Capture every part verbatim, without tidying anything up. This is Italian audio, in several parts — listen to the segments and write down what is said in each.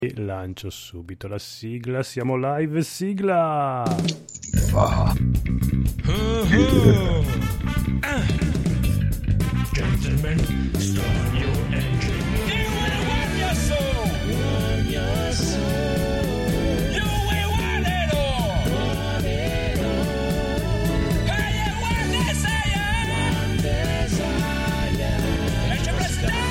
Lancio subito la sigla, siamo live, sigla! Ah. Uh-huh. Ah. Gentlemen, start your engine. You will want your soul! Want your soul! You will want it all! Want it all! Hey, you want desire! Want desire! Let your breath down!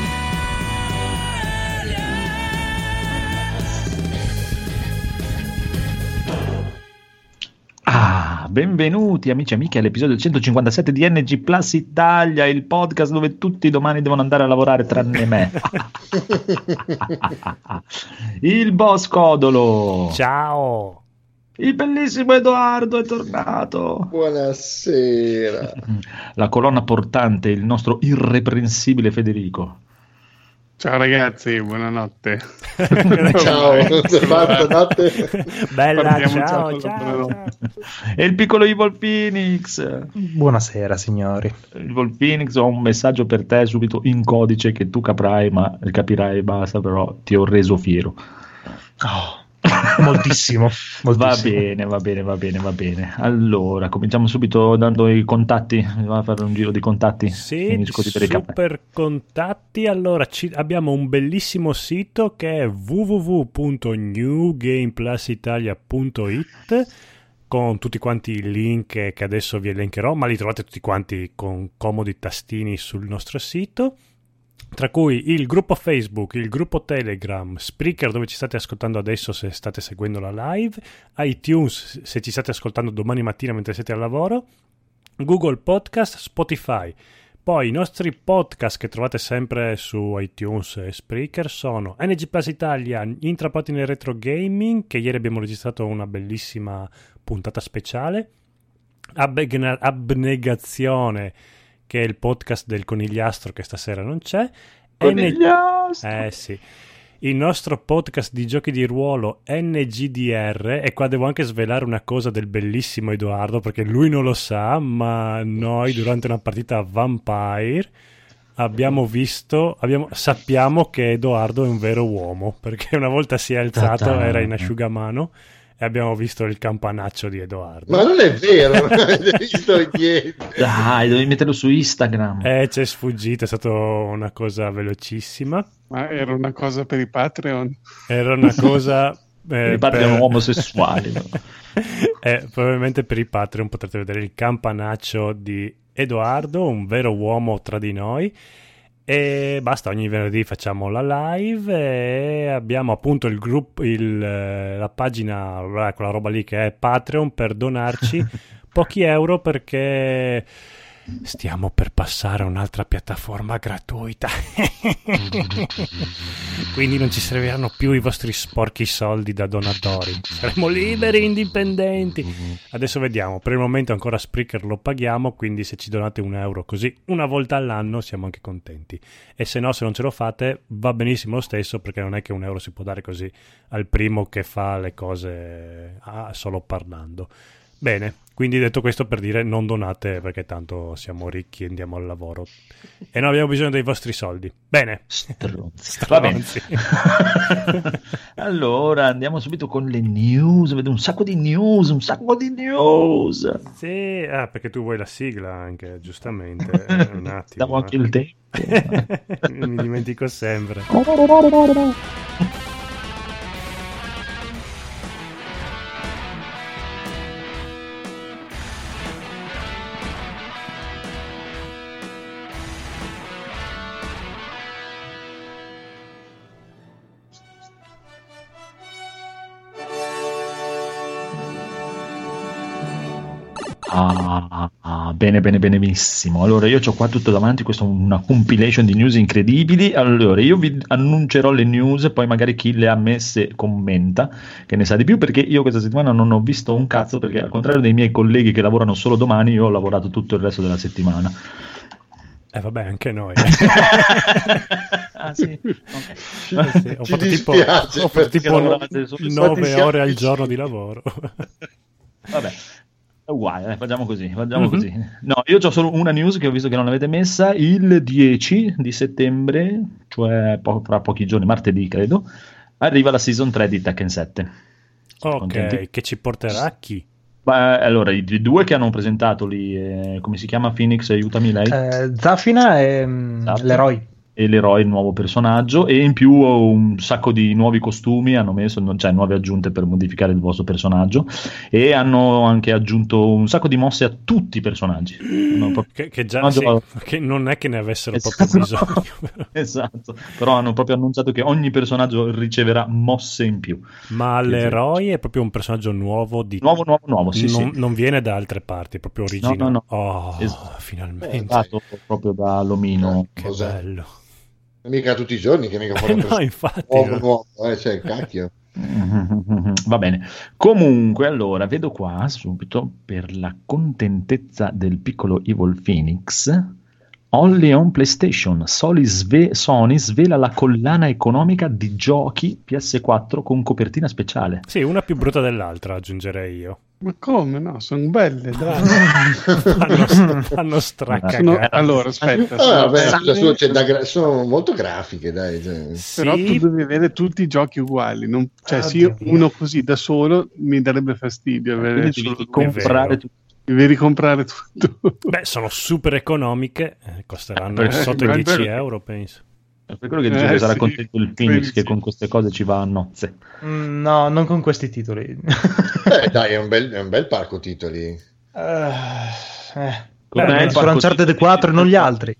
Ah, benvenuti amici e amiche all'episodio centocinquantasette di N G Plus Italia, il podcast dove tutti domani devono andare a lavorare tranne me. Il boss Codolo. Ciao! Il bellissimo Edoardo è tornato. Buonasera. La colonna portante, il nostro irreprensibile Federico. Ciao ragazzi, buonanotte. Ciao, notte. Bella, Partiamo ciao, già ciao, con la- ciao. E il piccolo Evil Phoenix. Buonasera signori. Evil Phoenix, ho un messaggio per te subito in codice che tu caprai, ma capirai e basta, però ti ho reso fiero. Oh, moltissimo, moltissimo. Va bene, va bene, va bene, va bene. Allora, cominciamo subito dando i contatti. Andiamo a fare un giro di contatti. Sì, Finisco di bere il caffè. super contatti. Allora, ci- abbiamo un bellissimo sito che è w w w punto new game plus italia punto i t con tutti quanti i link che adesso vi elencherò, ma li trovate tutti quanti con comodi tastini sul nostro sito, tra cui il gruppo Facebook, il gruppo Telegram, Spreaker dove ci state ascoltando adesso se state seguendo la live, iTunes se ci state ascoltando domani mattina mentre siete al lavoro, Google Podcast, Spotify. Poi i nostri podcast che trovate sempre su iTunes e Spreaker sono N G Plus Italia, Intrappati nel Retro Gaming, che ieri abbiamo registrato una bellissima puntata speciale, Abne- Abnegazione, che è il podcast del conigliastro che stasera non c'è, Conigliastro. eh sì, il nostro podcast di giochi di ruolo N G D R, e qua devo anche svelare una cosa del bellissimo Edoardo perché lui non lo sa, ma noi durante una partita a Vampire abbiamo visto, abbiamo, sappiamo che Edoardo è un vero uomo, perché una volta si è alzato, Ta-ta. era in asciugamano e abbiamo visto il campanaccio di Edoardo. Ma non è vero, non avete visto niente. Dai, devi metterlo su Instagram. Eh, c'è sfuggito, è stata una cosa velocissima. Ma era una cosa per i Patreon? Era una cosa... eh, I Patreon omosessuali. no? Eh, probabilmente per i Patreon potrete vedere il campanaccio di Edoardo, un vero uomo tra di noi. E basta, ogni venerdì facciamo la live e abbiamo appunto il gruppo, il, eh, la pagina, quella roba lì che è Patreon, per donarci pochi euro perché stiamo per passare a un'altra piattaforma gratuita. Quindi non ci serviranno più i vostri sporchi soldi da donatori, saremo liberi e indipendenti. Adesso vediamo, per il momento ancora Spreaker lo paghiamo, quindi se ci donate un euro così una volta all'anno siamo anche contenti, e se no, se non ce lo fate va benissimo lo stesso, perché non è che un euro si può dare così al primo che fa le cose ah, solo parlando. Bene, quindi detto questo, per dire non donate perché tanto siamo ricchi e andiamo al lavoro e non abbiamo bisogno dei vostri soldi. Bene. Stronzi. Va bene. Stronzi. Allora andiamo subito con le news. Vedo un sacco di news, un sacco di news. Sì, ah, perché tu vuoi la sigla anche, giustamente. Eh, un attimo. Davo anche il tempo. Mi dimentico sempre. Ah, ah, bene, bene, bene, benissimo. Allora, io ho qua tutto davanti, questa è una compilation di news incredibili. Allora, io vi annuncerò le news, poi magari chi le ha messe commenta, che ne sa di più, perché io questa settimana non ho visto un cazzo, perché al contrario dei miei colleghi che lavorano solo domani, io ho lavorato tutto il resto della settimana. Eh vabbè, anche noi. Ah sì? Eh sì, ho Ci fatto tipo, dispiace ho fatto perché tipo lavoravate solo- nove siamo ore al vicini. giorno di lavoro. Vabbè, è uguale, eh, facciamo così, facciamo Mhm. così. No, io ho solo una news che ho visto che non l'avete messa, il dieci di settembre, cioè po- fra pochi giorni, martedì credo, arriva la season tre di Tekken sette. Ok, Contenti? che ci porterà a chi? Beh, allora, i i due che hanno presentato lì, eh, come si chiama Phoenix? Aiutami lei. Eh, Zafina e mm, Esatto. l'eroe. E l'eroe, il nuovo personaggio, e in più un sacco di nuovi costumi hanno messo, non- cioè nuove aggiunte per modificare il vostro personaggio, e hanno anche aggiunto un sacco di mosse a tutti i personaggi. Hanno proprio- Che, che già personaggio- sì, che non è che ne avessero Esatto. proprio bisogno. Esatto, però hanno proprio annunciato che ogni personaggio riceverà mosse in più. Ma Che- l'eroe è proprio un personaggio nuovo di... Nuovo, nuovo, nuovo, sì, non, sì. non viene da altre parti, è proprio originale. No, no, no. Oh, Esatto. finalmente. Esatto, proprio da Lomino. Che Cos'è? bello. Mica tutti i giorni che mica Eh fuori un no, personaggio infatti. nuovo, nuovo, eh, cioè, cacchio. Va bene. Comunque, allora, vedo qua subito, per la contentezza del piccolo Evil Phoenix, only on PlayStation, Sony, sve- Sony svela la collana economica di giochi P S quattro con copertina speciale. Sì, una più brutta dell'altra, aggiungerei io. Ma come? No, sono belle, dai. Fanno, fanno stracagare. Sono- allora, aspetta. Ah, sono vabbè, belle, scusa, su, c'è da gra- sono molto grafiche, dai. Cioè. Però tu Sì, devi avere tutti i giochi uguali. Non, cioè, se Oddio io mio. uno così da solo mi darebbe fastidio avere Quindi solo devi due. comprare vero. tutto. Devi ricomprare tutto. beh, sono super economiche, eh, costeranno Per- sotto i per- dieci per- euro, penso. Per quello che dice che Eh, sarà sì, contento il quelli Phoenix che sì. con queste cose ci va a nozze. Mm, no, non con questi titoli. Eh, dai, è un bel, è un bel parco titoli. Eh, eh. Com'è Beh, il metti solo parco Uncharted titoli? quattro e non gli altri.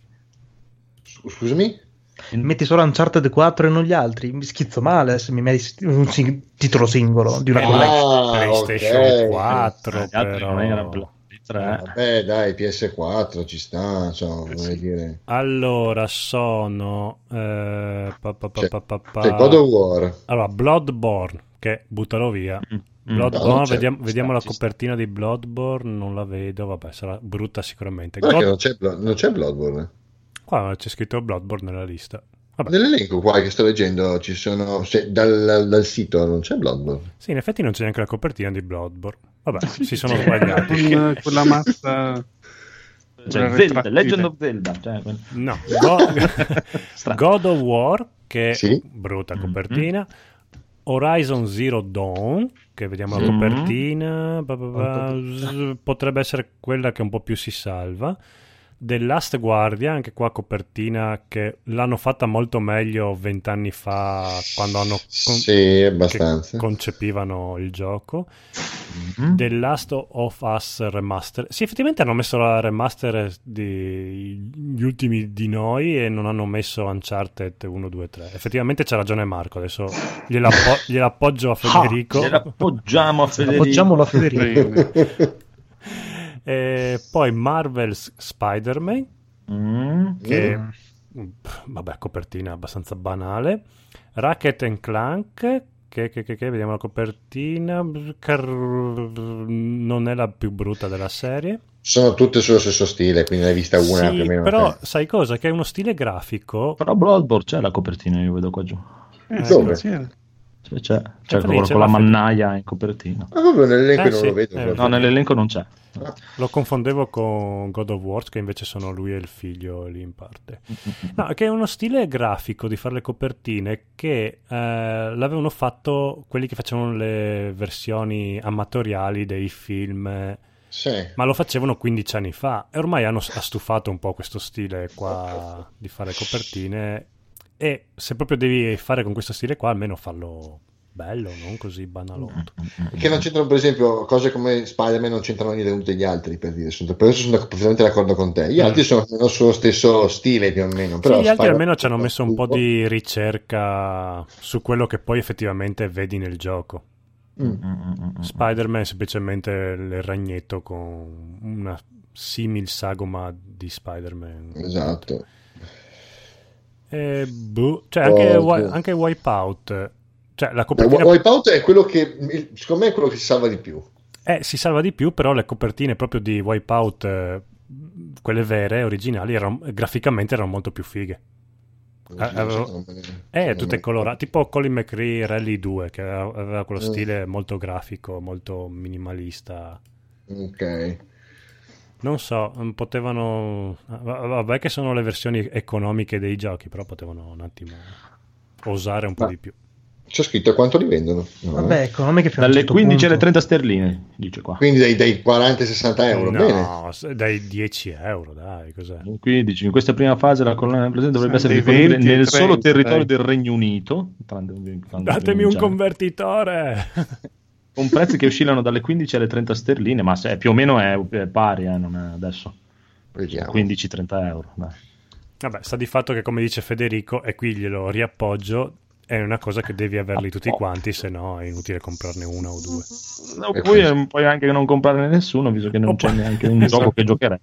Sc- Scusami? Metti solo Uncharted quattro e non gli altri. Mi schizzo male se mi metti un sing- titolo singolo di una Eh, collection. Ah, PlayStation ok. quattro, Gli altri però. non erano bla- tre. Vabbè, dai, P S quattro ci sta, cioè, vorrei dire. Allora, sono... eh, pa, pa, pa, C'è, pa, pa, pa. c'è God of War. Allora, Bloodborne, che butterò via. Mm. Bloodborne, no, c'è- vediamo, ci vediamo sta, la ci sta. copertina di Bloodborne, non la vedo, vabbè, sarà brutta sicuramente. Guarda che God- non c'è, Blo- non c'è Bloodborne. Qua c'è scritto Bloodborne nella lista. Vabbè, Nell'elenco qua che sto leggendo ci sono, cioè, dal, dal sito non c'è Bloodborne. sì, in effetti non c'è neanche la copertina di Bloodborne. Vabbè, si sono sbagliati. Con quella mazza. Cioè, quella Zelda, retrattile. Legend of Zelda. Cioè, quel- No, Go- Strano. God of War, che Sì. brutta Mhm. copertina. Horizon Zero Dawn, che vediamo la Sì. copertina, ba, ba, ba, z- potrebbe essere quella che un po' più si salva. The Last Guardian, anche qua copertina che l'hanno fatta molto meglio vent'anni fa, quando hanno con- Sì, che abbastanza. concepivano il gioco. Mhm. The Last of Us Remaster. Sì, effettivamente hanno messo la remaster di gli ultimi di noi e non hanno messo Uncharted uno, due, tre. Effettivamente c'ha ragione Marco, adesso gliela, appo- gliela appoggio a Federico. Gliela appoggiamo a Federico. Appoggiamolo a Federico. E poi Marvel's Spider-Man, Mm. che pff, vabbè, copertina abbastanza banale. Ratchet and Clank, che, che, che, che vediamo la copertina, car- non è la più brutta della serie. Sono tutte sullo stesso stile, quindi ne hai vista una Sì, più o meno. però te. sai cosa? Che è uno stile grafico. Però Bloodborne c'è la copertina, io vedo qua giù. Eh, Dove? sì, c'era. C'è, c'è, c'è lì, con, c'è con la la fe- mannaia in copertina. Ma proprio nell'elenco Eh, non sì, lo vedo. eh, proprio. No, nell'elenco non c'è. Lo confondevo con God of War, che invece sono lui e il figlio lì in parte. No, che è uno stile grafico di fare le copertine che eh, l'avevano fatto quelli che facevano le versioni amatoriali dei film, eh, Sì. ma lo facevano quindici anni fa e ormai hanno ha stufato un po' questo stile qua di fare copertine, e se proprio devi fare con questo stile qua almeno fallo bello, non così banalotto. Che non c'entrano, per esempio, cose come Spider-Man non c'entrano niente degli altri, per dire. Sono, per questo sono completamente d'accordo con te. Gli Mm. altri sono almeno sullo stesso stile più o meno. Però Sì, gli altri Spider-Man- almeno ci hanno messo un po' di ricerca su quello che poi effettivamente vedi nel gioco. Mm. Spider-Man è semplicemente il ragnetto con una simil sagoma di Spider-Man. Esatto. E boh, cioè anche, Oh, Wi- sì. anche Wipeout, cioè la Ma copertina Wipeout è quello che, il- secondo me, è quello che si salva di più. eh, si salva di più, però le copertine proprio di Wipeout, eh, quelle vere, originali, erano, graficamente erano molto più fighe. Non Eh, c'entrano avevo- bene. Eh, Non tutte me- colorate, tipo Colin McRae Rally due, che aveva aveva quello Mm. stile molto grafico, molto minimalista. Ok. Non so, mm, potevano... va- Vabbè che sono le versioni economiche dei giochi, però potevano un attimo osare un po' Ma- di più. C'è scritto quanto li vendono. No, Vabbè, economiche fino a un Dalle certo quindici alle punto. trenta sterline, dice qua. Quindi dai, dai quaranta ai sessanta euro. Bene. No, s- dai dieci euro, dai, cos'è? quindici. In questa prima fase la colonna del presente dovrebbe Sono essere dei disponibile venti e nel solo trenta, territorio dai. del Regno Unito. tranne- quando Datemi un comincia- convertitore! Con prezzi che oscillano dalle quindici alle trenta sterline, ma se, più o meno è, è pari, eh, non è adesso. Vediamo. quindici trenta euro. Dai. Vabbè, sta di fatto che, come dice Federico, e qui glielo riappoggio, è una cosa che devi averli tutti quanti, se no è inutile comprarne una o due. No, poi eh, puoi anche non comprarne nessuno, visto che non c'è neanche un gioco che giocherei.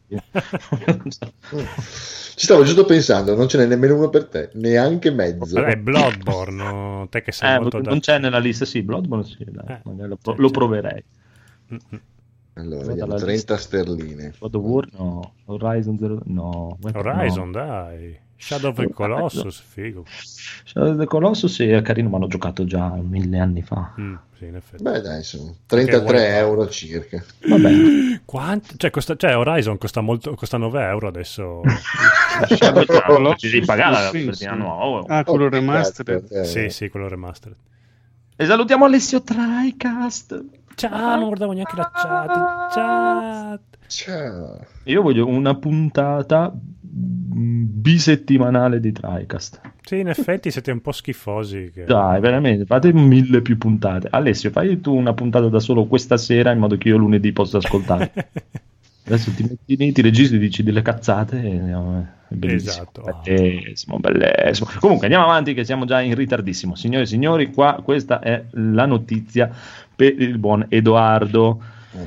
Ci stavo giusto pensando, non ce n'è nemmeno uno per te, neanche mezzo. Vabbè, Bloodborne, no? Te che sei Eh, molto non da... c'è nella lista, sì, Bloodborne sì, dai, Eh, magari lo, c'è, lo c'è. proverei. Mm-mm. Allora, Guarda vediamo, la trenta sterline. God of War, no. Horizon Zero, no. Horizon, no. dai. Shadow of the Colossus, figo. Shadow of the Colossus sì, è carino, ma l'ho giocato già mille anni fa. Mm, sì, in effetti. Beh dai, sono trentatré euro circa. Vabbè. Quanto? Cioè, costa... cioè, Horizon costa molto, costa nove euro adesso. Shadow of the Colossus, Ci devi pagare la sì, copertina sì. nuova. Ah, quello Oh, che remastered. cazzo, eh. Sì, sì, quello remastered. E salutiamo Alessio Tricast. Ciao, non guardavo neanche la chat. Chat. Ciao. Io voglio una puntata mm, bisettimanale di Tricast. Sì, in effetti siete un po' schifosi. Che... Dai, veramente, fate mille più puntate. Alessio, fai tu una puntata da solo questa sera in modo che io lunedì possa ascoltare. Adesso ti metti lì, ti registri, dici delle cazzate e andiamo, è bellissimo. Esatto. Bellissimo, bellissimo. Comunque andiamo avanti che siamo già in ritardissimo. Signore e signori, qua questa è la notizia per il buon Edoardo.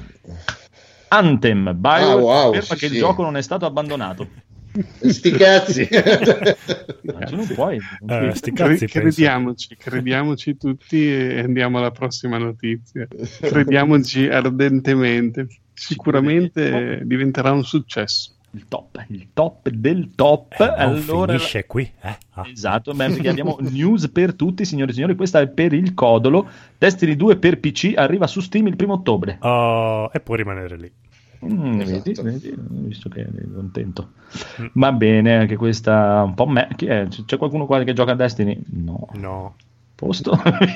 Anthem, BioWare Ah, wow, conferma sì, che sì. il gioco non è stato abbandonato. Sti cazzi. Ma tu non puoi. non Eh, puoi. sti Cre- cazzi, penso. crediamoci, crediamoci tutti e andiamo alla prossima notizia. Crediamoci ardentemente. Sicuramente diventerà un successo. Il top, il top del top. Eh, non allora, finisce qui. Eh? Ah. esatto, beh, perché abbiamo news per tutti, signore e signori. Questa è per il Codolo. Destiny due per P C arriva su Steam il primo ottobre. Oh, e può rimanere lì. Mm, Esatto. vedi, vedi, visto che eri contento. Va bene, anche questa un po' me. Chi è? C'è qualcuno qua che gioca a Destiny? No. No. Posto.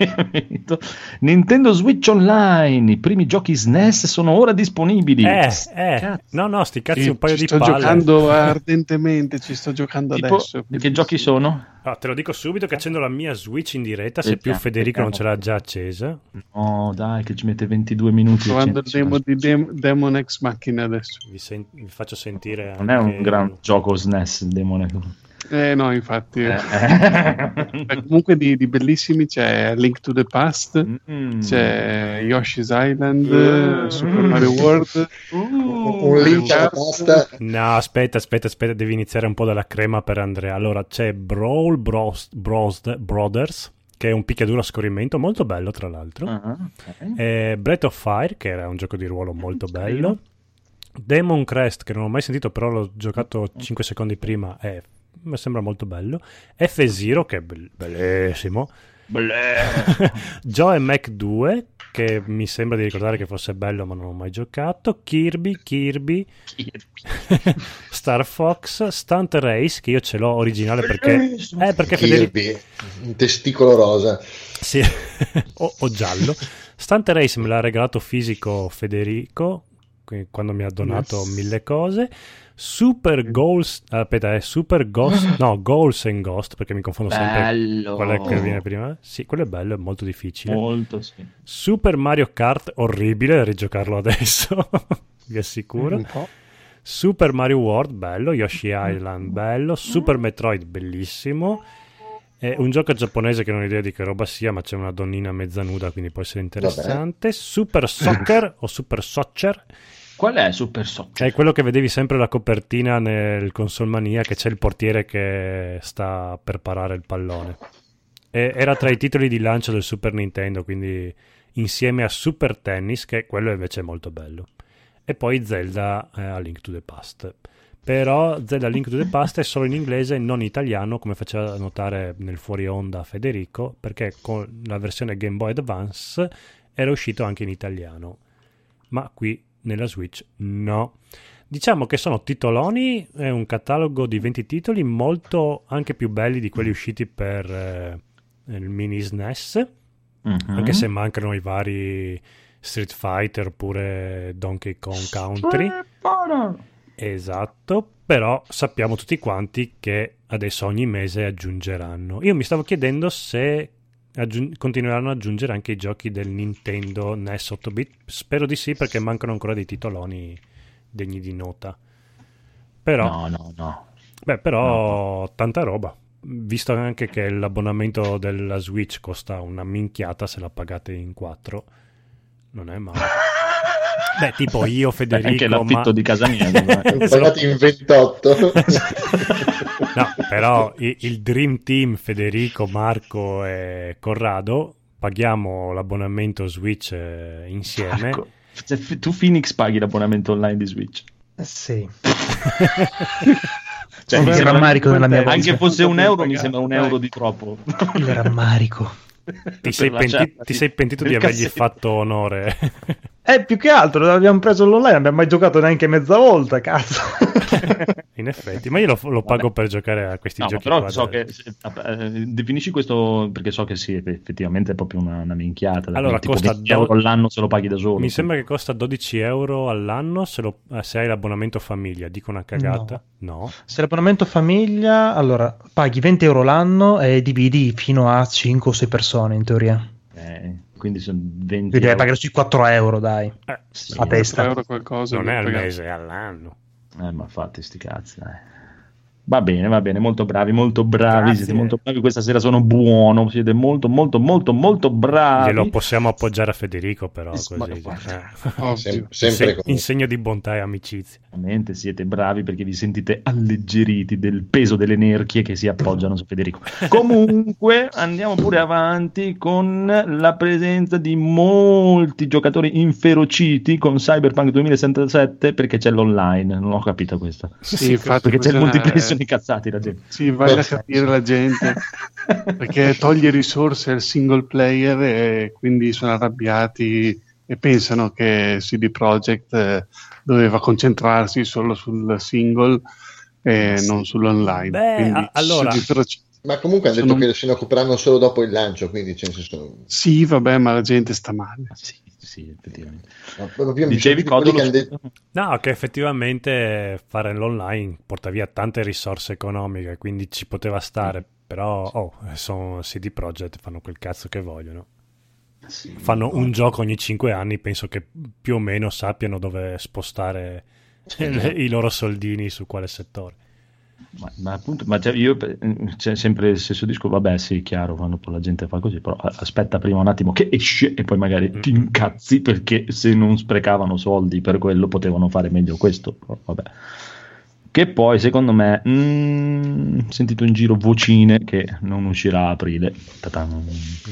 Nintendo Switch Online, i primi giochi S N E S sono ora disponibili. Eh, eh. Cazzo. No, no, sti cazzi Sì, un paio ci di sto palle. giocando ardentemente, ci sto giocando Tipo, adesso. che giochi sono? Ah, te lo dico subito che accendo la mia Switch in diretta, se Eh, più già, Federico non ce l'ha vediamo. già accesa. No, dai, che ci mette ventidue minuti. Sto provando il e demo cento. di Dem- Demon Ex Machina adesso. Vi, sen- vi faccio sentire Non è un anche- gran gioco S N E S, il demone. Eh no, infatti. Eh. Eh, comunque di, di bellissimi c'è A Link to the Past, Mm. c'è Yoshi's Island, Mm. Super Mario World. Un link alla pasta. No, aspetta, aspetta, aspetta, devi iniziare un po' dalla crema per Andrea. Allora, c'è Brawl Bros, Bros Brothers, che è un picchiaduro a scorrimento, molto bello tra l'altro. Ah, ok. E Breath of Fire, che era un gioco di ruolo molto bello. Demon Crest, che non ho mai sentito, però l'ho giocato cinque secondi prima, e mi sembra molto bello. F-Zero, che è be- bellissimo. Joe e Mac due, che mi sembra di ricordare che fosse bello, ma non ho mai giocato. Kirby, Kirby, Star Fox, Stunt Race, che io ce l'ho originale perché... Eh, perché Federico... Kirby, un testicolo rosa. Sì, o, o giallo. Stunt Race me l'ha regalato fisico Federico qui- quando mi ha donato Yes. mille cose. Super Goals, aspetta, è Super Ghost, no, Goals and Ghost, perché mi confondo sempre Bello. qual è che viene prima. Sì, quello è bello, è molto difficile. Molto, sì. Super Mario Kart, orribile, rigiocarlo adesso, vi assicuro. Un po'. Super Mario World, bello. Yoshi Island, bello. Super Metroid, bellissimo. È un gioco giapponese che non ho idea di che roba sia, ma c'è una donnina mezza nuda, quindi può essere interessante. Super Soccer o Super Soccer, Qual è Super Soccer? è quello che vedevi sempre la copertina nel Console Mania, che c'è il portiere che sta per parare il pallone. E era tra i titoli di lancio del Super Nintendo, quindi insieme a Super Tennis, che quello invece è molto bello. E poi Zelda eh, A Link to the Past. Però Zelda A Link to the Past è solo in inglese e non in italiano, come faceva notare nel fuori onda Federico, perché con la versione Game Boy Advance era uscito anche in italiano, ma qui nella Switch no. Diciamo che sono titoloni, è un catalogo di venti titoli molto anche più belli di quelli usciti per, eh, il mini S N E S, Mhm. anche se mancano i vari Street Fighter oppure Donkey Kong Country. Esatto, però sappiamo tutti quanti che adesso ogni mese aggiungeranno. Io mi stavo chiedendo se aggiung- continueranno ad aggiungere anche i giochi del Nintendo N E S otto bit. Spero di sì, perché mancano ancora dei titoloni degni di nota. Però, No, no, no. beh, però tanta roba. Visto anche che l'abbonamento della Switch costa una minchiata se la pagate in quattro, non è male. Beh, tipo io, Federico, Anche l'affitto ma... di casa mia. secondo me. Pagati in ventotto. No, però il, il Dream Team, Federico, Marco e Corrado, paghiamo l'abbonamento Switch eh, insieme. Marco, cioè, f- tu Phoenix paghi l'abbonamento online di Switch? Eh, sì. Cioè, Il mi sembra- rammarico nella mia anche voce. fosse un euro mi Dai. sembra un euro di troppo. Il rammarico. Ti sei, Per penti- lasciarti ti sei pentito di nel avergli cassetto. fatto onore. Eh, più che altro, abbiamo preso l'online, non abbiamo mai giocato neanche mezza volta, cazzo. In effetti, ma io lo, lo pago per giocare a questi No, ma giochi però qua so del- che eh, definisci questo perché so che sì, effettivamente è proprio una, una minchiata. Allora, tipo costa venti do- euro all'anno se lo paghi da solo. Mi sembra che costa dodici euro all'anno se, lo- eh, se hai l'abbonamento famiglia. Dico una cagata? No. Se l'abbonamento famiglia, allora, paghi venti euro l'anno e dividi fino a cinque o sei persone, in teoria. Eh, quindi sono venti Quindi devi euro. pagare sui quattro euro, dai. Eh, Sì, a testa. euro qualcosa. non è al pagare. mese, è all'anno. Eh, ma fate sti cazzi, dai. Va bene, va bene, molto bravi, molto bravi, Grazie. siete molto bravi, questa sera sono buono, siete molto, molto, molto, molto bravi. Glielo possiamo appoggiare a Federico, però, Eh, così. ma eh. guarda. Ovvio. Sem- In, sempre se- così. in segno di bontà e amicizia. Veramente siete bravi perché vi sentite alleggeriti del peso delle nerchie che si appoggiano su Federico. Comunque andiamo pure avanti con la presenza di molti giocatori inferociti con Cyberpunk duemilasettantasette perché c'è l'online, non ho capito questa. Sì, infatti Perché c'è il bisogna- multiplayer, sono incazzati la gente. Sì, vai a capire la gente perché toglie risorse al single player e quindi sono arrabbiati e pensano che C D Projekt eh, doveva concentrarsi solo sul single e Sì. non sull'online. Beh, Quindi a- allora- ci sono- Ma comunque hanno detto Sono- che se ne occuperanno solo dopo il lancio, quindi cioè, nel senso, sì, vabbè, ma la gente sta male. Sì, sì, effettivamente. ma proprio mi Dicevi sento di quelli Codolo? che hanno detto- No, che effettivamente fare l'online porta via tante risorse economiche, quindi ci poteva stare, però oh, sono C D Projekt, fanno quel cazzo che vogliono. Sì, Fanno un gioco ogni cinque anni, penso che più o meno sappiano dove spostare i loro soldini su quale settore. Ma, ma appunto, ma cioè, io c'è sempre il stesso disco, vabbè sì, chiaro, quando poi la gente fa così, però aspetta prima un attimo che esce e poi magari ti incazzi perché se non sprecavano soldi per quello potevano fare meglio questo, però vabbè. Che poi secondo me mm, ho sentito in giro vocine che non uscirà a aprile. Ta-tan.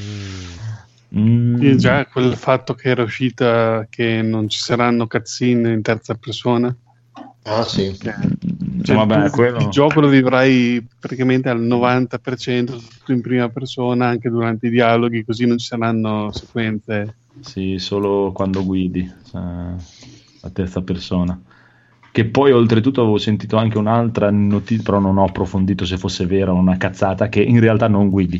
Mm. Sì, già quel fatto che era uscita che non ci saranno cutscene in terza persona. Ah sì, Cioè, Vabbè, tu quello- il gioco lo vivrai praticamente al novanta per cento tutto in prima persona anche durante i dialoghi, così non ci saranno sequenze. Sì, solo quando guidi, cioè, a terza persona. Che poi oltretutto avevo sentito anche un'altra notizia, però non ho approfondito se fosse vera o una cazzata, che in realtà non guidi.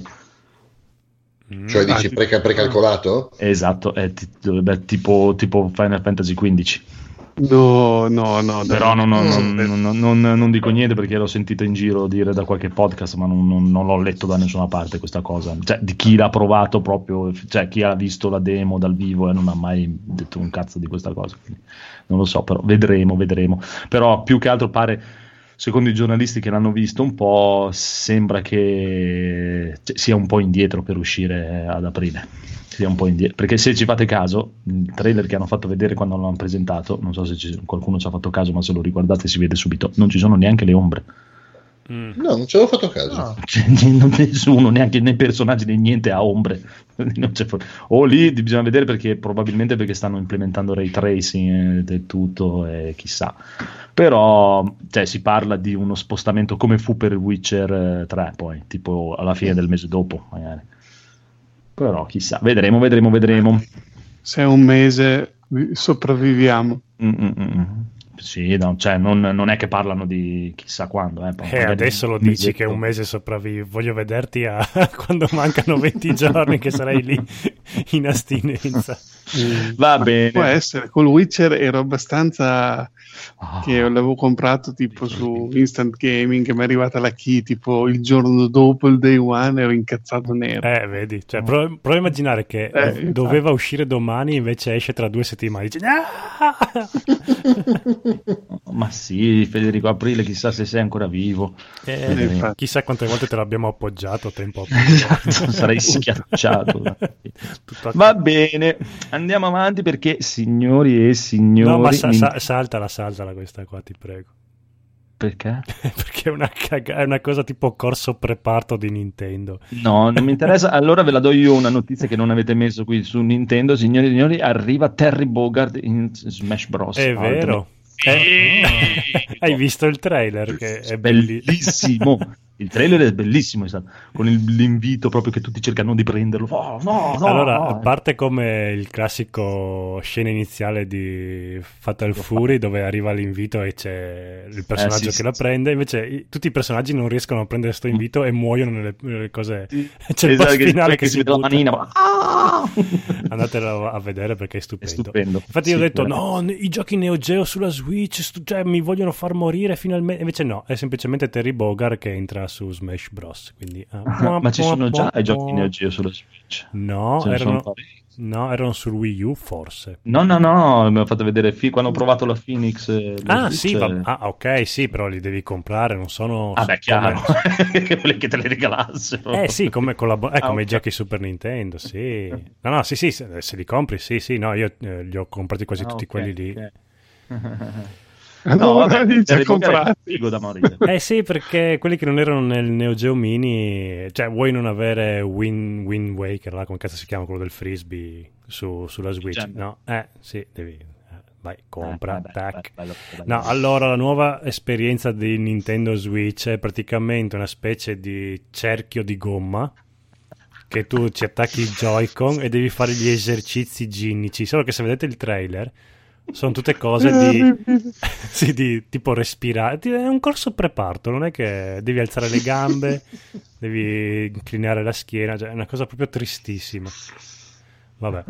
cioè Ah, dici sì. preca- precalcolato? Esatto, è ti- dovrebbe- tipo, tipo Final Fantasy quindici. No, no, no. dai. Però non, non- Mm. non- non- non- non dico niente perché l'ho sentito in giro dire da qualche podcast, ma non, non- non l'ho letto da nessuna parte questa cosa. Cioè, di chi l'ha provato proprio, cioè chi ha visto la demo dal vivo e non ha mai detto un cazzo di questa cosa. Quindi, non lo so, però vedremo, vedremo. Però più che altro pare, secondo i giornalisti che l'hanno visto un po', sembra che cioè, sia un po' indietro per uscire ad aprile. Sia un po' indietro. Perché se ci fate caso, il trailer che hanno fatto vedere quando l'hanno presentato, non so se ci- qualcuno ci ha fatto caso, ma se lo riguardate si vede subito, non ci sono neanche le ombre. Mm. No, non ci avevo fatto caso. No. Cioè, non- nessuno, neanche nei personaggi né niente ha ombre. Non c'è for- o lì bisogna vedere perché probabilmente perché stanno implementando ray tracing e del tutto e chissà. Però cioè, si parla di uno spostamento come fu per Witcher eh, tre poi, tipo alla fine del mese dopo magari. Però chissà, vedremo, vedremo, vedremo. Se è un mese vi- sopravviviamo. Mm, mm, mm. sì, no, cioè non, non è che parlano di chissà quando. Eh, eh, adesso lo dici che un mese sopravvivi. Voglio vederti a quando mancano venti giorni che sarai lì in astinenza. Va bene. Può essere, col Witcher ero abbastanza Oh. che l'avevo comprato tipo su Instant Gaming, che mi è arrivata la key tipo il giorno dopo il day one, ero incazzato nero. Eh, vedi, cioè, prova, prova a immaginare che Eh, doveva uscire domani, invece esce tra due settimane. Dici, "Ah!" Ma sì, Federico Aprile, chissà se sei ancora vivo. Eh, infatti. chissà quante volte te l'abbiamo appoggiato a tempo Esatto, sarei schiacciato. Tutto a Va te. bene, andiamo avanti perché, signori e signori, No, ma sa- mi- sa- saltala, saltala questa qua, ti prego. perché? Perché è una, caga- è una cosa tipo corso preparto di Nintendo. No, non mi interessa. Allora ve la do io una notizia che non avete messo qui su Nintendo, signori e signori, arriva Terry Bogard in Smash Bros. È Ultimate. vero. Eh, hai visto il trailer che è belli- bellissimo. Il trailer è bellissimo, è stato, con il- l'invito proprio che tutti cercano di prenderlo. Oh, no, no, Allora, no. a parte come il classico scena iniziale di Fatal Fury dove arriva l'invito e c'è il personaggio Eh, sì, che sì, la sì. prende, invece i- tutti i personaggi non riescono a prendere sto invito e muoiono nelle, nelle cose. Sì. C'è il Esatto, boss che- finale che che si vede la butta. manina. ma- Ah! Andatelo a vedere perché è È stupendo. stupendo. Infatti io ho Sì, detto veramente. no, ne- i giochi Neo Geo sulla Switch stu- cioè, mi vogliono far morire finalmente, invece no, è semplicemente Terry Bogard che entra su Smash Bros. Quindi, ah, Ma ci sono già i giochi Neo Geo sulla Switch? No, Ce ne sono erano, parecchi. no, erano sul Wii U forse. No, no, no, mi ha fatto vedere fi- quando ho provato la Phoenix. eh, la Ah Switch, sì, va- eh, ah, ok, sì, però li devi comprare, non sono... Ah, beh, chiaro. Che volevi che te le regalassero. Eh sì, come, collabo- eh, Ah, come ok. i giochi Super Nintendo, sì. No, no, sì, sì, se, se li compri, sì, sì, no, io eh, li ho comprati quasi Ah, tutti ok, quelli lì. ok. Allora, li già Terry Bogard è comprati. figo da morire. Eh sì, perché quelli che non erano nel Neo Geo Mini, cioè vuoi non avere Wind, Wind Waker, là, come cazzo si chiama quello del frisbee su- sulla Switch? Gem. No, eh sì, devi, eh, vai, compra, Eh, vabbè, tac. bello, bello, bello. No, allora la nuova esperienza di Nintendo Switch è praticamente una specie di cerchio di gomma che tu ci attacchi il Joy-Con e devi fare gli esercizi ginnici, solo che se vedete il trailer sono tutte cose di, sì, di tipo respirare, è un corso preparto, non è che devi alzare le gambe, devi inclinare la schiena, cioè è una cosa proprio tristissima. Vabbè.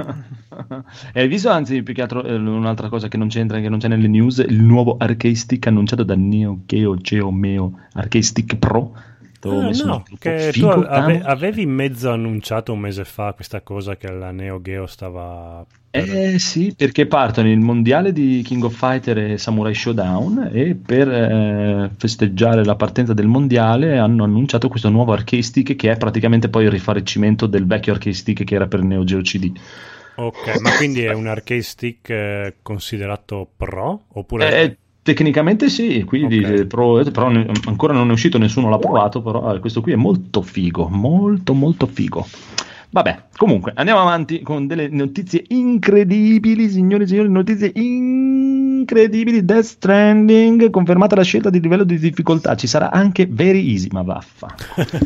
E hai visto, anzi, più che altro eh, un'altra cosa che non c'entra, che non c'è nelle news, il nuovo arcade stick annunciato da Neo Geo Geo Meo Arcade Stick Pro. T'ho Ah, messo no, un che tu figo, ave- tanto. avevi in mezzo annunciato un mese fa questa cosa che la Neo Geo stava per- Eh sì, perché partono il mondiale di King of Fighter e Samurai Showdown e per eh, festeggiare la partenza del mondiale hanno annunciato questo nuovo arcade stick che è praticamente poi il rifarecimento del vecchio arcade stick che era per Neo Geo C D. Ok, ma quindi è un arcade stick eh, considerato pro? Oppure... Eh, tecnicamente sì, quindi Ok. eh, pro- però ne- ancora non è uscito, nessuno l'ha provato, però eh, questo qui è molto figo, molto molto figo. Vabbè, comunque andiamo avanti con delle notizie incredibili, signori e signori, notizie incredibili. Death Stranding, confermata la scelta di livello di difficoltà, ci sarà anche Very Easy, ma vaffa.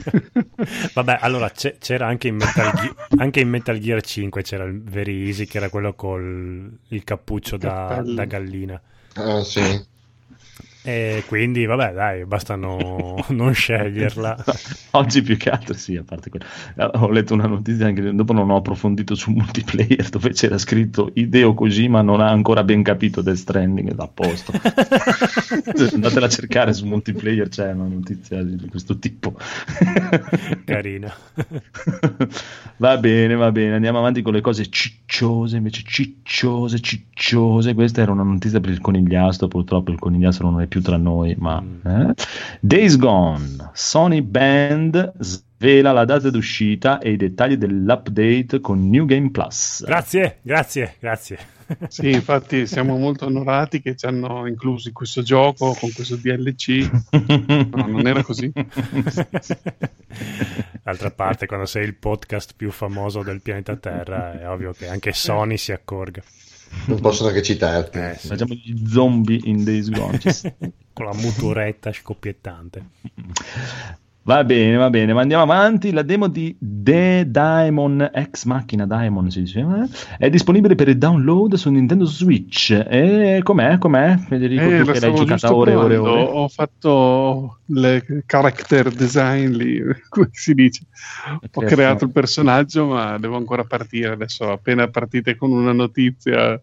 Vabbè, allora c'è- c'era anche in, Metal Ge- anche in Metal Gear cinque c'era il Very Easy che era quello col il cappuccio da, Cappello. da gallina. Ah, sì. E quindi vabbè, dai, basta no- non sceglierla. Oggi più che altro sì, a parte quello. Eh, Ho letto una notizia anche dopo, non ho approfondito su multiplayer dove c'era scritto Hideo Kojima non ha ancora ben capito Death Stranding, ed a posto. Andatela a cercare su multiplayer, c'è una notizia di questo tipo. Carina. Va bene, va bene, andiamo avanti con le cose cicciose, invece cicciose, cicciose. Questa era una notizia per il conigliastro, purtroppo il conigliastro non è più tra noi, ma eh? Days Gone, Sony Band svela la data d'uscita e i dettagli dell'update con New Game Plus. Grazie, grazie, grazie. Sì, infatti siamo molto onorati che ci hanno incluso in questo gioco con questo D L C. No, non era così. D'altra parte, quando sei il podcast più famoso del pianeta Terra, è ovvio che anche Sony si accorga. Non possono che citarti. Eh, sì. Facciamo gli zombie in Days Gone. Ci sta. Con la muturetta scoppiettante. Va bene, va bene, ma andiamo avanti. La demo di The Daemon Ex Machina Daemon si dice, eh, è disponibile per il download su Nintendo Switch. E com'è? Com'è? Federico, Eh, tu la che l'hai stavo giocata giusto ore e ore e provando. ore. Ho fatto le character design lì, come si dice. Ho Creazione. creato il personaggio, ma devo ancora partire. Adesso appena partite con una notizia,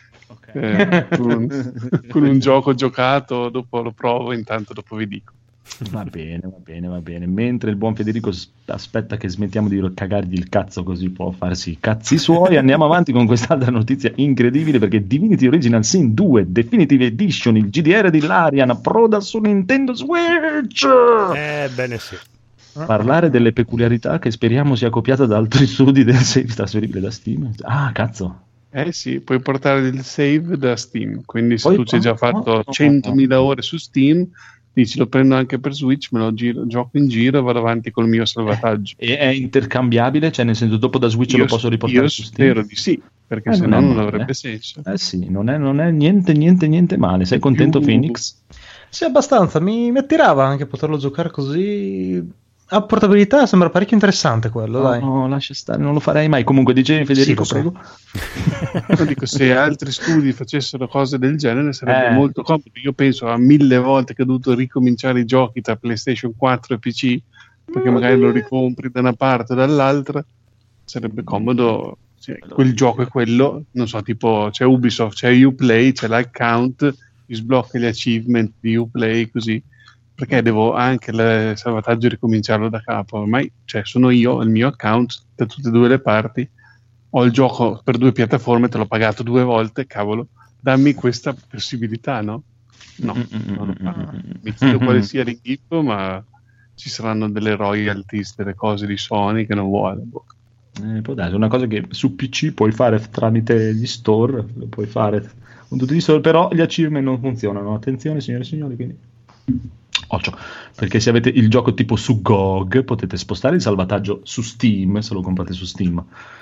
eh, con, un, con un gioco giocato, dopo lo provo, intanto dopo vi dico. Va bene, va bene, va bene. Mentre il buon Federico s- aspetta che smettiamo di cagargli il cazzo, così può farsi i cazzi suoi, andiamo avanti con quest'altra notizia incredibile, perché Divinity Original Sin due Definitive Edition, il G D R di Larian, approda su Nintendo Switch. Eh, bene sì. Parlare delle peculiarità che speriamo sia copiata da altri studi del save trasferibile da Steam. Ah, cazzo. Eh sì, puoi portare il save da Steam, quindi se Poi- tu ci hai già fatto oh, oh, centomila ore su Steam, dici lo prendo anche per Switch, me lo giro- gioco in giro e vado avanti col mio salvataggio. E è intercambiabile? Cioè, nel senso, dopo da Switch Io, lo posso riportare io su Steam? spero di sì, perché Eh, se non no è non male. avrebbe senso. Eh sì, non è, non è niente, niente, niente male. Sei contento, Più- Phoenix? Sì, abbastanza, mi, mi attirava anche poterlo giocare così. A portabilità sembra parecchio interessante quello, No, dai. no, lascia stare, non lo farei mai. Comunque, dicevi Federico, Sì, lo so. prego. Io dico, se altri studi facessero cose del genere sarebbe Eh. molto comodo. Io penso a mille volte che ho dovuto ricominciare i giochi tra PlayStation quattro e P C, perché magari lo ricompri da una parte o dall'altra. Sarebbe comodo. Cioè, quel gioco è quello, non so, tipo c'è Ubisoft, c'è Uplay, c'è l'account, ti sblocca gli achievement di Uplay, così. Perché devo anche il salvataggio ricominciarlo da capo? Ormai, cioè, sono io, il mio account, da tutte e due le parti. Ho il gioco per due piattaforme, te l'ho pagato due volte, cavolo, dammi questa possibilità, no? No, non lo fa. Mi chiedo quale sia l'inghippo, ma ci saranno delle royalties, delle cose di Sony che non vuole. Boh. Eh, può darsi, una cosa che su P C puoi fare tramite gli store, lo puoi fare con tutti gli store, però gli achievement non funzionano. Attenzione, signore e signori, quindi occhio, perché se avete il gioco tipo su G O G potete spostare il salvataggio su Steam, se lo comprate su Steam,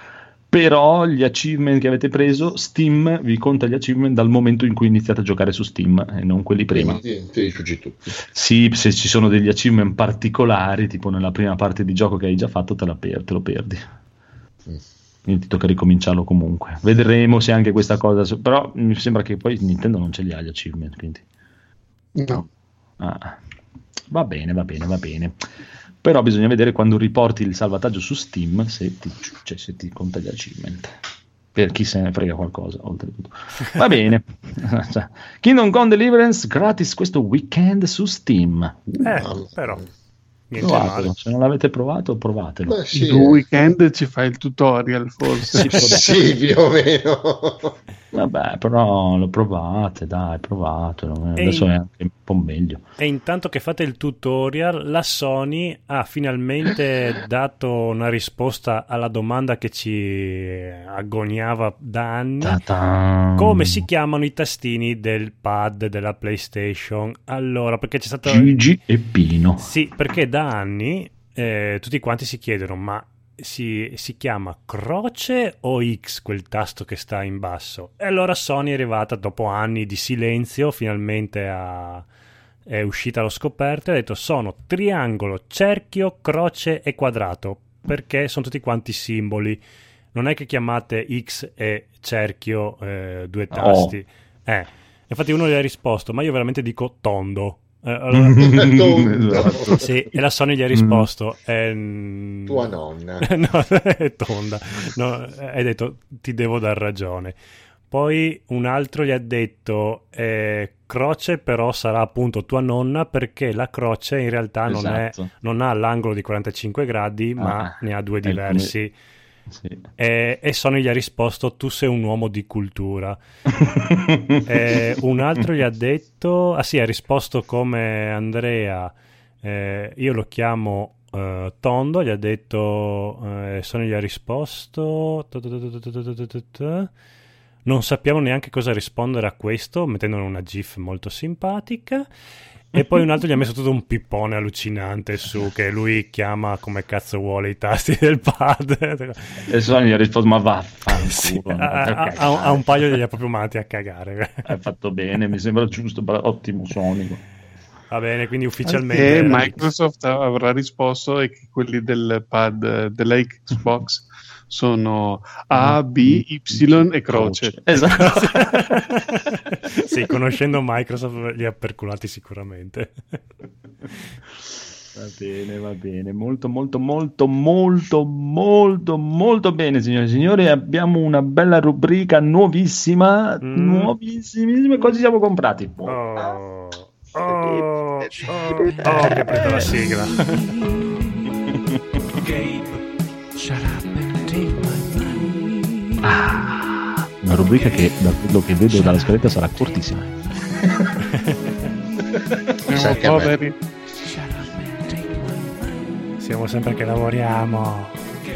però gli achievement che avete preso, Steam vi conta gli achievement dal momento in cui iniziate a giocare su Steam e non quelli prima. Quindi ti rifugi tutti. Sì, se ci sono degli achievement particolari, tipo nella prima parte di gioco che hai già fatto, te, la per- te lo perdi. Mm. Quindi ti tocca ricominciarlo comunque. Vedremo se anche questa cosa. Però mi sembra che poi Nintendo non ce li ha gli achievement. Quindi. No. Ah, va bene, va bene, va bene. Però bisogna vedere quando riporti il salvataggio su Steam se ti, cioè, se ti conta gli achievement. Per chi se ne frega qualcosa, oltretutto. Va bene. Kingdom Come Deliverance gratis questo weekend su Steam. Eh, però, niente Provatelo. male. Se non l'avete provato, provatelo. Beh, sì, In un weekend ci fai il tutorial, forse. sì, più o meno. Vabbè, però lo provate, dai, provatelo. Adesso in- è anche un po' meglio. E intanto che fate il tutorial, la Sony ha finalmente dato una risposta alla domanda che ci agoniava da anni. Ta-ta. Come si chiamano i tastini del pad della PlayStation? Allora, perché c'è stato... Gigi e Pino. Sì, perché da anni eh, tutti quanti si chiedono, ma si, si chiama croce o X quel tasto che sta in basso? E allora Sony è arrivata dopo anni di silenzio, finalmente a- è uscita allo scoperto e ha detto sono triangolo, cerchio, croce e quadrato, perché sono tutti quanti simboli. Non è che chiamate X e cerchio eh, due tasti. Eh, infatti uno gli ha risposto, ma io veramente dico tondo. Eh, allora- Tondo. sì, e la Sony gli ha risposto ehm, Tua nonna. no, è tonda. No, hai detto ti devo dar ragione. Poi un altro gli ha detto eh, croce però sarà appunto tua nonna, perché la croce in realtà non, è, Esatto. non ha l'angolo di quarantacinque gradi, ma Ah, ne ha due è come- diversi. Sì. E, e Sony gli ha risposto tu sei un uomo di cultura. Eh, un altro gli ha detto ah sì, ha risposto come Andrea, eh, io lo chiamo eh, tondo. Gli ha detto eh, Sony gli ha risposto non sappiamo neanche cosa rispondere a questo, mettendo una gif molto simpatica. E poi un altro gli ha messo tutto un pippone allucinante su che lui chiama come cazzo vuole i tasti del pad. E Sony gli ha risposto ma vaffanculo. Sì, andate a, a a- cagare. a un paio glieli ha proprio mandati a cagare. Hai fatto bene, mi sembra giusto, bra- ottimo Sonico. Va bene, quindi ufficialmente... Che era- Microsoft avrà risposto e che quelli del pad della Xbox sono A, B, Y e croce. Esatto. Sì, conoscendo Microsoft li ha perculati sicuramente. Va bene, va bene, molto molto molto molto molto molto bene, signore e signori, abbiamo una bella rubrica nuovissima, Mm. nuovissimissima, cosa ci siamo comprati? Oh, oh, oh, oh, che prendo la sigla. Ah, una rubrica che da quello che vedo dalla scaletta sarà cortissima. Siamo Sai che a me- poveri. Siamo sempre che lavoriamo.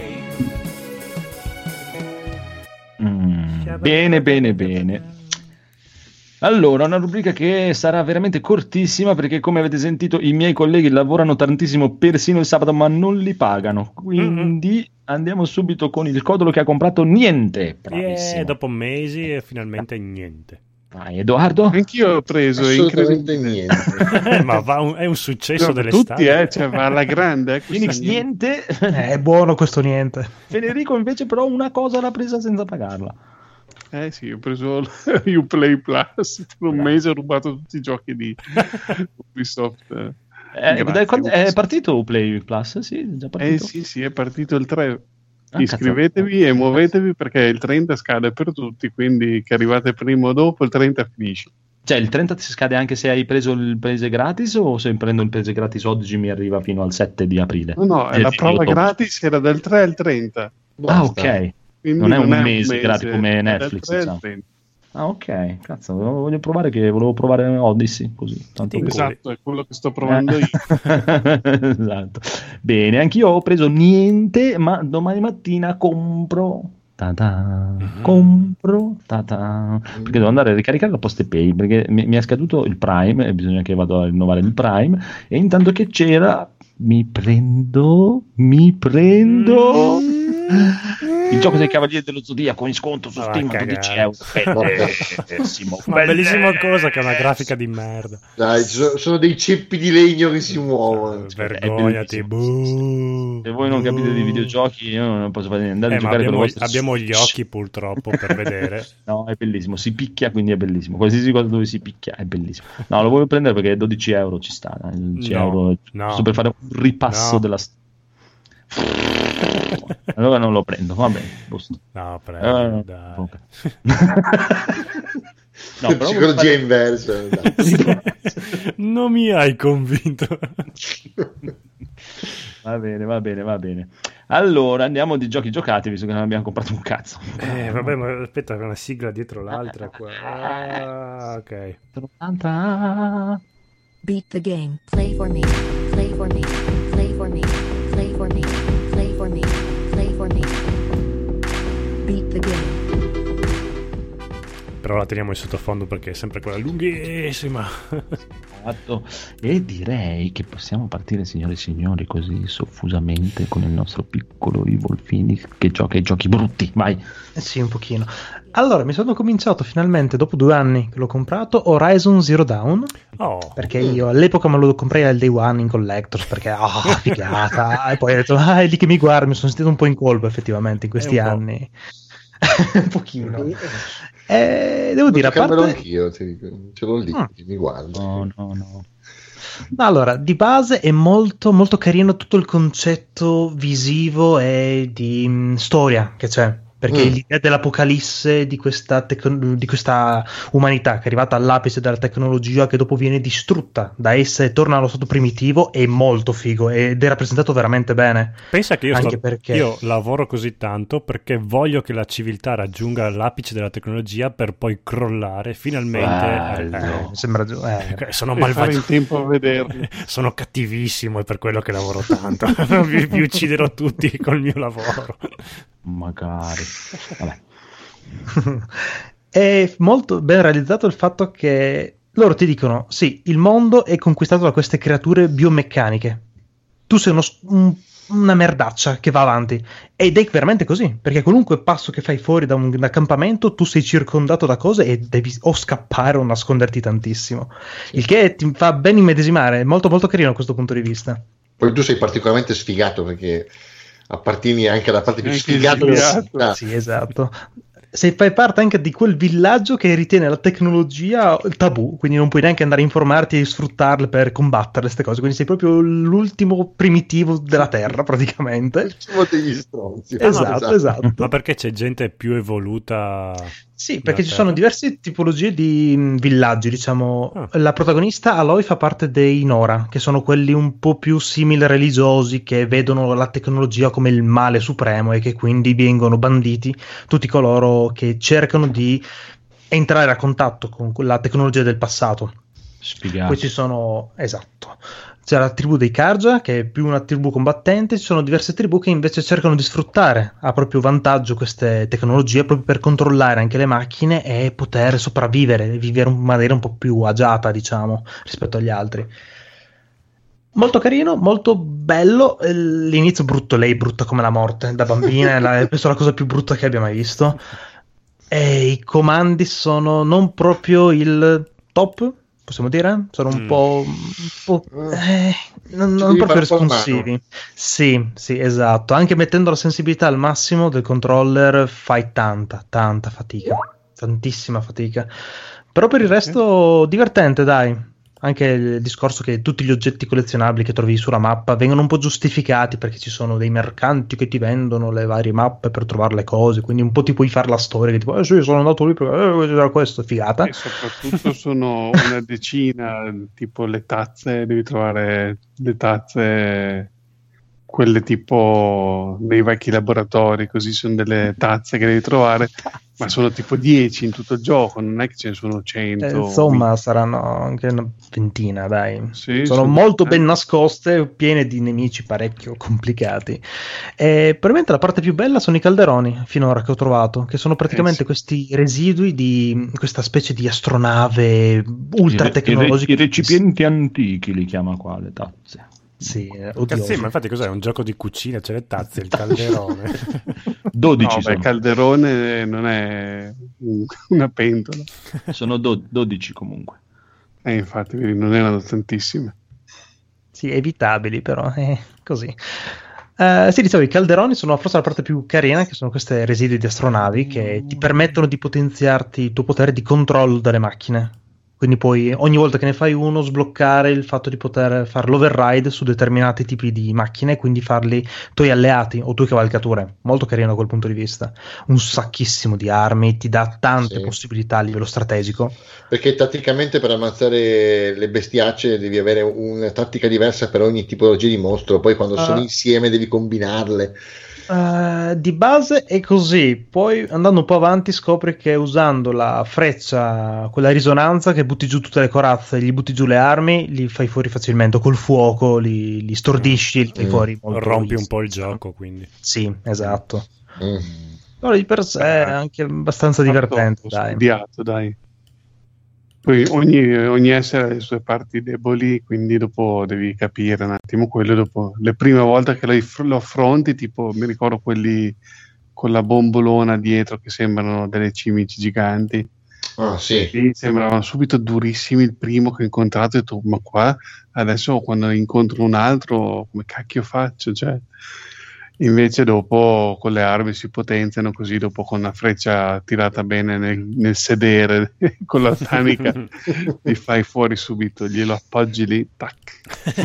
Mm, bene, bene, bene. Allora, una rubrica che sarà veramente cortissima perché, come avete sentito, i miei colleghi lavorano tantissimo persino il sabato, ma non li pagano. Quindi andiamo subito con il codolo che ha comprato niente. Bravissimo. Yeah, dopo mesi e finalmente niente. Vai, Edoardo. Anch'io ho preso, è Assolutamente incredibile. niente. Ma va un- è un successo No, dell'estate. tutti, eh, cioè, va alla grande. Eh, Phoenix questa- niente. Eh, È buono questo niente. Federico invece però una cosa l'ha presa senza pagarla. Eh sì, ho preso Uplay Plus per un mese, ho rubato tutti i giochi di Ubisoft. eh. Eh, Grazie, dai, quando- è Ubisoft. partito Play Plus? Sì, è già Eh partito. sì, sì, è partito il tre. Ah, Iscrivetevi e muovetevi perché il trenta scade per tutti, quindi che arrivate prima o dopo, il trenta finisce. Cioè, il trenta ti scade anche se hai preso il prese gratis o se prendo il prese gratis oggi mi arriva fino al sette di aprile? No, no, Eh, la sì, prova ottobre. gratis era dal tre al trenta. Ah, Basta. ok. Quindi Non è un mese gratis come è dal Netflix, tre al diciamo. trenta. Ah, ok. Cazzo, voglio provare che volevo provare Odyssey, così. Tanto Sì, per- Esatto, è quello che sto provando io. Esatto. Bene, anch'io ho preso niente, ma domani mattina compro. Ta-ta, Mhm. compro. Ta-ta. Perché devo andare a ricaricare la PostePay perché mi, mi è scaduto il Prime e bisogna che vado a rinnovare il Prime. E intanto che c'era, mi prendo, mi prendo. Il gioco dei Cavalieri dello Zodiaco in sconto su Ah, Steam a cagare. dodici euro. Bellissimo. Ma bellissima cosa che è una grafica di merda. Dai, ci sono, sono dei ceppi di legno che si muovono. Vergognati. Buh. Se voi non capite di videogiochi, io non posso fare niente. Andate Eh, a ma giocare con abbiamo, le vostre... abbiamo gli occhi purtroppo per vedere. No, è bellissimo. Si picchia, quindi è bellissimo. Qualsiasi cosa dove si picchia è bellissimo. No, lo voglio prendere perché dodici euro ci sta. dai. dodici No, euro è no. giusto per fare un ripasso No. della storia. Allora non lo prendo. Va bene, giusto. No, prego, Eh, dai. ok. No, però voglio Psicologia fare- inversa. dai. Non mi hai convinto. Va bene, va bene, va bene. Allora andiamo di giochi giocati, visto che non abbiamo comprato un cazzo. Eh, vabbè, ma aspetta, c'è una sigla dietro l'altra qua. Ah, ok. Beat the game. Play for me. Play for me. Play for me. Play for me. Play for me. Play for me. Beat the game. Però la teniamo in sottofondo perché è sempre quella lunghissima. Esatto. E direi che possiamo partire, signore e signori, così soffusamente con il nostro piccolo Evil Phoenix che gioca ai giochi brutti. Vai. Eh sì, un pochino. Allora, mi sono cominciato finalmente, dopo due anni che l'ho comprato, Horizon Zero Dawn, Oh, perché io all'epoca me lo comprai al Day One in Collectors, perché ah, figata, e poi ho detto, ah, è lì che mi guardi, mi sono sentito un po' in colpa effettivamente in questi Eh, un po'. anni. Un pochino. E devo dire, a Giocarmelo parte... anch'io, ti dico. Ce l'ho lì, Ah. mi guardo. No, no, no. Allora, di base è molto molto carino tutto il concetto visivo e di mh, storia che c'è, perché Mm. l'idea dell'apocalisse di questa, tecno- di questa umanità che è arrivata all'apice della tecnologia, che dopo viene distrutta da essa e torna allo stato primitivo, è molto figo ed è rappresentato veramente bene. pensa che io, Anche sto- perché- io lavoro così tanto perché voglio che la civiltà raggiunga l'apice della tecnologia per poi crollare finalmente. Bello. Eh, Mi sembra giu- eh. eh, sono E fare malvagio. in tempo a vederli. Sono cattivissimo, è per quello che lavoro tanto. vi, vi ucciderò tutti col mio lavoro. Magari. Vabbè. È molto ben realizzato il fatto che loro ti dicono: sì, il mondo è conquistato da queste creature biomeccaniche. Tu sei uno, s- un una merdaccia che va avanti, ed è veramente così, perché qualunque passo che fai fuori da un, un accampamento tu sei circondato da cose e devi o scappare o nasconderti tantissimo, il che ti fa ben immedesimare. È molto molto carino da questo punto di vista. Poi tu sei particolarmente sfigato perché appartieni anche alla parte più Anche sfigata della sfigato. città. Sì, esatto. Se fai parte anche di quel villaggio che ritiene la tecnologia il tabù, quindi non puoi neanche andare a informarti e sfruttarle per combattere queste cose, quindi sei proprio l'ultimo primitivo della terra praticamente. Siamo degli stronzi. Esatto, esatto. Ma perché c'è gente più evoluta? Sì, perché ci della sono Terra? diverse tipologie di mh, villaggi, diciamo. Ah. La protagonista Aloy fa parte dei Nora, che sono quelli un po' più simili religiosi, che vedono la tecnologia come il male supremo e che quindi vengono banditi tutti coloro che cercano di entrare a contatto con la tecnologia del passato. Sfigato. Poi ci sono, esatto, c'è la tribù dei Karja, che è più una tribù combattente. Ci sono diverse tribù che invece cercano di sfruttare a proprio vantaggio queste tecnologie proprio per controllare anche le macchine e poter sopravvivere, vivere in maniera un po' più agiata, diciamo, rispetto agli altri. Molto carino, molto bello. eh, L'inizio brutto, lei brutta come la morte, da bambina è la- penso la cosa più brutta che abbia mai visto. E i comandi sono non proprio il top, possiamo dire? Sono un Mm. po', un po' eh, non, Ci non devi proprio fare un po' a responsivi. Sì, sì, esatto. Anche mettendo la sensibilità al massimo del controller fai tanta, tanta fatica, tantissima fatica. Però per il resto divertente, dai. Anche il discorso che tutti gli oggetti collezionabili che trovi sulla mappa vengono un po' giustificati perché ci sono dei mercanti che ti vendono le varie mappe per trovare le cose, quindi un po' ti puoi fare la storia che tipo, eh sì, sono andato lì perché eh, c'era questo, figata. E soprattutto sono una decina, tipo le tazze, devi trovare le tazze, quelle tipo nei vecchi laboratori, così sono delle tazze che devi trovare, ma sono tipo dieci in tutto il gioco, non è che ce ne sono cento. Eh, insomma, saranno anche una ventina, dai. Sì, Sono sono- molto eh. ben nascoste, piene di nemici parecchio complicati. E probabilmente la parte più bella sono i calderoni, finora che ho trovato, che sono praticamente Eh, sì. questi residui di questa specie di astronave ultra I, re- tecnologica. i recipienti antichi li chiama qua le tazze. Sì, eh, oddio. Cazzo, sì, ma infatti cos'è? Un gioco di cucina, c'è le tazze, il calderone. dodici No, beh, sono. calderone non è un- una pentola. Sono do- dodici comunque. E infatti, vedi, non erano tantissime. Sì, evitabili, però è così. Eh, sì, dicevo, i calderoni sono forse la parte più carina, che sono queste residui di astronavi che ti permettono di potenziarti il tuo potere di controllo delle macchine. Quindi puoi ogni volta che ne fai uno sbloccare il fatto di poter fare l'override su determinati tipi di macchine e quindi farli tuoi alleati o tue cavalcature. Molto carino da quel punto di vista. Un sacchissimo di armi, ti dà tante Sì. possibilità a livello strategico. Perché tatticamente per ammazzare le bestiacce devi avere una tattica diversa per ogni tipologia di mostro, poi quando Ah. sono insieme devi combinarle. Eh, di base è così, poi andando un po' avanti scopri che usando la freccia, quella risonanza che butti giù tutte le corazze, gli butti giù le armi, li fai fuori facilmente, col fuoco li, li stordisci e li fai Mm. fuori molto Rompi un easy. po' il gioco, quindi. Sì, esatto. Mm. Però di per sé è anche abbastanza divertente, Ho dai. studiato, dai. Poi ogni, ogni essere ha le sue parti deboli, quindi dopo devi capire un attimo quello. Dopo le prime volte che lo, aff- lo affronti, tipo mi ricordo quelli con la bombolona dietro che sembrano delle cimici giganti. Ah, sì. Sì, sembravano subito durissimi il primo che ho incontrato e ho detto, ma qua adesso quando incontro un altro come cacchio faccio? Cioè, invece dopo con le armi si potenziano, così dopo con una freccia tirata bene nel, nel sedere con la tanica li fai fuori subito, glielo appoggi lì, tac.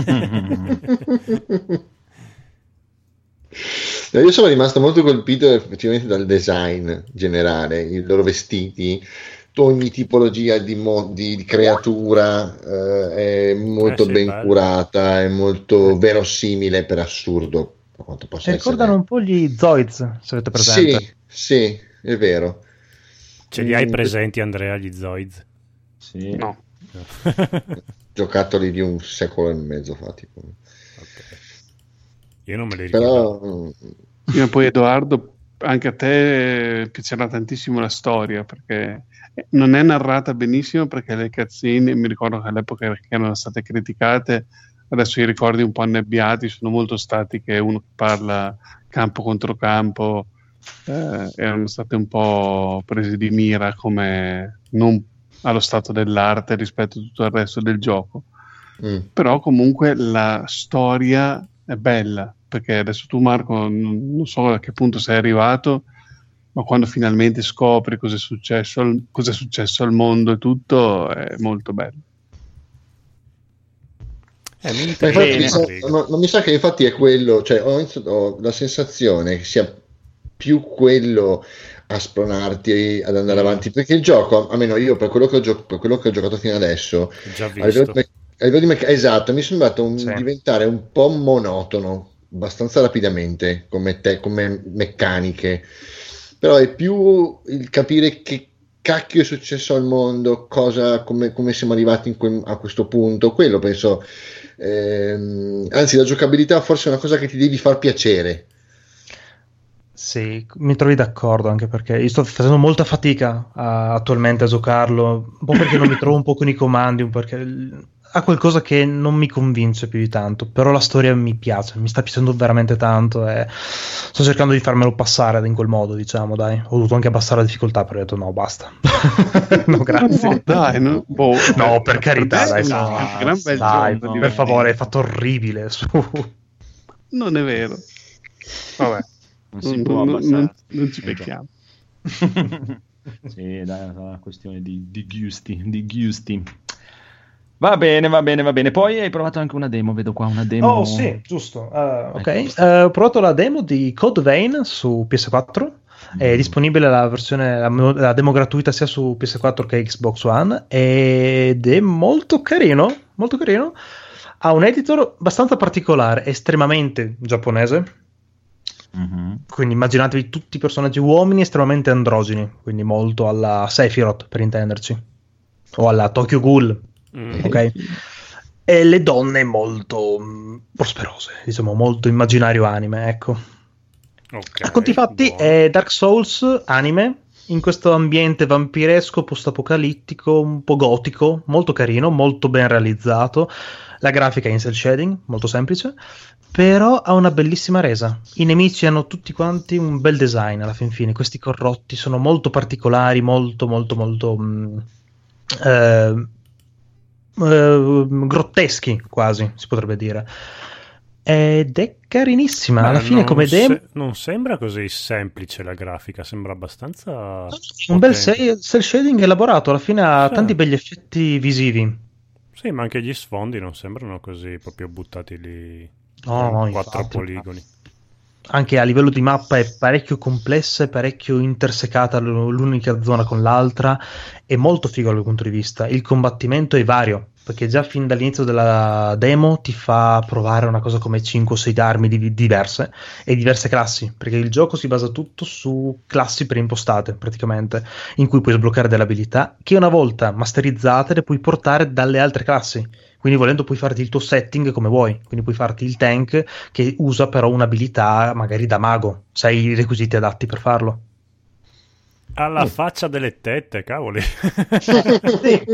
No, io sono rimasto molto colpito effettivamente dal design generale, i loro vestiti, ogni tipologia di, mo- di- di creatura eh, è molto Eh sì, ben bello. curata, è molto verosimile per assurdo, per quanto possa Ricordano essere. un po' gli Zoids, se avete presente. Sì, sì, è vero. Ce li hai presenti, Andrea, gli Zoids? Sì. No, Giocattoli di un secolo e mezzo fa, tipo. Ok. Io non me li ricordo. Però mm, sì, ma poi Edoardo, anche a te piacerà tantissimo la storia, perché non è narrata benissimo, perché le cutscene, mi ricordo che all'epoca che erano state criticate, adesso i ricordi un po' annebbiati sono molto stati che uno che parla campo contro campo eh, erano state un po' prese di mira come non allo stato dell'arte rispetto a tutto il resto del gioco. Mm. Però comunque la storia è bella, perché adesso tu Marco non, non so a che punto sei arrivato, ma quando finalmente scopri cosa è successo al, cosa è successo al mondo e tutto è molto bello. Eh, mi infatti, mi sa, no, non mi sa che infatti è quello, cioè ho, ho la sensazione che sia più quello a spronarti ad andare avanti, perché il gioco, almeno io per quello che ho, gio- per quello che ho giocato fino adesso, già visto. A livello di, a livello di meca- esatto, mi è sembrato un, sì. diventare un po' monotono abbastanza rapidamente come, te- come meccaniche, però è più il capire che cacchio è successo al mondo, cosa, come, come siamo arrivati in que- a questo punto, quello penso, ehm, anzi la giocabilità forse è una cosa che ti devi far piacere. Sì, mi trovi d'accordo, anche perché io sto facendo molta fatica a, attualmente a giocarlo, un po' perché non mi trovo un po' con i comandi, un perché ha qualcosa che non mi convince più di tanto, però la storia mi piace, mi sta piacendo veramente tanto e sto cercando di farmelo passare in quel modo, diciamo, dai. Ho dovuto anche abbassare la difficoltà, però ho detto no, basta. No, grazie. No, dai, no, boh, no per, per carità, dai, no, no, un gran bel dai, gioco, per favore, hai fatto orribile. Su. Non è vero. Vabbè. Non, si non, può non, non, non ci eh, becchiamo. Sì, dai, è una questione di, di gusti, di gusti. Va bene, va bene, va bene. Poi hai provato anche una demo, vedo qua una demo. Oh sì, giusto. Uh, ok, uh, ho provato la demo di Code Vein su P S quattro. Mm. È disponibile la versione, la, la demo gratuita sia su P S quattro che Xbox One ed è molto carino, molto carino. Ha un editor abbastanza particolare, estremamente giapponese. Mm-hmm. Quindi immaginatevi tutti i personaggi uomini estremamente androgini, quindi molto alla Sephiroth per intenderci, o alla Tokyo Ghoul, mm. ok? E le donne molto mh, prosperose, diciamo molto immaginario anime, ecco. Okay, a conti fatti buono. È Dark Souls anime in questo ambiente vampiresco post-apocalittico, un po' gotico, molto carino, molto ben realizzato. La grafica è in cel shading, molto semplice, però ha una bellissima resa. I nemici hanno tutti quanti un bel design alla fin fine. Questi corrotti sono molto particolari, molto molto molto mh, eh, eh, grotteschi quasi, si potrebbe dire. Ed è carinissima. Ma alla fine come demo se- non sembra così semplice la grafica, sembra abbastanza un bel cel shading elaborato, alla fine ha sì. tanti begli effetti visivi. Sì, ma anche gli sfondi non sembrano così proprio buttati lì. No, no, quattro infatti, poligoni. Anche a livello di mappa è parecchio complessa, è parecchio intersecata l'unica zona con l'altra, è molto figo dal punto di vista. Il combattimento è vario, perché già fin dall'inizio della demo ti fa provare una cosa come cinque o sei armi di- diverse e diverse classi, perché il gioco si basa tutto su classi preimpostate praticamente, in cui puoi sbloccare delle abilità che una volta masterizzate le puoi portare dalle altre classi. Quindi volendo puoi farti il tuo setting come vuoi, quindi puoi farti il tank che usa però un'abilità magari da mago, se hai i requisiti adatti per farlo. Alla oh. faccia delle tette, cavoli. Sì.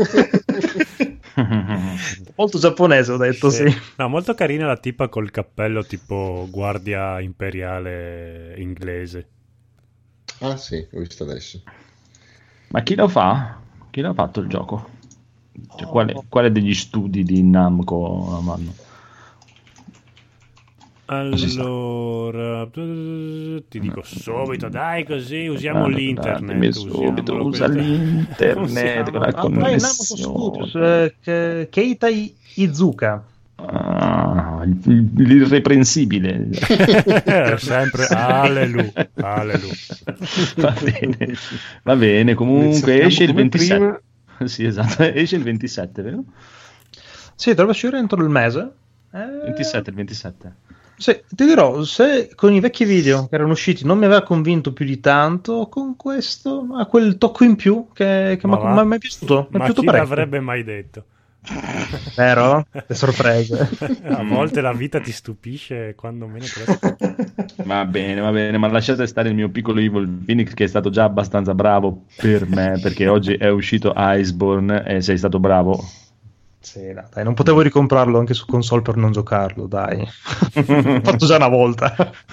Molto giapponese ho detto, sì. sì. No, molto carina la tipa col cappello tipo guardia imperiale inglese. Ah sì, ho visto adesso. Ma chi lo fa? Chi l'ha fatto il gioco? Cioè, quale, quale degli studi di Namco vanno? Allora, ti dico subito, dai, così usiamo ah, l'internet. Subito, usa l'internet con la connessione. Ah, Keita Izuka. Ah, l'irreprensibile. Sempre alleluia, alleluia. Va bene, va bene. Comunque esce il ventisette. Prima. Sì, esatto, esce il ventisette, vero? Sì, dovrebbe uscire entro il mese. Eh... ventisette, il ventisette. Sì, ti dirò, se con i vecchi video che erano usciti non mi aveva convinto più di tanto, con questo ha quel tocco in più che, che mi è piaciuto. Ma piaciuto chi parecchio. l'avrebbe mai detto? Vero? Le sorprese. A volte la vita ti stupisce quando meno te. Va bene, va bene, ma lasciate stare il mio piccolo Evil Phoenix che è stato già abbastanza bravo per me, perché oggi è uscito Iceborne e sei stato bravo. Sì, no, dai, non potevo ricomprarlo anche su console per non giocarlo, dai. L'ho fatto già una volta.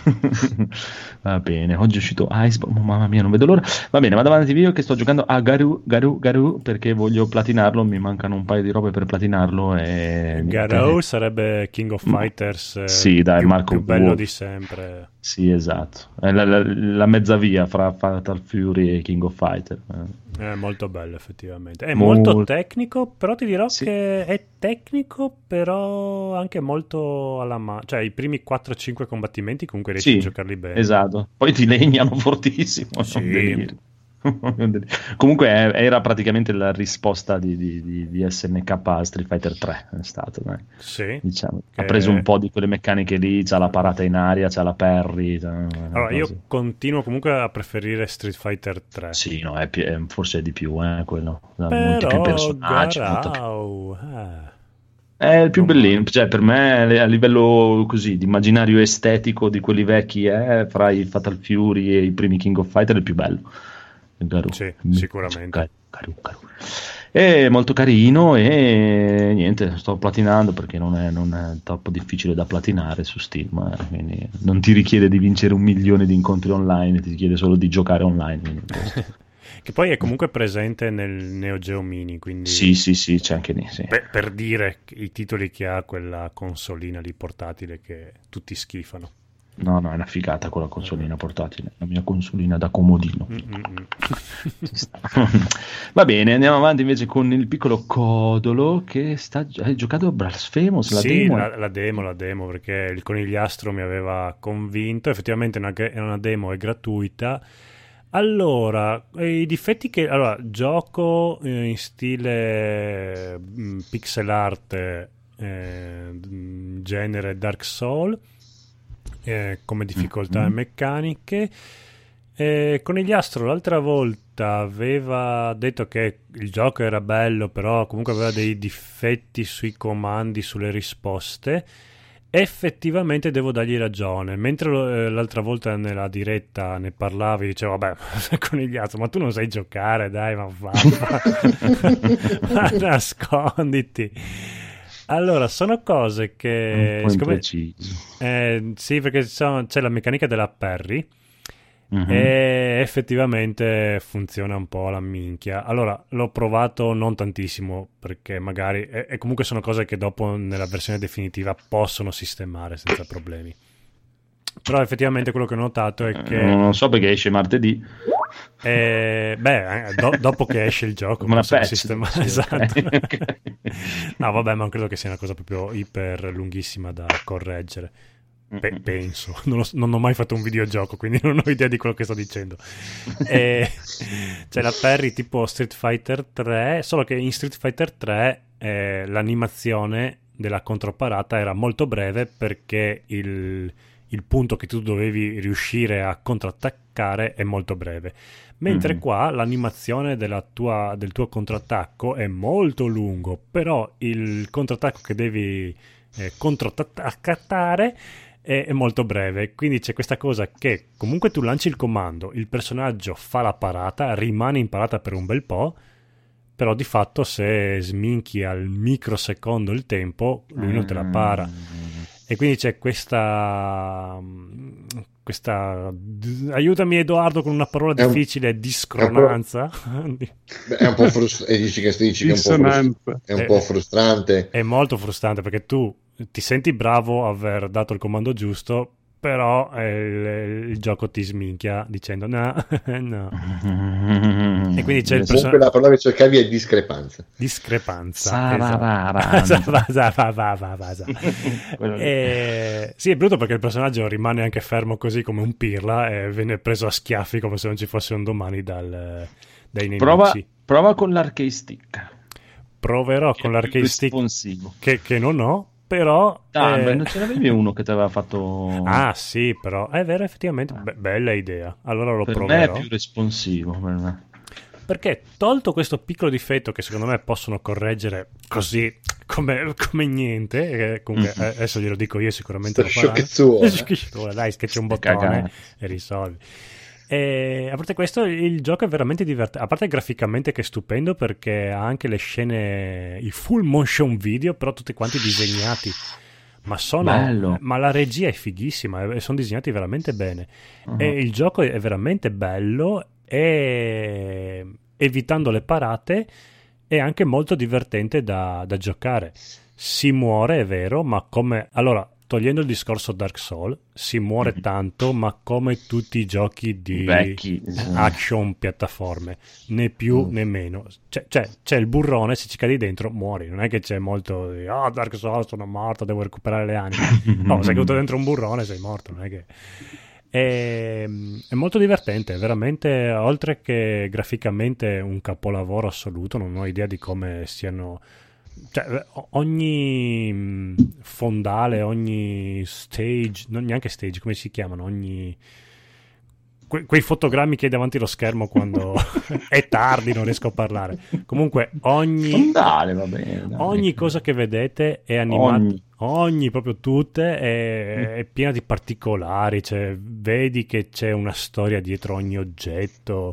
Va bene, oggi è uscito Iceborne, oh, mamma mia, non vedo l'ora. Va bene, vado avanti io che sto giocando a Garou, Garou, Garou, perché voglio platinarlo, mi mancano un paio di robe per platinarlo e... Garou sarebbe King of Fighters, eh, sì, dai, più, Marco più bello Wolf. di sempre. Sì, esatto. È la, la, la mezza via fra Fatal Fury e King of Fighter. È molto bello effettivamente. È Molto. molto tecnico, però ti dirò Sì. che è tecnico, però anche molto alla mano. Cioè i primi quattro cinque combattimenti comunque riesci Sì, a giocarli bene. esatto. Poi ti legnano fortissimo. Sì. un delirio. Comunque è- era praticamente la risposta di, di, di, di S N K a Street Fighter tre, è stato, dai. Sì. Diciamo. Che- Ha preso un po' di quelle meccaniche lì, c'ha la parata in aria, c'ha la parry. c'ha- Allora, io cose. continuo comunque a preferire Street Fighter tre. Sì, no, è pi- è- forse è di più, eh, quello. Ha molti più Però personaggi. molto più- Garou, eh. È il più Non bellino, male. cioè per me a livello così di immaginario estetico di quelli vecchi è fra i Fatal Fury e i primi King of Fighter il più bello. Il Garou. Sì, Mm. sicuramente. Garou, Garou, Garou. È molto carino e niente, sto platinando perché non è, non è troppo difficile da platinare su Steam, eh, quindi non ti richiede di vincere un milione di incontri online, ti chiede solo di giocare online. quindi- Che poi è comunque presente nel Neo Geo Mini, quindi Sì, sì, sì, c'è anche lì, sì. per, per dire i titoli che ha quella consolina lì portatile che tutti schifano. No, no, è una figata quella consolina portatile, la mia consolina da comodino. Mm-mm. Ci sta. Va bene, andiamo avanti invece con il piccolo Codolo che sta hai giocato a Blasphemous, la Sì, demo? la, la demo, la demo, perché il conigliastro mi aveva convinto, effettivamente è una, è una demo, è gratuita. Allora, eh, i difetti che... Allora, gioco eh, in stile mm, pixel art, eh, mm, genere Dark Soul, eh, come difficoltà e Mhm. meccaniche. Eh, Conigliastro l'altra volta aveva detto che il gioco era bello, però comunque aveva dei difetti sui comandi, sulle risposte. Effettivamente devo dargli ragione. Mentre lo- eh, l'altra volta nella diretta ne parlavi, dicevo, vabbè, Conigliastro, ma tu non sai giocare, dai, ma va, ma nasconditi. Allora, sono cose che... Un po' siccome- impreciso. eh, sì, perché sono- c'è la meccanica della parry Mhm. e effettivamente funziona un po' alla minchia. Allora, l'ho provato non tantissimo perché magari... E, e comunque sono cose che dopo nella versione definitiva possono sistemare senza problemi. Però effettivamente quello che ho notato è Eh, che... Non so perché esce martedì. eh, beh, eh, do- dopo che esce il gioco Come una possono patch, sistemare. sì, Esatto. ok, ok. No, vabbè, ma non credo che sia una cosa proprio iper lunghissima da correggere. Pe- Mm-mm. penso, non, lo- non ho mai fatto un videogioco, quindi non ho idea di quello che sto dicendo. E c'è la parry tipo Street Fighter tre, solo che in Street Fighter tre eh, l'animazione della controparata era molto breve perché il, il punto che tu dovevi riuscire a contrattaccare è molto breve. Mentre Mhm. qua l'animazione della tua, del tuo contrattacco è molto lungo, però il contrattacco che devi eh, controattaccare è, è molto breve. Quindi c'è questa cosa che comunque tu lanci il comando, il personaggio fa la parata, rimane in parata per un bel po', però di fatto se sminchi al microsecondo il tempo, lui non te la para. E quindi c'è questa questa aiutami Edoardo con una parola È un- difficile, discronanza. Beh, è un po' frustrante. E dici che, dici che è, un po' frus- Dissonanza. è un Eh, po' frustrante. È molto frustrante perché tu ti senti bravo a aver dato il comando giusto, però eh, il, il gioco ti sminchia dicendo no, no. E quindi c'è il Comunque personaggio la parola che cercavi è discrepanza. discrepanza. Sararara. Esatto. Va, va, va, va, va, va. Quello lì. E... Sì, è brutto perché il personaggio rimane anche fermo così come un pirla e viene preso a schiaffi come se non ci fosse un domani dal, dai nemici. Prova, prova con l'arcade stick. Proverò Che con è l'arcade più stick responsivo. che, che non ho, però... Ah, eh, beh, non ce l'avevi uno che ti aveva fatto... Ah sì, però è vero, effettivamente, be- bella idea. Allora lo per proverò. me è più responsivo. Per me. Perché tolto questo piccolo difetto che secondo me possono correggere così come, come niente, eh, comunque Mhm. eh, adesso glielo dico io, sicuramente lo Sto faranno. sciocchezzuola. Dai, che c'è un Sta bottone cagando. e risolvi. E a parte questo, il gioco è veramente divertente. A parte graficamente che è stupendo, perché ha anche le scene, i full motion video, però tutti quanti disegnati. Ma sono, Bello. ma la regia è fighissima e sono disegnati veramente bene. Uh-huh. E il gioco è veramente bello e, evitando le parate, è anche molto divertente da, da giocare. Si muore, è vero, ma come... Allora, togliendo il discorso Dark Souls, si muore Mm. tanto, ma come tutti i giochi di Vecchi, sì. action piattaforme, né più Mm. né meno. C'è, c'è, c'è il burrone, se ci cadi dentro muori, non è che c'è molto di, ah, Dark Souls, sono morto, devo recuperare le anime. No, sei caduto dentro un burrone, sei morto, non è che... È, è molto divertente, è veramente, oltre che graficamente un capolavoro assoluto. Non ho idea di come siano, cioè, ogni mh, fondale, ogni stage, non neanche stage, come si chiamano, ogni que- quei fotogrammi che hai davanti allo schermo quando è tardi, non riesco a parlare. Comunque ogni Fondale, va bene. dai. ogni cosa che vedete è animata, ogni, Ogni. proprio tutte è, è piena di particolari, cioè vedi che c'è una storia dietro ogni oggetto.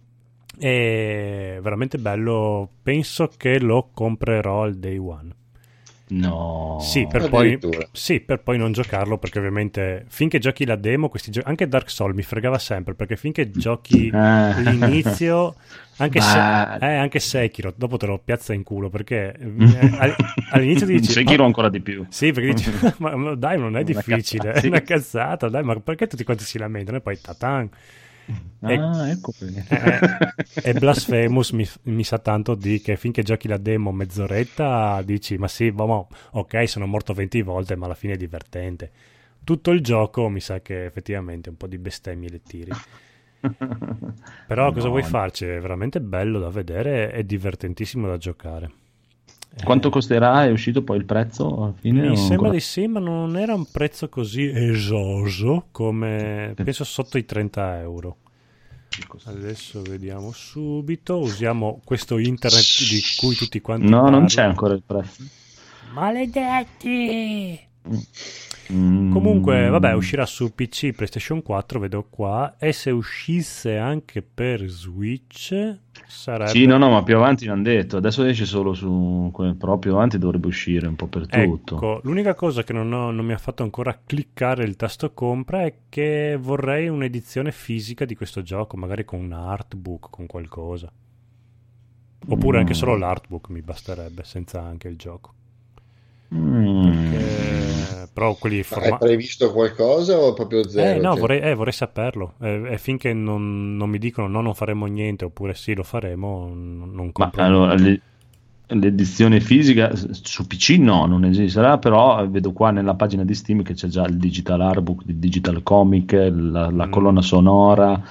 È veramente bello. Penso che lo comprerò al day one. No. Sì, per poi, Addirittura. sì, per poi non giocarlo, perché ovviamente finché giochi la demo, questi gio- anche Dark Souls mi fregava sempre, perché finché giochi Ah. l'inizio, anche, Ma- se, eh, anche Sekiro, dopo te lo piazza in culo, perché eh, all- all'inizio ti dici... Sekiro "Oh, ancora di più. sì, perché dici, ma, ma dai, non è Una difficile, cazzata, sì. è una cazzata, dai, ma perché tutti quanti si lamentano? E poi tatan. E- Ah, ecco perché. eh, e Blasphemous mi, mi sa tanto di che finché giochi la demo mezz'oretta dici, ma sì, ma mo, ok, sono morto venti volte, ma alla fine è divertente. Tutto il gioco mi sa che effettivamente un po' di bestemmie le tiri. Però cosa No. vuoi farci? È veramente bello da vedere, è divertentissimo da giocare. Quanto Eh, costerà? È uscito poi il prezzo alla fine? mi o sembra ancora? di sì, ma non era un prezzo così esoso come penso sotto i trenta euro. Adesso vediamo subito. Usiamo questo internet di cui tutti quanti No, non parlano. c'è ancora il prezzo. Maledetti! Mm. Comunque, vabbè, uscirà su P C, PlayStation quattro, vedo qua. E se uscisse anche per Switch, sarebbe... Sì, no, no, ma più avanti l'hanno detto. Adesso esce solo su... que- Però più avanti dovrebbe uscire un po' per tutto. Ecco, l'unica cosa che non, ho- non mi ha fatto ancora cliccare il tasto compra è che vorrei un'edizione fisica di questo gioco, magari con un artbook, con qualcosa. Oppure anche Mm. solo l'artbook mi basterebbe, senza anche il gioco. Mm. Perché- Però quelli Ma hai formati... previsto qualcosa o proprio zero? Eh no, Cioè, vorrei, eh, vorrei saperlo. Eh, e finché non, non mi dicono no, non faremo niente, oppure sì, lo faremo, non, non Ma compro allora, niente. le- l'edizione fisica s- su P C no, non esisterà, però vedo qua nella pagina di Steam che c'è già il digital artbook, il digital comic, la, la Mm. colonna sonora,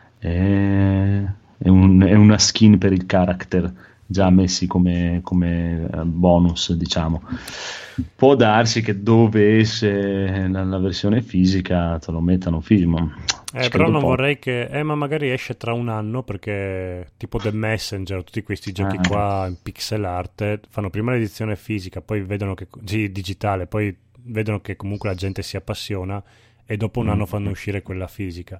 e, è, un- è una skin per il character già messi come, come eh, bonus, diciamo. Può darsi che dovesse la, la versione fisica te lo mettano figo, ma Eh, ci però credo non poco. vorrei che... Eh, ma magari esce tra un anno, perché tipo The Messenger, tutti questi giochi Ah. qua in pixel art, eh, fanno prima l'edizione fisica, poi vedono che... Sì, digitale, poi vedono che comunque la gente si appassiona e dopo un Mm. anno fanno uscire quella fisica.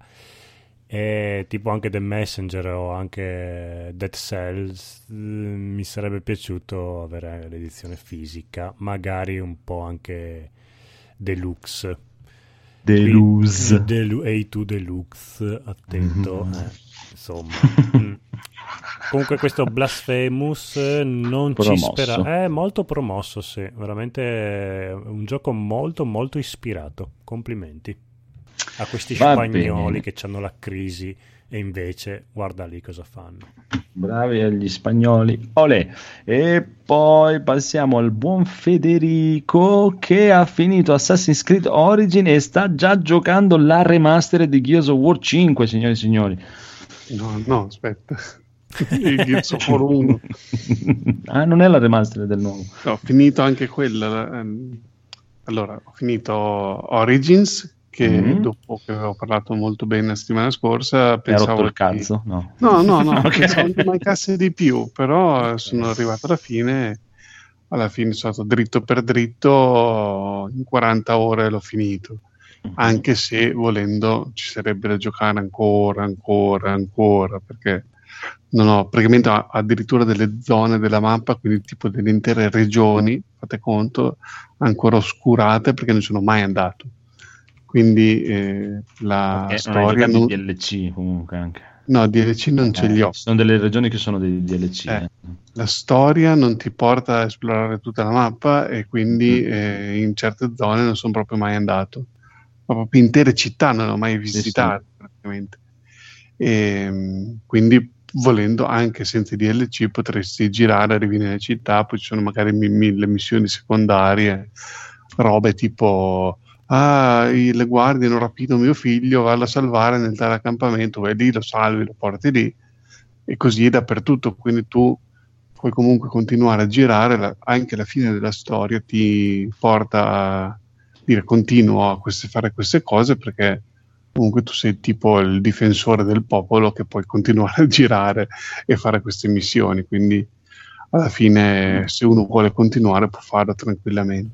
E tipo anche The Messenger o anche Dead Cells, eh, mi sarebbe piaciuto avere l'edizione fisica, magari un po' anche deluxe. Deluxe. Qui- Delu- A due Deluxe, attento, Mhm. eh, insomma. Mm. Comunque questo Blasphemous eh, non ci Promosso. spera, è molto promosso, sì, veramente è un gioco molto molto ispirato. Complimenti a questi Va spagnoli bene. che hanno la crisi e invece guarda lì cosa fanno. Bravi agli spagnoli. Olè. E poi passiamo al buon Federico che ha finito Assassin's Creed Origin e sta già giocando la remaster di Gears of War cinque, signori e signori. No, no, aspetta. Il Gears of War uno. Ah, non è la remaster del nuovo. No, ho finito anche quella. ehm, Allora, ho finito Origins, che Mhm. dopo che avevo parlato molto bene la settimana scorsa, Mi ha pensavo rotto il di- cazzo? No. No, no, no, Ok. pensavo mi mancasse di più, però eh, sono arrivato alla fine, alla fine sono stato dritto per dritto, in quaranta ore l'ho finito. anche se volendo ci sarebbe da giocare ancora, ancora, ancora, perché non ho praticamente ho addirittura delle zone della mappa, quindi tipo delle intere regioni, fate conto, ancora oscurate perché non sono mai andato. Quindi eh, la Perché non hai storia giocato non... i D L C comunque anche. No, D L C non ce li ho. Ci sono delle regioni che sono dei D L C. Eh, eh. La storia non ti porta a esplorare tutta la mappa e quindi Mm. eh, in certe zone non sono proprio mai andato. Ma proprio intere città non ho mai visitato praticamente. E, mh, quindi volendo anche senza I D L C potresti girare, arrivi nelle città, poi ci sono magari mi- mille missioni secondarie, robe tipo ah, i- le guardie hanno rapito mio figlio, vallo a salvare nel tale accampamento, vai lì, lo salvi, lo porti lì, e così è dappertutto. Quindi tu puoi comunque continuare a girare, la- anche la fine della storia ti porta a dire continuo a queste- fare queste cose, perché comunque tu sei tipo il difensore del popolo che puoi continuare a girare e fare queste missioni, quindi alla fine se uno vuole continuare può farlo tranquillamente.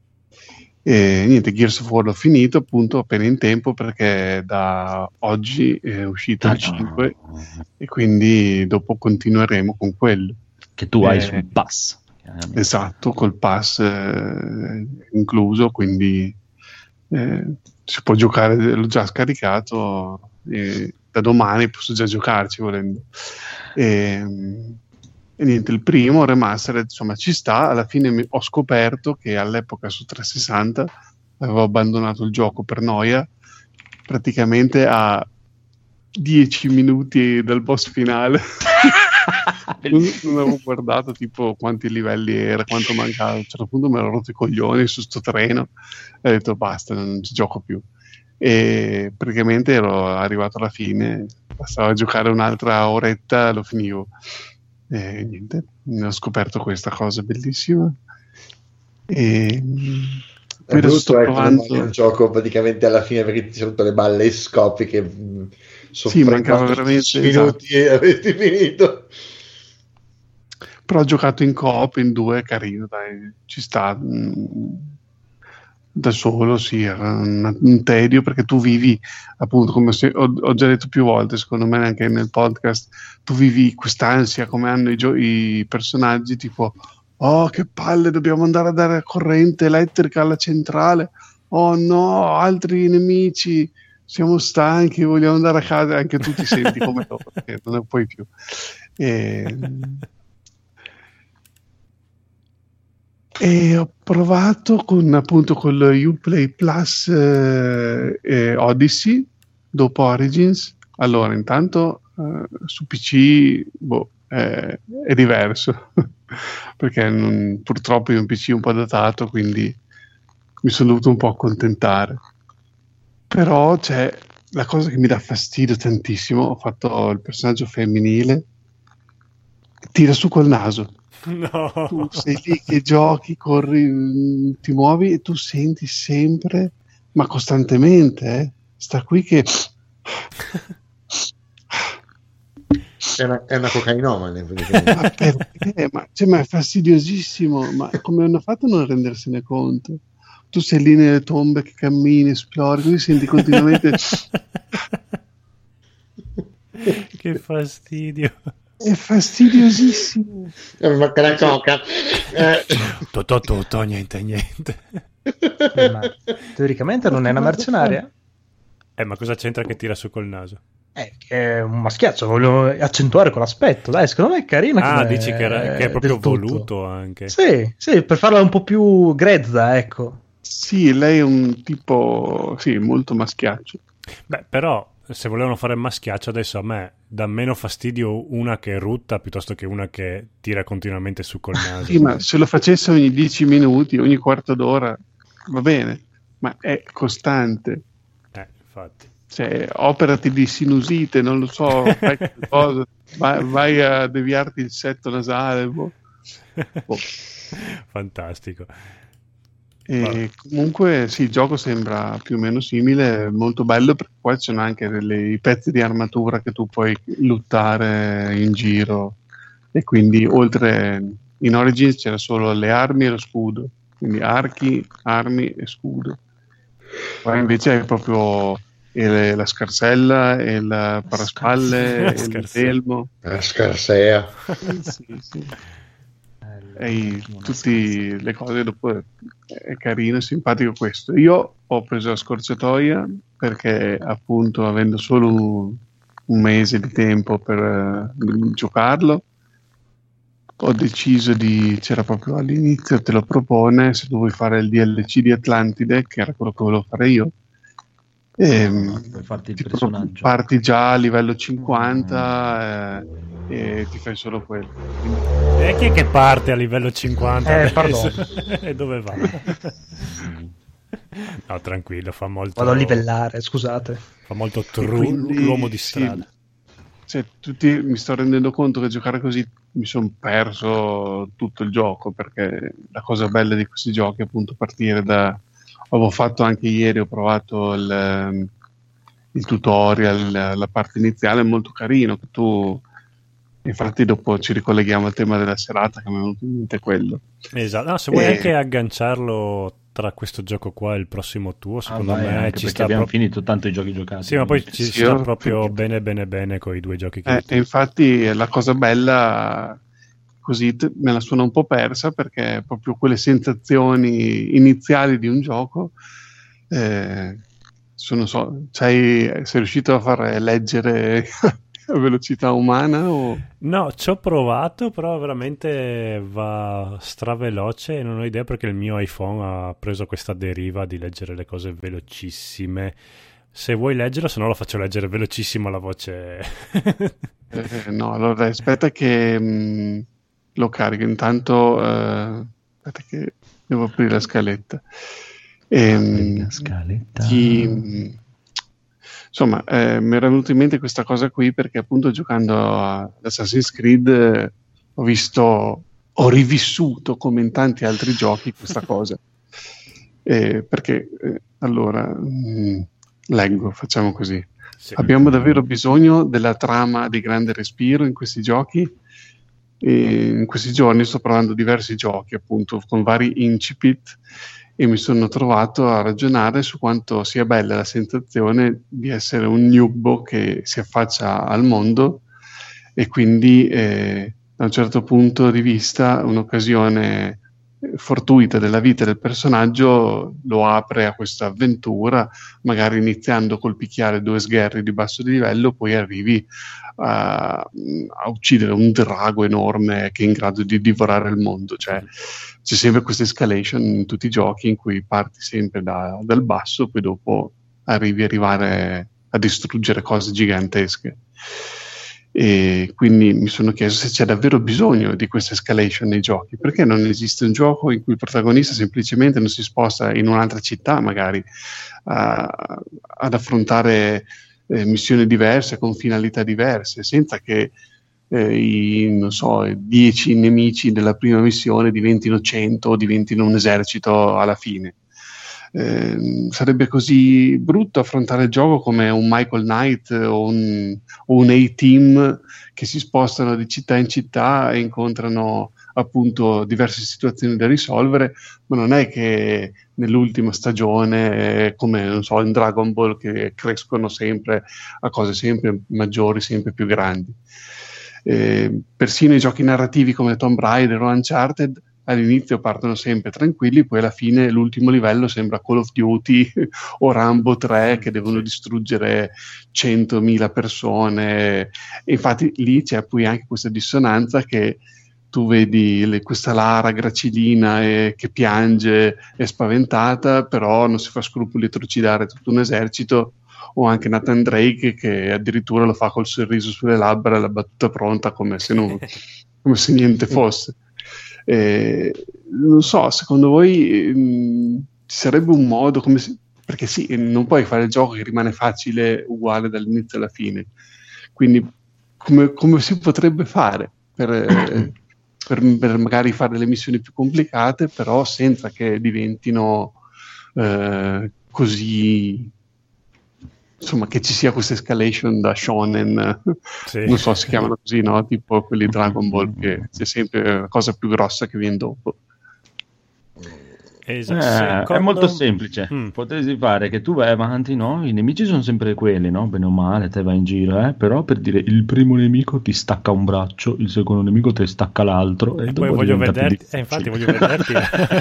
E niente, Gears of War l'ho finito appunto appena in tempo, perché da oggi è uscito il cinque e quindi dopo continueremo con quello. Che tu hai Eh, sul pass. chiaramente. Esatto, col pass eh, incluso, quindi eh, si può giocare, l'ho già scaricato e da domani posso già giocarci volendo. E, e niente, il primo remaster insomma ci sta. Alla fine mi- ho scoperto che all'epoca su trecentosessanta avevo abbandonato il gioco per noia, praticamente a dieci minuti dal boss finale. non, non avevo guardato tipo quanti livelli era, quanto mancava. A un certo punto mi ero rotto i coglioni su sto treno e ho detto basta, non ci gioco più. E praticamente ero arrivato alla fine, bastava giocare un'altra oretta, lo finivo. E niente, ne ho scoperto questa cosa bellissima. E È poi adesso sto brutto, ecco, non provando. il gioco praticamente alla fine perché ti sono rotte le balle e scopri che mh, sono Sì, mancava fregato veramente, dieci minuti e avresti finito. Però ho giocato in coop in due, carino, dai, ci sta. Mm, da solo sì, era un, un tedio, perché tu vivi appunto, come se, ho, ho già detto più volte, secondo me anche nel podcast, tu vivi quest'ansia come hanno i, gio- i personaggi, tipo oh che palle, dobbiamo andare a dare corrente elettrica alla centrale, oh no, altri nemici, siamo stanchi, vogliamo andare a casa, anche tu ti senti come loro, perché non ne puoi più. E, e ho provato con appunto con lo Uplay Plus eh, eh, Odyssey dopo Origins. Allora, intanto eh, su P C boh, eh, è diverso perché non- purtroppo è un P C un po' datato, quindi mi sono dovuto un po' accontentare. Però c'è la cosa che mi dà fastidio tantissimo. Ho fatto il personaggio femminile, tira su col naso. No. Tu sei lì che giochi, corri, mh, ti muovi e tu senti sempre, ma costantemente, eh, sta qui che È una, è una cocainomane praticamente. ma perché? Ma, cioè, ma è fastidiosissimo, ma come hanno fatto a non rendersene conto? Tu sei lì nelle tombe che cammini, esplori, così senti continuamente. Che fastidio. È fastidiosissimo. Eh, ma che la coca. Eh. Tutto, tutto, niente, niente. Eh, ma teoricamente non è una mercenaria? Eh, ma cosa c'entra che tira su col naso? Eh, che è un maschiaccio, voglio accentuare quell'aspetto, dai, secondo me è carina. Ah, come- dici che, era- che è proprio del tutto. voluto anche. Sì, sì, per farla un po' più grezza, ecco. Sì, lei è un tipo, sì, molto maschiaccio. Beh, però, se volevano fare il maschiaccio, adesso a me dà meno fastidio una che rutta piuttosto che una che tira continuamente su col naso. Sì, ma se lo facesse ogni dieci minuti, ogni quarto d'ora, va bene, ma è costante. Eh, infatti. Cioè, operati di sinusite, non lo so, fai qualcosa, vai, vai a deviarti il setto nasale. Boh. Boh. Fantastico. E comunque sì, il gioco sembra più o meno simile, molto bello, perché poi ci sono anche delle, i pezzi di armatura che tu puoi lottare in giro, e quindi oltre in Origins c'era solo le armi e lo scudo, quindi archi, armi e scudo. Qua invece è proprio e la scarsella e la paraspalle La e il scarsella. elmo. La scarsea. Sì, sì. E i- tutte le cose dopo è, è carino, è simpatico questo. Io ho preso la scorciatoia perché appunto avendo solo un, un mese di tempo per eh, giocarlo, ho deciso di, c'era proprio all'inizio, te lo propone se tu vuoi fare il D L C di Atlantide, che era quello che volevo fare io. E, Puoi farti il tipo, personaggio. parti già a livello cinquanta eh, e ti fai solo quello. Quindi- E chi è che parte a livello cinquanta Eh, adesso? pardon. E dove va? No, tranquillo, fa molto... Vado a livellare, scusate. Fa molto E true, quindi, l'uomo di sì, strada. cioè, tutti, mi sto rendendo conto che giocare così mi sono perso tutto il gioco, perché la cosa bella di questi giochi è appunto partire da... Avevo fatto anche ieri, ho provato il, ehm, il tutorial, la, la parte iniziale è molto carino, che tu... Infatti dopo ci ricolleghiamo al tema della serata, che mi è venuto in mente quello. Esatto. No, se vuoi Eh. anche agganciarlo tra questo gioco qua e il prossimo tuo, Ah, secondo vai, me anche ci perché sta abbiamo proprio... finito tanto i giochi giocati. Sì, ma poi quindi- ci Sì, sta io- proprio perché- bene bene bene con i due giochi che Eh, hai e infatti la cosa bella, così te- me la sono un po' persa, perché proprio quelle sensazioni iniziali di un gioco, eh, sono so, sei, sei riuscito a far leggere a velocità umana o... No, ci ho provato, però veramente va straveloce e non ho idea perché il mio iPhone ha preso questa deriva di leggere le cose velocissime. Se vuoi leggerlo, se no lo faccio leggere velocissimo la voce. Eh, no, allora aspetta che mh, lo carico. Intanto, eh, aspetta che devo aprire la scaletta. Ehm, La scaletta. ti- mh, insomma, eh, mi era venuto in mente questa cosa qui perché appunto giocando a- ad Assassin's Creed eh, ho visto, ho rivissuto come in tanti altri giochi questa cosa. Eh, perché, eh, allora, mh, leggo, facciamo così. Sì. Abbiamo davvero bisogno della trama di grande respiro in questi giochi. E in questi giorni sto provando diversi giochi, appunto, con vari incipit, e mi sono trovato a ragionare su quanto sia bella la sensazione di essere un newbo che si affaccia al mondo e quindi eh, da un certo punto di vista un'occasione fortuita della vita del personaggio lo apre a questa avventura, magari iniziando col picchiare due sgherri di basso livello, poi arrivi a, a uccidere un drago enorme che è in grado di divorare il mondo. Cioè, c'è sempre questa escalation in tutti i giochi in cui parti sempre da- dal basso, poi dopo arrivi a arrivare a distruggere cose gigantesche. E quindi mi sono chiesto se c'è davvero bisogno di questa escalation nei giochi, perché non esiste un gioco in cui il protagonista semplicemente non si sposta in un'altra città magari a- ad affrontare eh, missioni diverse con finalità diverse, senza che eh, i, non so, i dieci nemici della prima missione diventino cento o diventino un esercito alla fine. Eh, sarebbe così brutto affrontare il gioco come un Michael Knight o un, o un A-Team che si spostano di città in città e incontrano appunto diverse situazioni da risolvere, ma non è che nell'ultima stagione, eh, come non so, in Dragon Ball, che crescono sempre a cose sempre maggiori, sempre più grandi. Eh, persino i giochi narrativi come Tomb Raider o Uncharted all'inizio partono sempre tranquilli, poi alla fine l'ultimo livello sembra Call of Duty o Rambo tre che devono distruggere centomila persone, e infatti lì c'è poi anche questa dissonanza che tu vedi le, questa Lara gracilina e, che piange, è spaventata, però non si fa scrupoli a trucidare tutto un esercito, o anche Nathan Drake che addirittura lo fa col sorriso sulle labbra, la battuta pronta come se, non, come se niente fosse. Eh, non so, secondo voi mh, ci sarebbe un modo, come se, perché sì, non puoi fare il gioco che rimane facile uguale dall'inizio alla fine, quindi come, come si potrebbe fare per, eh, per, per magari fare delle missioni più complicate, però senza che diventino eh, così, insomma, che ci sia questa escalation da shonen, Sì. non so, si chiamano così, no? Tipo quelli Dragon Ball, che c'è sempre la cosa più grossa che viene dopo. Esatto. Eh, Secondo- È molto semplice. Mm. Potresti fare che tu vai avanti, no? I nemici sono sempre quelli, no? Bene o male, te vai in giro, eh? Però per dire il primo nemico ti stacca un braccio, il secondo nemico ti stacca l'altro. E E poi dopo voglio diventa più vederti, eh, infatti voglio difficile.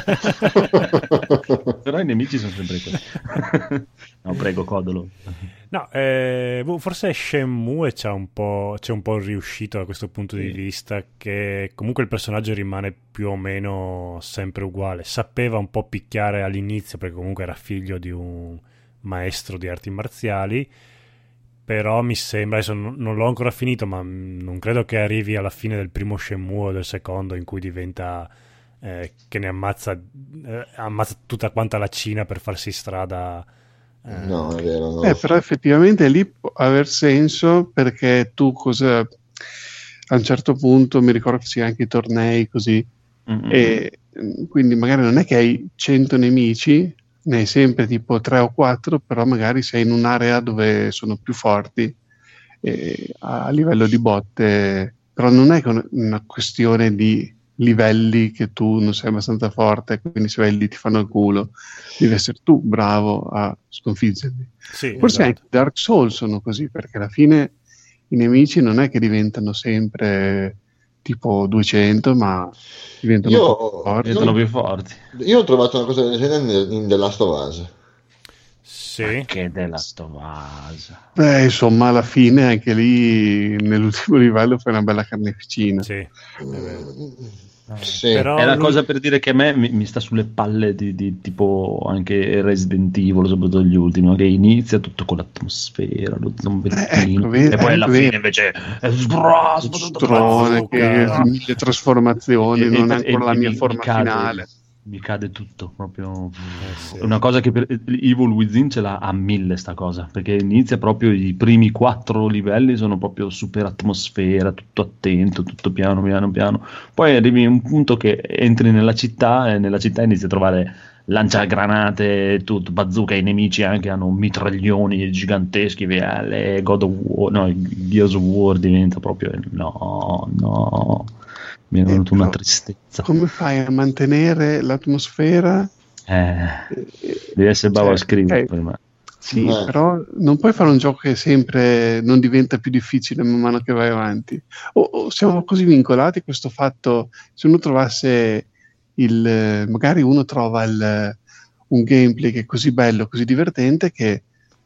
vederti. Però i nemici sono sempre quelli. No, prego, Codolo. No, eh, boh, forse Shenmue c'è un po', c'è un po' riuscito da questo punto di Sì. vista, che comunque il personaggio rimane più o meno sempre uguale. Sapeva un po' picchiare all'inizio perché comunque era figlio di un maestro di arti marziali, però mi sembra, adesso non, non l'ho ancora finito, ma mm, non credo che arrivi alla fine del primo Shenmue o del secondo in cui diventa eh, che ne ammazza, eh, ammazza tutta quanta la Cina per farsi strada. eh, No, è vero. No. Eh, però effettivamente lì può aver senso, perché tu cosa a un certo punto mi ricordo che sia anche i tornei così, Mm-mm. e mm, quindi magari non è che hai cento nemici, ne hai sempre tipo tre o quattro, però magari sei in un'area dove sono più forti e a livello di botte, però non è con- una questione di livelli che tu non sei abbastanza forte, quindi se vai lì ti fanno il culo, devi essere tu bravo a sconfiggerli. sì, Forse esatto. anche Dark Souls sono così, perché alla fine i nemici non è che diventano sempre tipo duecento, ma diventano Io- un po' forti. Diventano no. più forti. Io ho trovato una cosa del genere in, in The Last of Us. Sì. Che della stovasa. Beh, insomma, alla fine anche lì nell'ultimo livello fai una bella carneficina. Sì, è vero. Sì. Però È la lui- cosa per dire che a me mi, mi sta sulle palle di, di tipo anche Resident Evil, soprattutto gli ultimi, no? Che inizia tutto con l'atmosfera, lo zombettino, ecco, vedi- e poi alla ecco, fine vedi. invece è sbras, Strone, che bazooka. mille trasformazioni, E- non e- è ancora e- la e mia mi- forma mi cade- finale. Mi cade tutto proprio. Eh, sì. È una cosa che per Evil Within ce l'ha a mille sta cosa, perché inizia proprio i primi quattro livelli sono proprio super atmosfera, tutto attento, tutto piano piano piano. Poi arrivi a un punto che entri nella città e nella città inizi a trovare lanciagranate, tutto, bazooka, i nemici anche hanno mitraglioni giganteschi, via, le God of War, no, i Gears of War diventa proprio no, no. Mi è Eh, venuta una però tristezza. Come fai a mantenere l'atmosfera? Eh, Eh, devi essere bravo cioè, a scrivere ok, prima. sì, Eh. però non puoi fare un gioco che sempre non diventa più difficile man mano che vai avanti. O, o siamo così vincolati a questo fatto, se uno trovasse il, magari uno trova il, un gameplay che è così bello, così divertente, che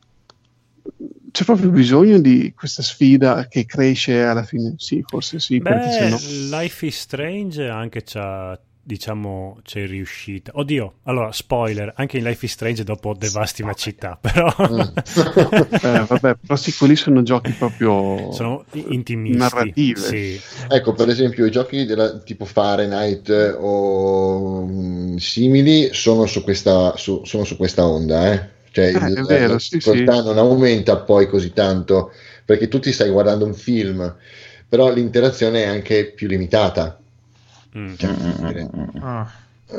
c'è proprio bisogno di questa sfida che cresce alla fine. Sì, forse sì, perché se Beh, no... Life is Strange anche c'ha, diciamo, c'è riuscita. Oddio, allora, spoiler, anche in Life is Strange dopo devasti una città, però Eh, vabbè, però sì, quelli sono giochi proprio sono intimisti. narrative. Sì. Ecco, per esempio, i giochi della, tipo Fahrenheit o mm, simili sono su questa, su, sono su questa onda, eh? Cioè, Eh, il- è vero, la sì, difficoltà sì. non aumenta poi così tanto perché tu ti stai guardando un film, però l'interazione è anche più limitata. Mm. Cioè, per dire, Ah.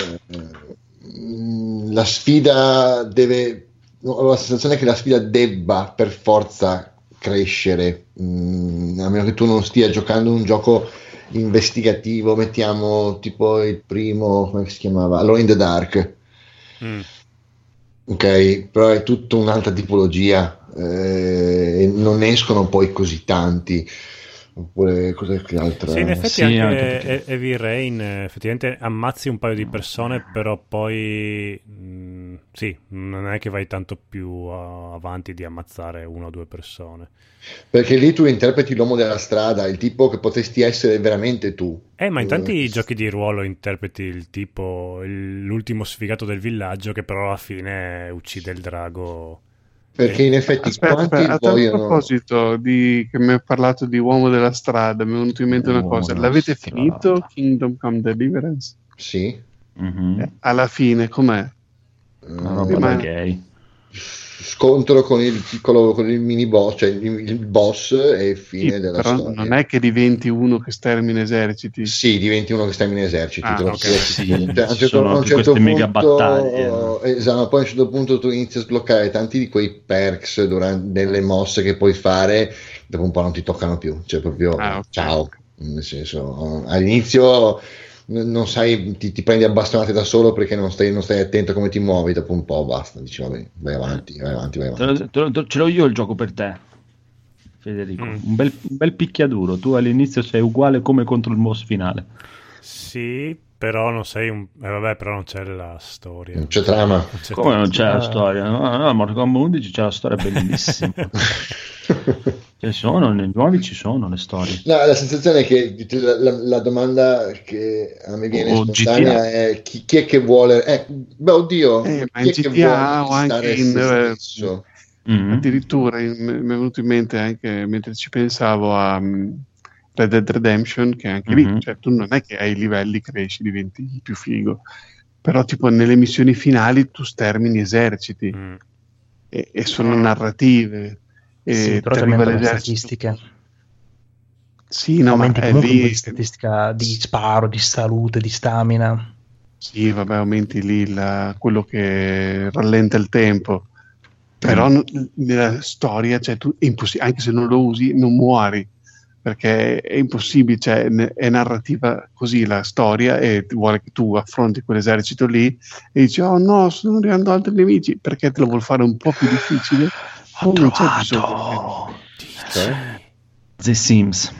mm, la sfida deve, ho la sensazione che la sfida debba per forza crescere, mm, a meno che tu non stia giocando un gioco investigativo, mettiamo tipo il primo, come si chiamava? Alone in the Dark, Mm. ok? Però è tutta un'altra tipologia, eh, e non escono poi così tanti. Oppure cos'è che altra? Sì, in effetti Sì, anche, anche perché- E- Heavy Rain, eh, effettivamente ammazzi un paio di persone, però poi mh, sì, non è che vai tanto più uh, avanti di ammazzare una o due persone. Perché lì tu interpreti l'uomo della strada, il tipo che potresti essere veramente tu. Eh, ma in tanti Eh, giochi di ruolo interpreti il tipo, il- l'ultimo sfigato del villaggio che però alla fine uccide il drago. Perché in effetti Aspetta, quanti aspetta, a tal vogliono... proposito di, che mi ha parlato di Uomo della Strada, mi è venuto in mente una Uomo cosa. della L'avete strada. finito Kingdom Come Deliverance? Sì, Mhm. Eh, alla fine com'è? Una eh, roba ma- da gay. scontro con il piccolo, con il mini boss, cioè il, il boss e fine Sì, della però storia. non è che diventi uno che stermina eserciti. Sì, diventi uno che sta in eserciti, Ah, te lo ok. chiedo. Sì, Cioè, a un ci certo, sono a un anche certo queste mega punto, battaglie. esatto, poi a un certo punto tu inizi a sbloccare tanti di quei perks durante, delle mosse che puoi fare, dopo un po' non ti toccano più, cioè proprio Ah, ok. ciao, nel senso all'inizio n- non sai, ti, ti prendi a bastonate da solo perché non stai, non stai attento a come ti muovi, dopo un po' basta, dici vabbè, vai avanti, vai avanti, vai Te avanti. lo- te lo- te lo- ce l'ho io il gioco per te, Federico. Mm. Un, bel, un bel picchiaduro. Tu all'inizio sei uguale come contro il boss finale. Sì, però non sei un... Eh, vabbè, però non c'è la storia. Non c'è trama. Non c'è Come non c'è la Ah. storia? No, no, Mortal Kombat undici c'è la storia bellissima. Ci sono, nei nuovi ci sono le storie. No, la sensazione è che la, la- la domanda che a me viene O spontanea G T A. è chi, chi è che vuole... Eh, beh, oddio, Eh, ma chi in è che G T A vuole o anche stare in, se eh, stesso? Mm. Addirittura in- mi è venuto in mente anche mentre ci pensavo a mm, Red Dead Redemption, che anche Mhm. lì, cioè, tu non è che ai livelli cresci, diventi il più figo, però tipo nelle missioni finali tu stermini eserciti Mm. e, e sono narrative. E Sì, però ti ti arriva aumentano le l'esercito. statistiche. Sì, no, ma Aumenti è comunque lì. di statistica di sparo, di salute, di stamina. Sì, vabbè, aumenti lì la- quello che rallenta il tempo. Però n- nella storia, cioè, tu, è impossi- anche se non lo usi, non muori. Perché è impossibile, cioè, ne- è narrativa così la storia e ti vuole che tu affronti quell'esercito lì e dici, oh no, stanno arrivando altri nemici, perché te lo vuol fare un po' più difficile. Ho Non c'è bisogno. trovato Cioè? The Sims.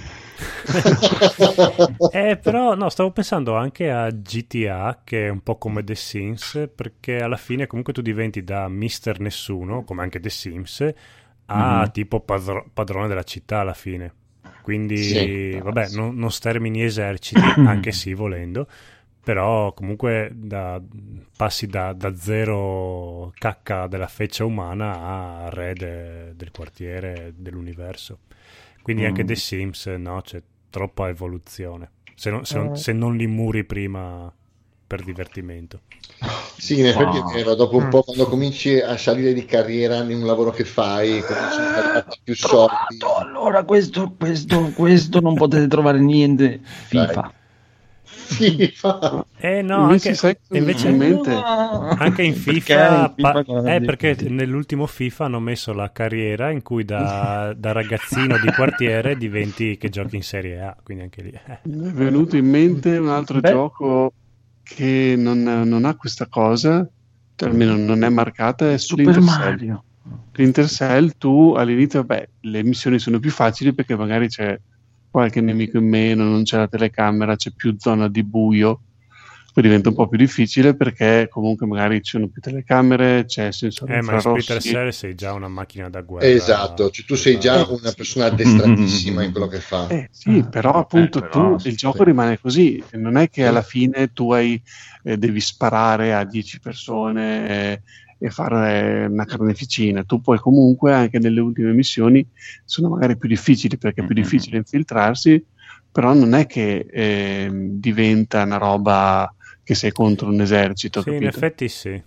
Eh, però no, stavo pensando anche a G T A, che è un po' come The Sims, perché alla fine comunque tu diventi da mister Nessuno, come anche The Sims, a Mhm. tipo padro- padrone della città alla fine. Quindi, Sì. vabbè, non, non stermini eserciti, anche sì, volendo, però comunque da- passi da, da zero cacca della feccia umana a re de- del quartiere, dell'universo. Quindi anche Mm. The Sims, no, c'è troppa evoluzione. Se, non- se non- se non li muri prima per divertimento. Sì, in effetti è Wow. vero, dopo un Mm. po' quando cominci a salire di carriera in un lavoro che fai, cominci a arrivarti più soldi. Trovato! Allora questo, questo, questo non potete trovare niente. FIFA. FIFA. Eh no, Invece anche, sai cosa mi invece- viene in mente? anche in Perché FIFA, in FIFA pa- cosa eh, dici? perché nell'ultimo FIFA hanno messo la carriera in cui da, da ragazzino di quartiere diventi che giochi in Serie A, quindi anche lì. eh. Mi è venuto in mente un altro Beh. gioco che non, non ha questa cosa, cioè almeno non è marcata, è Super Splinter Cell. Mario. Splinter Cell, tu all'inizio, beh, le missioni sono più facili perché magari c'è qualche nemico in meno, non c'è la telecamera, c'è più zona di buio, poi diventa un po' più difficile perché comunque magari ci sono più telecamere, c'è sensori Eh, ma in Splinter infrarossi. Cell sei già una macchina da guerra. Esatto, cioè tu sei già una persona addestratissima in quello che fa. Eh, sì, però appunto Eh, però, tu sì, il gioco sì. rimane così, non è che alla fine tu hai, eh, devi sparare a dieci persone eh, e fare una carneficina, tu puoi comunque anche nelle ultime missioni sono magari più difficili perché è più Mhm. difficile infiltrarsi, però non è che eh, diventa una roba che sei contro un esercito, Sì, in capito? effetti sì,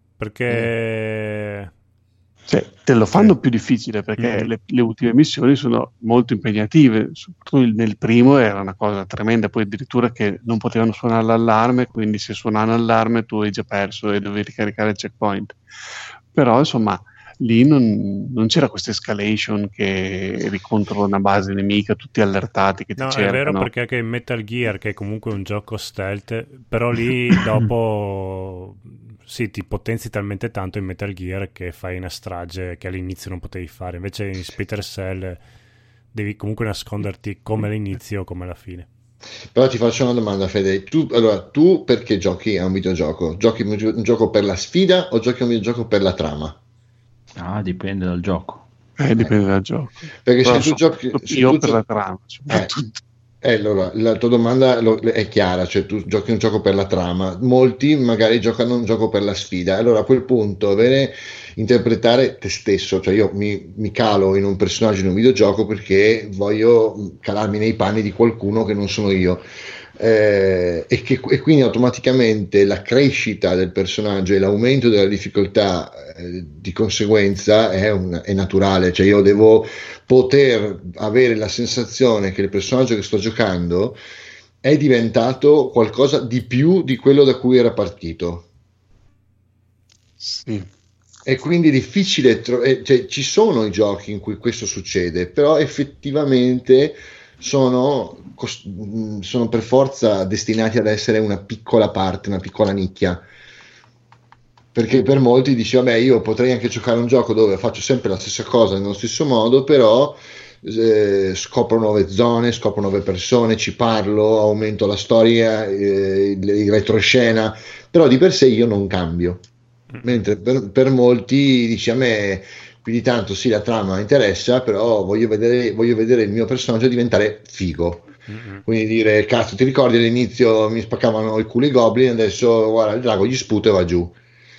perché... Cioè, te lo fanno Sì. più difficile perché Mm. le, le ultime missioni sono molto impegnative. Soprattutto il- nel primo era una cosa tremenda, poi addirittura che non potevano suonare l'allarme, quindi se suonavano l'allarme tu hai già perso e dovevi ricaricare il checkpoint. Però insomma, lì non, non c'era questa escalation che eri contro una base nemica, tutti allertati che ti No, è cercano. vero, perché anche in Metal Gear, che è comunque un gioco stealth, però lì dopo sì, ti potenzi talmente tanto in Metal Gear che fai una strage che all'inizio non potevi fare. Invece in Splinter Cell devi comunque nasconderti come all'inizio o come alla fine. Però ti faccio una domanda, Fede. Tu, allora, tu perché giochi a un videogioco? Giochi un gio- un gioco per la sfida o giochi a un videogioco per la trama? Ah, dipende dal gioco. Eh, dipende dal gioco. Perché Però se tu so- giochi... se io tu per gio- la trama, soprattutto. Eh, allora, la tua domanda lo- è chiara, cioè tu giochi un gioco per la trama, molti magari giocano un gioco per la sfida, allora a quel punto avere, interpretare te stesso, cioè io mi, mi calo in un personaggio in un videogioco perché voglio calarmi nei panni di qualcuno che non sono io. Eh, e, che, e quindi automaticamente la crescita del personaggio e l'aumento della difficoltà eh, di conseguenza è, un, è naturale, cioè io devo poter avere la sensazione che il personaggio che sto giocando è diventato qualcosa di più di quello da cui era partito. Sì. E quindi è difficile, tro- eh, cioè, ci sono i giochi in cui questo succede, però effettivamente sono, cos- mh, sono per forza destinati ad essere una piccola parte, una piccola nicchia. Perché per molti dici, vabbè, io potrei anche giocare un gioco dove faccio sempre la stessa cosa nello stesso modo, però eh, scopro nuove zone, scopro nuove persone, ci parlo, aumento la storia, eh, il, il retroscena, però di per sé io non cambio. Mentre per, per molti dici, a me più di tanto sì, la trama interessa, però voglio vedere, voglio vedere il mio personaggio diventare figo. Mm-hmm. Quindi dire, cazzo, ti ricordi all'inizio mi spaccavano il culo i goblin, adesso guarda il drago gli sputo e va giù.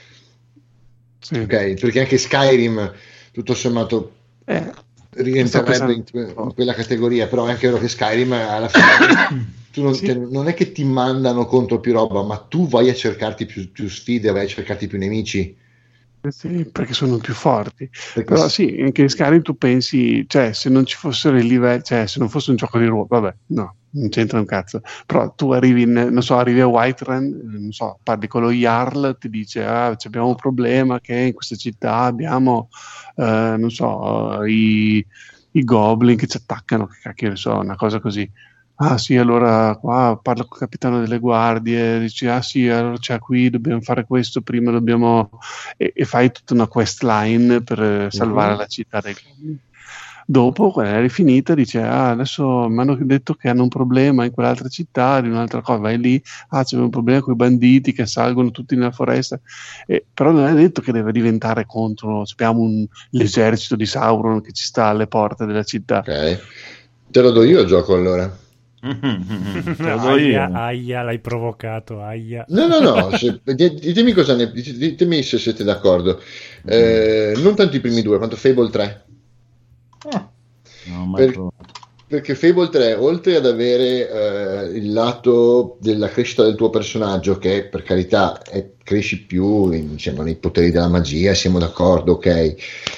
Sì. Ok, perché anche Skyrim tutto sommato Eh, rientrerebbe in, in quella categoria, però è anche vero che Skyrim alla fine tu non, Sì. te- non è che ti mandano contro più roba, ma tu vai a cercarti più, più sfide, vai a cercarti più nemici. Sì, perché sono più forti. Perché Però s- sì, anche in Skyrim tu pensi, cioè se non ci fossero i livelli, cioè se non fosse un gioco di ruolo, vabbè, no, non c'entra un cazzo. Però tu arrivi in, non so, arrivi a Whiterun, non so, parli con lo Jarl, ti dice, ah, ci abbiamo un problema che in questa città abbiamo, eh, non so, i, i goblin che ci attaccano, che cacchio ne so, una cosa così. Ah sì, allora qua parlo con il capitano delle guardie, dici ah sì, allora c'è qui, dobbiamo fare questo, prima dobbiamo... E, e fai tutta una quest line per eh, salvare Mhm. la città dai goblin. Dopo, quando è finita, dice ah adesso mi hanno detto che hanno un problema in quell'altra città, di un'altra cosa, vai lì, ah c'è un problema con i banditi che salgono tutti nella foresta, e, però non è detto che deve diventare contro, sappiamo, un- l'esercito di Sauron che ci sta alle porte della città. ok, te lo do io il gioco allora. Te lo do io. Aia, aia, l'hai provocato, aia. No, no, no, se- di- ditemi cosa ne, dit- ditemi se siete d'accordo. Eh, non tanto i primi due, quanto Fable tre. Ah, non ho mai Per- provato. Perché Fable tre, oltre ad avere eh, il lato della crescita del tuo personaggio, che per carità è- cresci più in- diciamo, nei poteri della magia, siamo d'accordo, ok.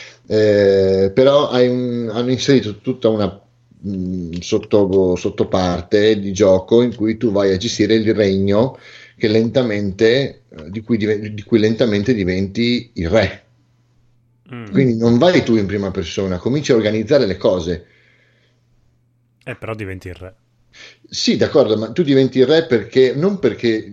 Eh, però hai un- hanno inserito tutta una mh, sotto, sottoparte di gioco in cui tu vai a gestire il regno che lentamente, eh, di cui, diven- di cui lentamente diventi il re. Mm. Quindi non vai tu in prima persona, cominci a organizzare le cose. Eh, però diventi il re. Sì, d'accordo, ma tu diventi il re perché non perché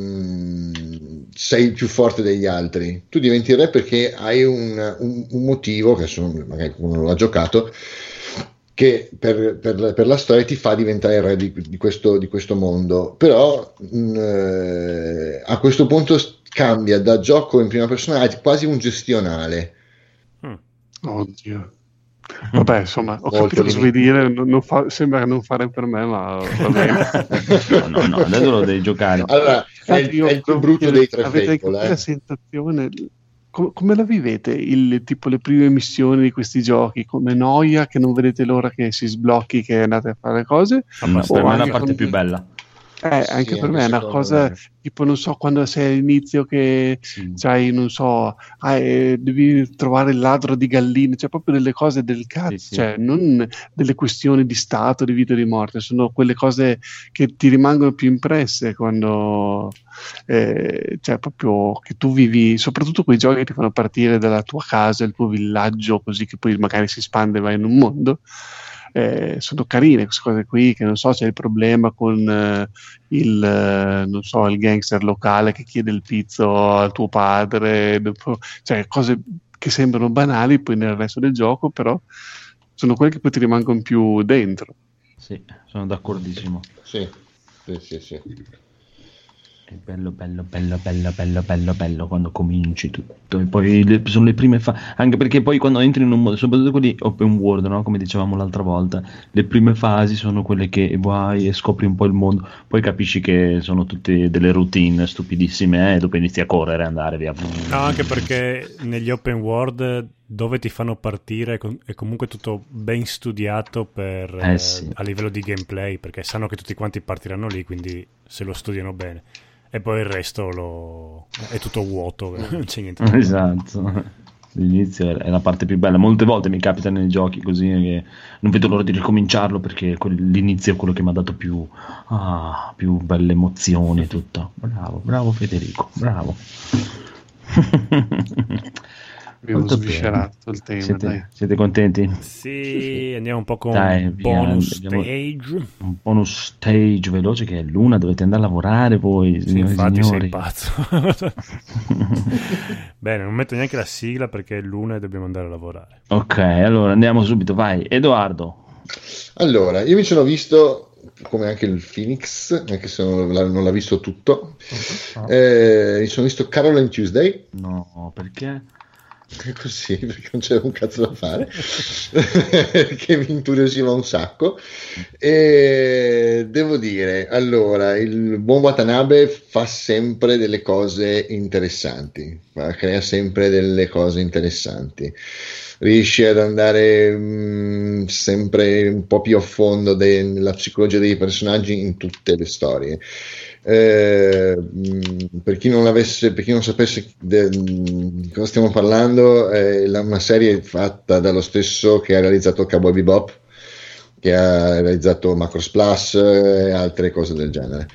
mh, sei più forte degli altri, tu diventi il re perché hai un, un- un motivo, che sono- magari qualcuno non l'ha giocato, che per, per la- per la storia ti fa diventare il re di, di questo, di questo mondo. Però mh, eh, a questo punto s- cambia da gioco in prima persona a quasi un gestionale. Mm. Oddio. Vabbè, insomma, ho Molto capito cosa vuoi limite. dire, non- non fa- sembra non fare per me, ma va bene. No, no, no, adesso lo devi giocare. Allora, è il, Io è il più devo brutto dire, dei tre avete anche Fable, la eh. sensazione, co- come la vivete, il, tipo le prime missioni di questi giochi, come noia che non vedete l'ora che si sblocchi, che andate a fare le cose? Ma O per me è la anche parte con- più bella. Eh, Sì, anche per anche me è una secondo cosa, me. tipo non so, quando sei all'inizio che Sì. c'hai, non so, ah, eh, devi trovare il ladro di galline, cioè proprio delle cose del cazzo, Sì, sì. cioè non delle questioni di stato, di vita e di morte, sono quelle cose che ti rimangono più impresse quando, eh, cioè proprio che tu vivi, soprattutto quei giochi che ti fanno partire dalla tua casa, il tuo villaggio, così che poi magari si espande e vai in un mondo. Eh, sono carine queste cose qui, che non so, c'è il problema con eh, il, eh, non so, il gangster locale che chiede il pizzo al tuo padre, dopo- cioè cose che sembrano banali poi nel resto del gioco, però sono quelle che poi ti rimangono più dentro. Sì, sono d'accordissimo. Sì, sì, sì, sì. È bello, bello, bello, bello, bello, bello, bello quando cominci tutto. E poi le- sono le prime fasi, anche perché poi quando entri in un mondo, soprattutto quelli open world, no? Come dicevamo l'altra volta, le prime fasi sono quelle che vai e scopri un po' il mondo, poi capisci che sono tutte delle routine stupidissime, eh, e dopo inizi a correre e andare via. No, anche perché negli open world dove ti fanno partire è com- è comunque tutto ben studiato per, Eh, eh, sì. a livello di gameplay, perché sanno che tutti quanti partiranno lì, quindi se lo studiano bene. E poi il resto lo... è tutto vuoto, non c'è niente. da fare. Esatto. L'inizio è- è la parte più bella. Molte volte mi capita nei giochi così che non vedo l'ora di ricominciarlo perché quel- l'inizio è quello che mi ha dato più, ah, più belle emozioni e tutto. Bravo, bravo Federico, bravo. Abbiamo Molto sviscerato il tema, Siete, dai. siete contenti? Sì, andiamo un po' con Dai, un via, bonus andiamo- stage. Un bonus stage veloce che è l'una, dovete andare a lavorare voi, Sì, signori e infatti sei signori. pazzo. Bene, non metto neanche la sigla perché è l'una e dobbiamo andare a lavorare. Ok, allora andiamo subito, vai. Edoardo. Allora, io mi sono visto, come anche il Phoenix, anche se non l'ha, non l'ha visto tutto, eh, mi sono visto Carol and Tuesday, No, perché? così, perché non c'era un cazzo da fare, che mi incuriosiva un sacco. E devo dire, allora, il buon Watanabe fa sempre delle cose interessanti, fa- crea sempre delle cose interessanti. Riesce ad andare mh, sempre un po' più a fondo de- nella psicologia dei personaggi in tutte le storie. Eh, mh, per chi non l'avesse, per chi non sapesse de- di cosa stiamo parlando, è la- una serie fatta dallo stesso che ha realizzato Cowboy Bebop, che ha realizzato Macross Plus e altre cose del genere.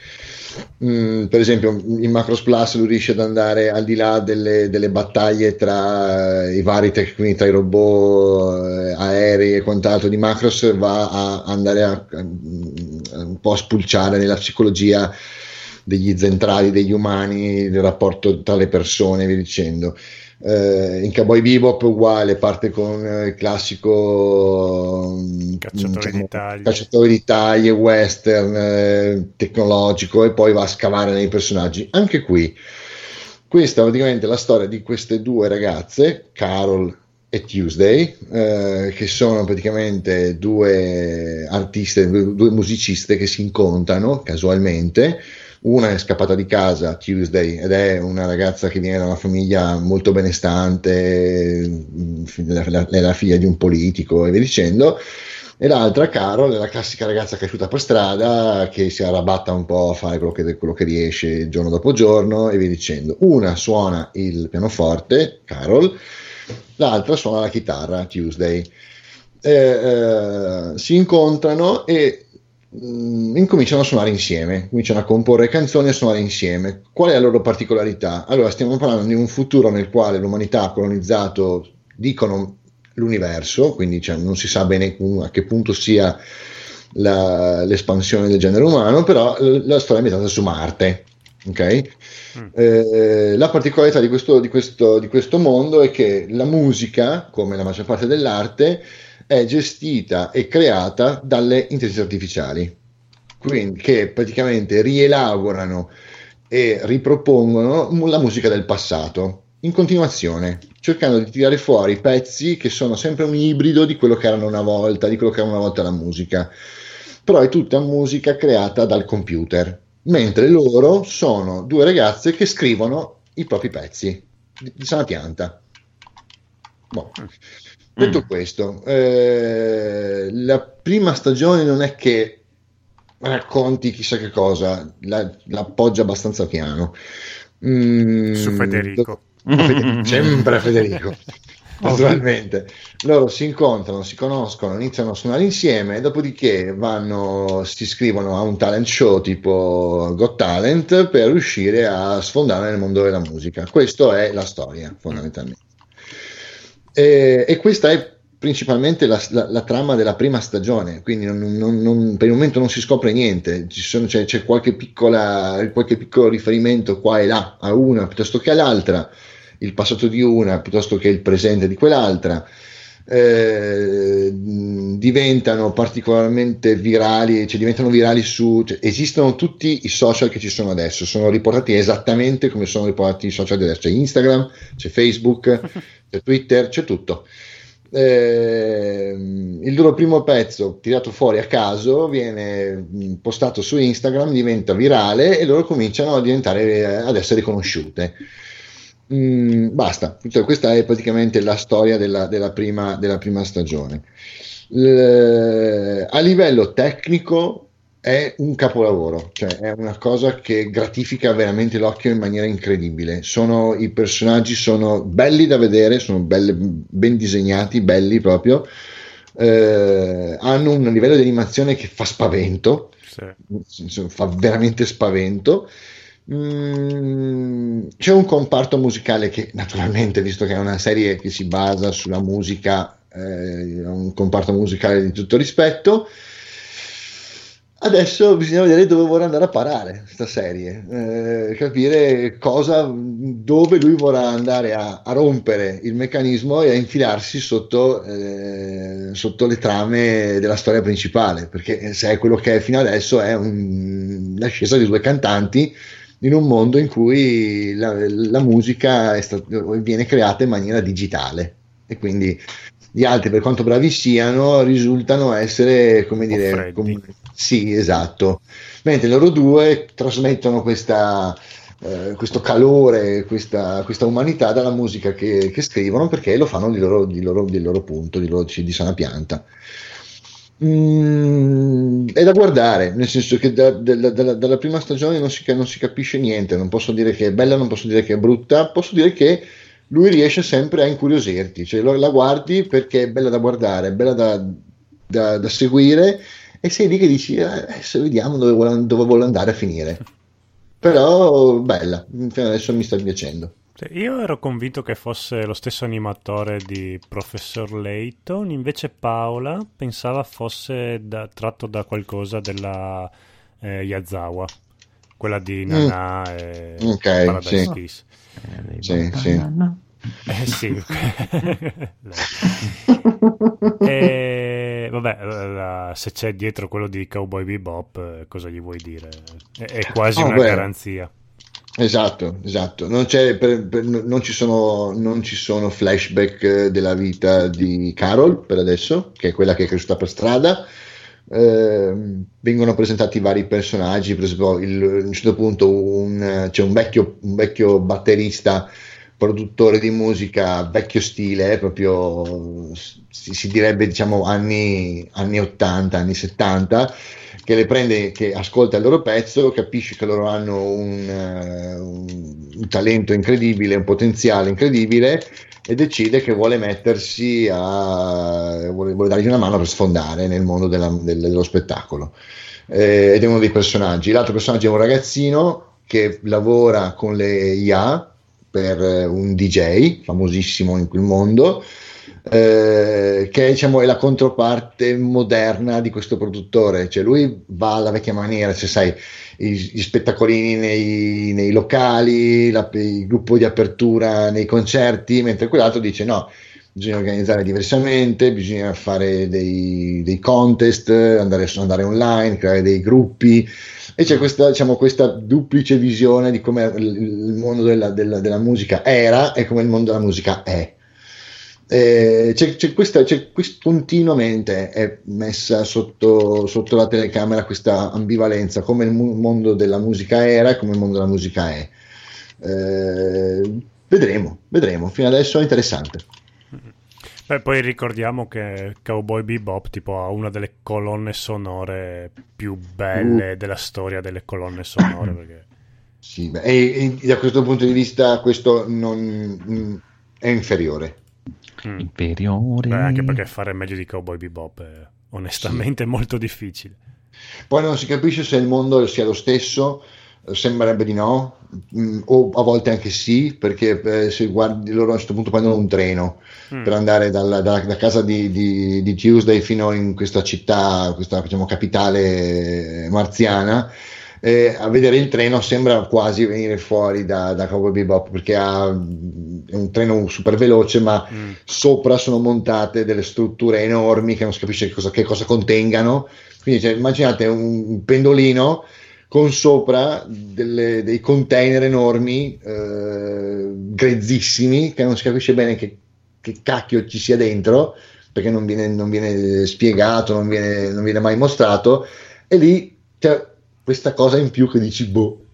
Mm, per esempio, in Macross Plus lui riesce ad andare al di là delle, delle battaglie tra i vari tecnici, tra i robot, eh, aerei e quant'altro di Macross, va a andare a, a- un po' a spulciare nella psicologia degli zentrali, degli umani, del rapporto tra le persone e via dicendo. Eh, in Cowboy Bebop uguale, parte con eh, il classico mm, Cacciatore diciamo, di taglie. cacciatore di taglie, western, eh, tecnologico, e poi va a scavare nei personaggi. Anche qui, questa è praticamente la storia di queste due ragazze, Carol e Tuesday, eh, che sono praticamente due artiste, due, due musiciste che si incontrano casualmente. Una è scappata di casa, Tuesday, ed è una ragazza che viene da una famiglia molto benestante, mh, è la, è la figlia di un politico e via dicendo, e l'altra, Carol, è la classica ragazza cresciuta per strada che si arrabatta un po' a fare quello che, quello che riesce giorno dopo giorno e via dicendo. Una suona il pianoforte, Carol, l'altra suona la chitarra, Tuesday. Eh, eh, si incontrano e mh, incominciano a suonare insieme, cominciano a comporre canzoni e a suonare insieme. Qual è la loro particolarità? Allora, stiamo parlando di un futuro nel quale l'umanità ha colonizzato, dicono, l'universo, quindi cioè, non si sa bene a che punto sia la- l'espansione del genere umano, però l- la storia è ambientata su Marte. Ok? Mm. Eh, la particolarità di questo, di, questo, di questo mondo è che la musica, come la maggior parte dell'arte, è gestita e creata dalle intelligenze artificiali, quindi che praticamente rielaborano e ripropongono mu- la musica del passato in continuazione, cercando di tirare fuori pezzi che sono sempre un ibrido di quello che erano una volta, di quello che era una volta la musica, però è tutta musica creata dal computer, mentre loro sono due ragazze che scrivono i propri pezzi di, di sana pianta. Boh. Detto Mm. questo, eh, la prima stagione non è che racconti chissà che cosa, la, la appoggia abbastanza piano. Mm, Su Federico. Fede- sempre Federico, naturalmente. Loro si incontrano, si conoscono, iniziano a suonare insieme, e dopodiché vanno, si iscrivono a un talent show tipo Got Talent per riuscire a sfondare nel mondo della musica. Questa è la storia, fondamentalmente. E, e questa è principalmente la, la- la trama della prima stagione, quindi non- non- non- per il momento non si scopre niente. Ci sono- c'è, c'è qualche, piccola, qualche piccolo riferimento qua e là a una piuttosto che all'altra, il passato di una piuttosto che il presente di quell'altra. Eh, mh, diventano particolarmente virali, cioè diventano virali su, cioè, esistono tutti i social che ci sono adesso, sono riportati esattamente come sono riportati i social di adesso, c'è Instagram, c'è Facebook, c'è Twitter, c'è tutto. Eh, il loro primo pezzo tirato fuori a caso viene mh, postato su Instagram, diventa virale e loro cominciano a diventare, eh, ad essere conosciute. Mm, basta. Cioè, questa è praticamente la storia della, della prima, della prima stagione. L- a livello tecnico è un capolavoro, cioè è una cosa che gratifica veramente l'occhio in maniera incredibile. Sono, i personaggi sono belli da vedere, sono belle- ben disegnati, belli proprio. Eh, hanno un livello di animazione che fa spavento, Sì. insomma, fa veramente spavento. Mm, c'è un comparto musicale che naturalmente, visto che è una serie che si basa sulla musica, eh, è un comparto musicale di tutto rispetto. Adesso bisogna vedere dove vorrà andare a parare questa serie, eh, capire cosa, dove lui vorrà andare a, a rompere il meccanismo e a infilarsi sotto, eh, sotto le trame della storia principale, perché se è quello che è fino adesso è un- l'ascesa di due cantanti in un mondo in cui la, la musica è sta- viene creata in maniera digitale e quindi gli altri, per quanto bravi siano, risultano essere, come po' dire, freddi. com- sì, esatto. Mentre loro due trasmettono questa, eh, questo calore, questa, questa umanità dalla musica che, che scrivono, perché lo fanno di loro, di loro, di loro punto, di, loro, di sana pianta. Mm, è da guardare, nel senso che da- da- da- dalla prima stagione non si, non si capisce niente, non posso dire che è bella, non posso dire che è brutta, posso dire che lui riesce sempre a incuriosirti, cioè lo- la guardi perché è bella da guardare, è bella da, da- da seguire e sei lì che dici, eh, adesso vediamo dove vuole, dove vuole andare a finire. Però bella, fino adesso mi sta piacendo. Sì, io ero convinto che fosse lo stesso animatore di Professor Layton, invece Paola pensava fosse da- tratto da qualcosa della eh, Yazawa, quella di Mm, Nana e ok, Paradise sì, Kiss. sì, sì. Eh sì. E vabbè, la- se c'è dietro quello di Cowboy Bebop, eh, cosa gli vuoi dire? È, è quasi Oh, una beh. garanzia. Esatto, esatto. Non c'è, per- per- non ci sono, non ci sono flashback eh, della vita di Carol per adesso, che è quella che è cresciuta per strada. Ehm, vengono presentati vari personaggi, per esempio, il- a un certo punto un- c'è un vecchio, un vecchio batterista, produttore di musica, vecchio stile, proprio si, si direbbe diciamo anni, anni ottanta, anni settanta, che le prende, che ascolta il loro pezzo, capisce che loro hanno un, eh, un- un talento incredibile, un potenziale incredibile e decide che vuole mettersi a vuole, vuole dargli una mano per sfondare nel mondo della- del- dello spettacolo. Eh, ed è uno dei personaggi. L'altro personaggio è un ragazzino che lavora con le I A per eh, un D J famosissimo in quel mondo, eh, che diciamo è la controparte moderna di questo produttore, cioè lui va alla vecchia maniera, cioè sai, i- gli spettacolini nei, nei locali, la- il gruppo di apertura nei concerti, mentre quell'altro dice no, bisogna organizzare diversamente, bisogna fare dei, dei contest, andare, andare online, creare dei gruppi. E c'è questa, diciamo, questa duplice visione di come il, il mondo della, della- della musica era e come il mondo della musica è. Eh, c'è, c'è questa, c'è quest- continuamente è messa sotto, sotto la telecamera questa ambivalenza, come il mu- mondo della musica era e come il mondo della musica è. Eh, vedremo, vedremo. Fino adesso è interessante. Beh, poi ricordiamo che Cowboy Bebop tipo ha una delle colonne sonore più belle della storia delle colonne sonore, perché Sì, beh, e, e da questo punto di vista questo non mm, è inferiore. mm. Inferiore. Beh, anche perché fare meglio di Cowboy Bebop è onestamente molto difficile. Poi non si capisce se il mondo sia lo stesso, eh, sembrerebbe di no, mm, o a volte anche sì, perché eh, se guardi loro a un certo punto prendono un treno Mm. per andare dalla- da, da casa di, di- di Tuesday fino in questa città, questa diciamo, capitale marziana. Eh, a vedere il treno sembra quasi venire fuori da, da Cowboy Bebop perché ha, è un treno super veloce, ma Mm. sopra sono montate delle strutture enormi che non si capisce che cosa, che cosa contengano. Quindi cioè, immaginate un, un pendolino con sopra delle- dei container enormi, eh, grezzissimi, che non si capisce bene che, che cacchio ci sia dentro, perché non viene, non viene spiegato, non viene, non viene mai mostrato, e lì c'è questa cosa in più che dici, boh,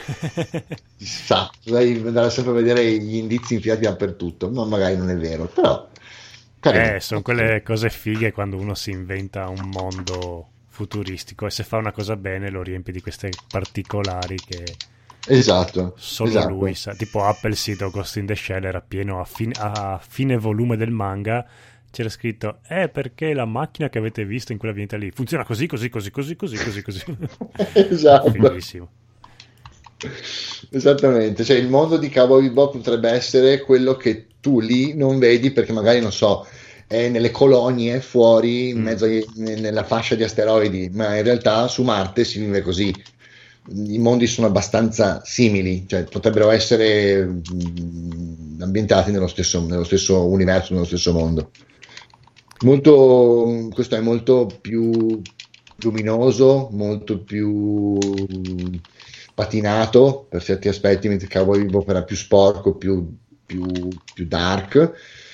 chissà, dovrei andare sempre a vedere gli indizi infilati dappertutto, ma magari non è vero, però carino. Eh, sono quelle cose fighe quando uno si inventa un mondo futuristico e se fa una cosa bene lo riempie di queste particolari che Esatto, solo esatto. lui sa. Tipo Appleseed o Ghost in the Shell era pieno a fine, a fine volume del manga, c'era scritto eh perché la macchina che avete visto in quella vignetta lì funziona così così così così così così così. Esatto. Fighissimo. Esattamente, cioè il mondo di Cowboy Bebop potrebbe essere quello che tu lì non vedi perché magari, non so, è nelle colonie fuori in Mm. mezzo ai- ne- nella fascia di asteroidi, ma in realtà su Marte si vive così. I mondi sono abbastanza simili, cioè potrebbero essere mm, ambientati nello stesso, nello stesso universo, nello stesso mondo. Molto, questo è molto più luminoso, molto più patinato per certi aspetti, mentre Cowboy Bebop era più sporco, più, più, più dark.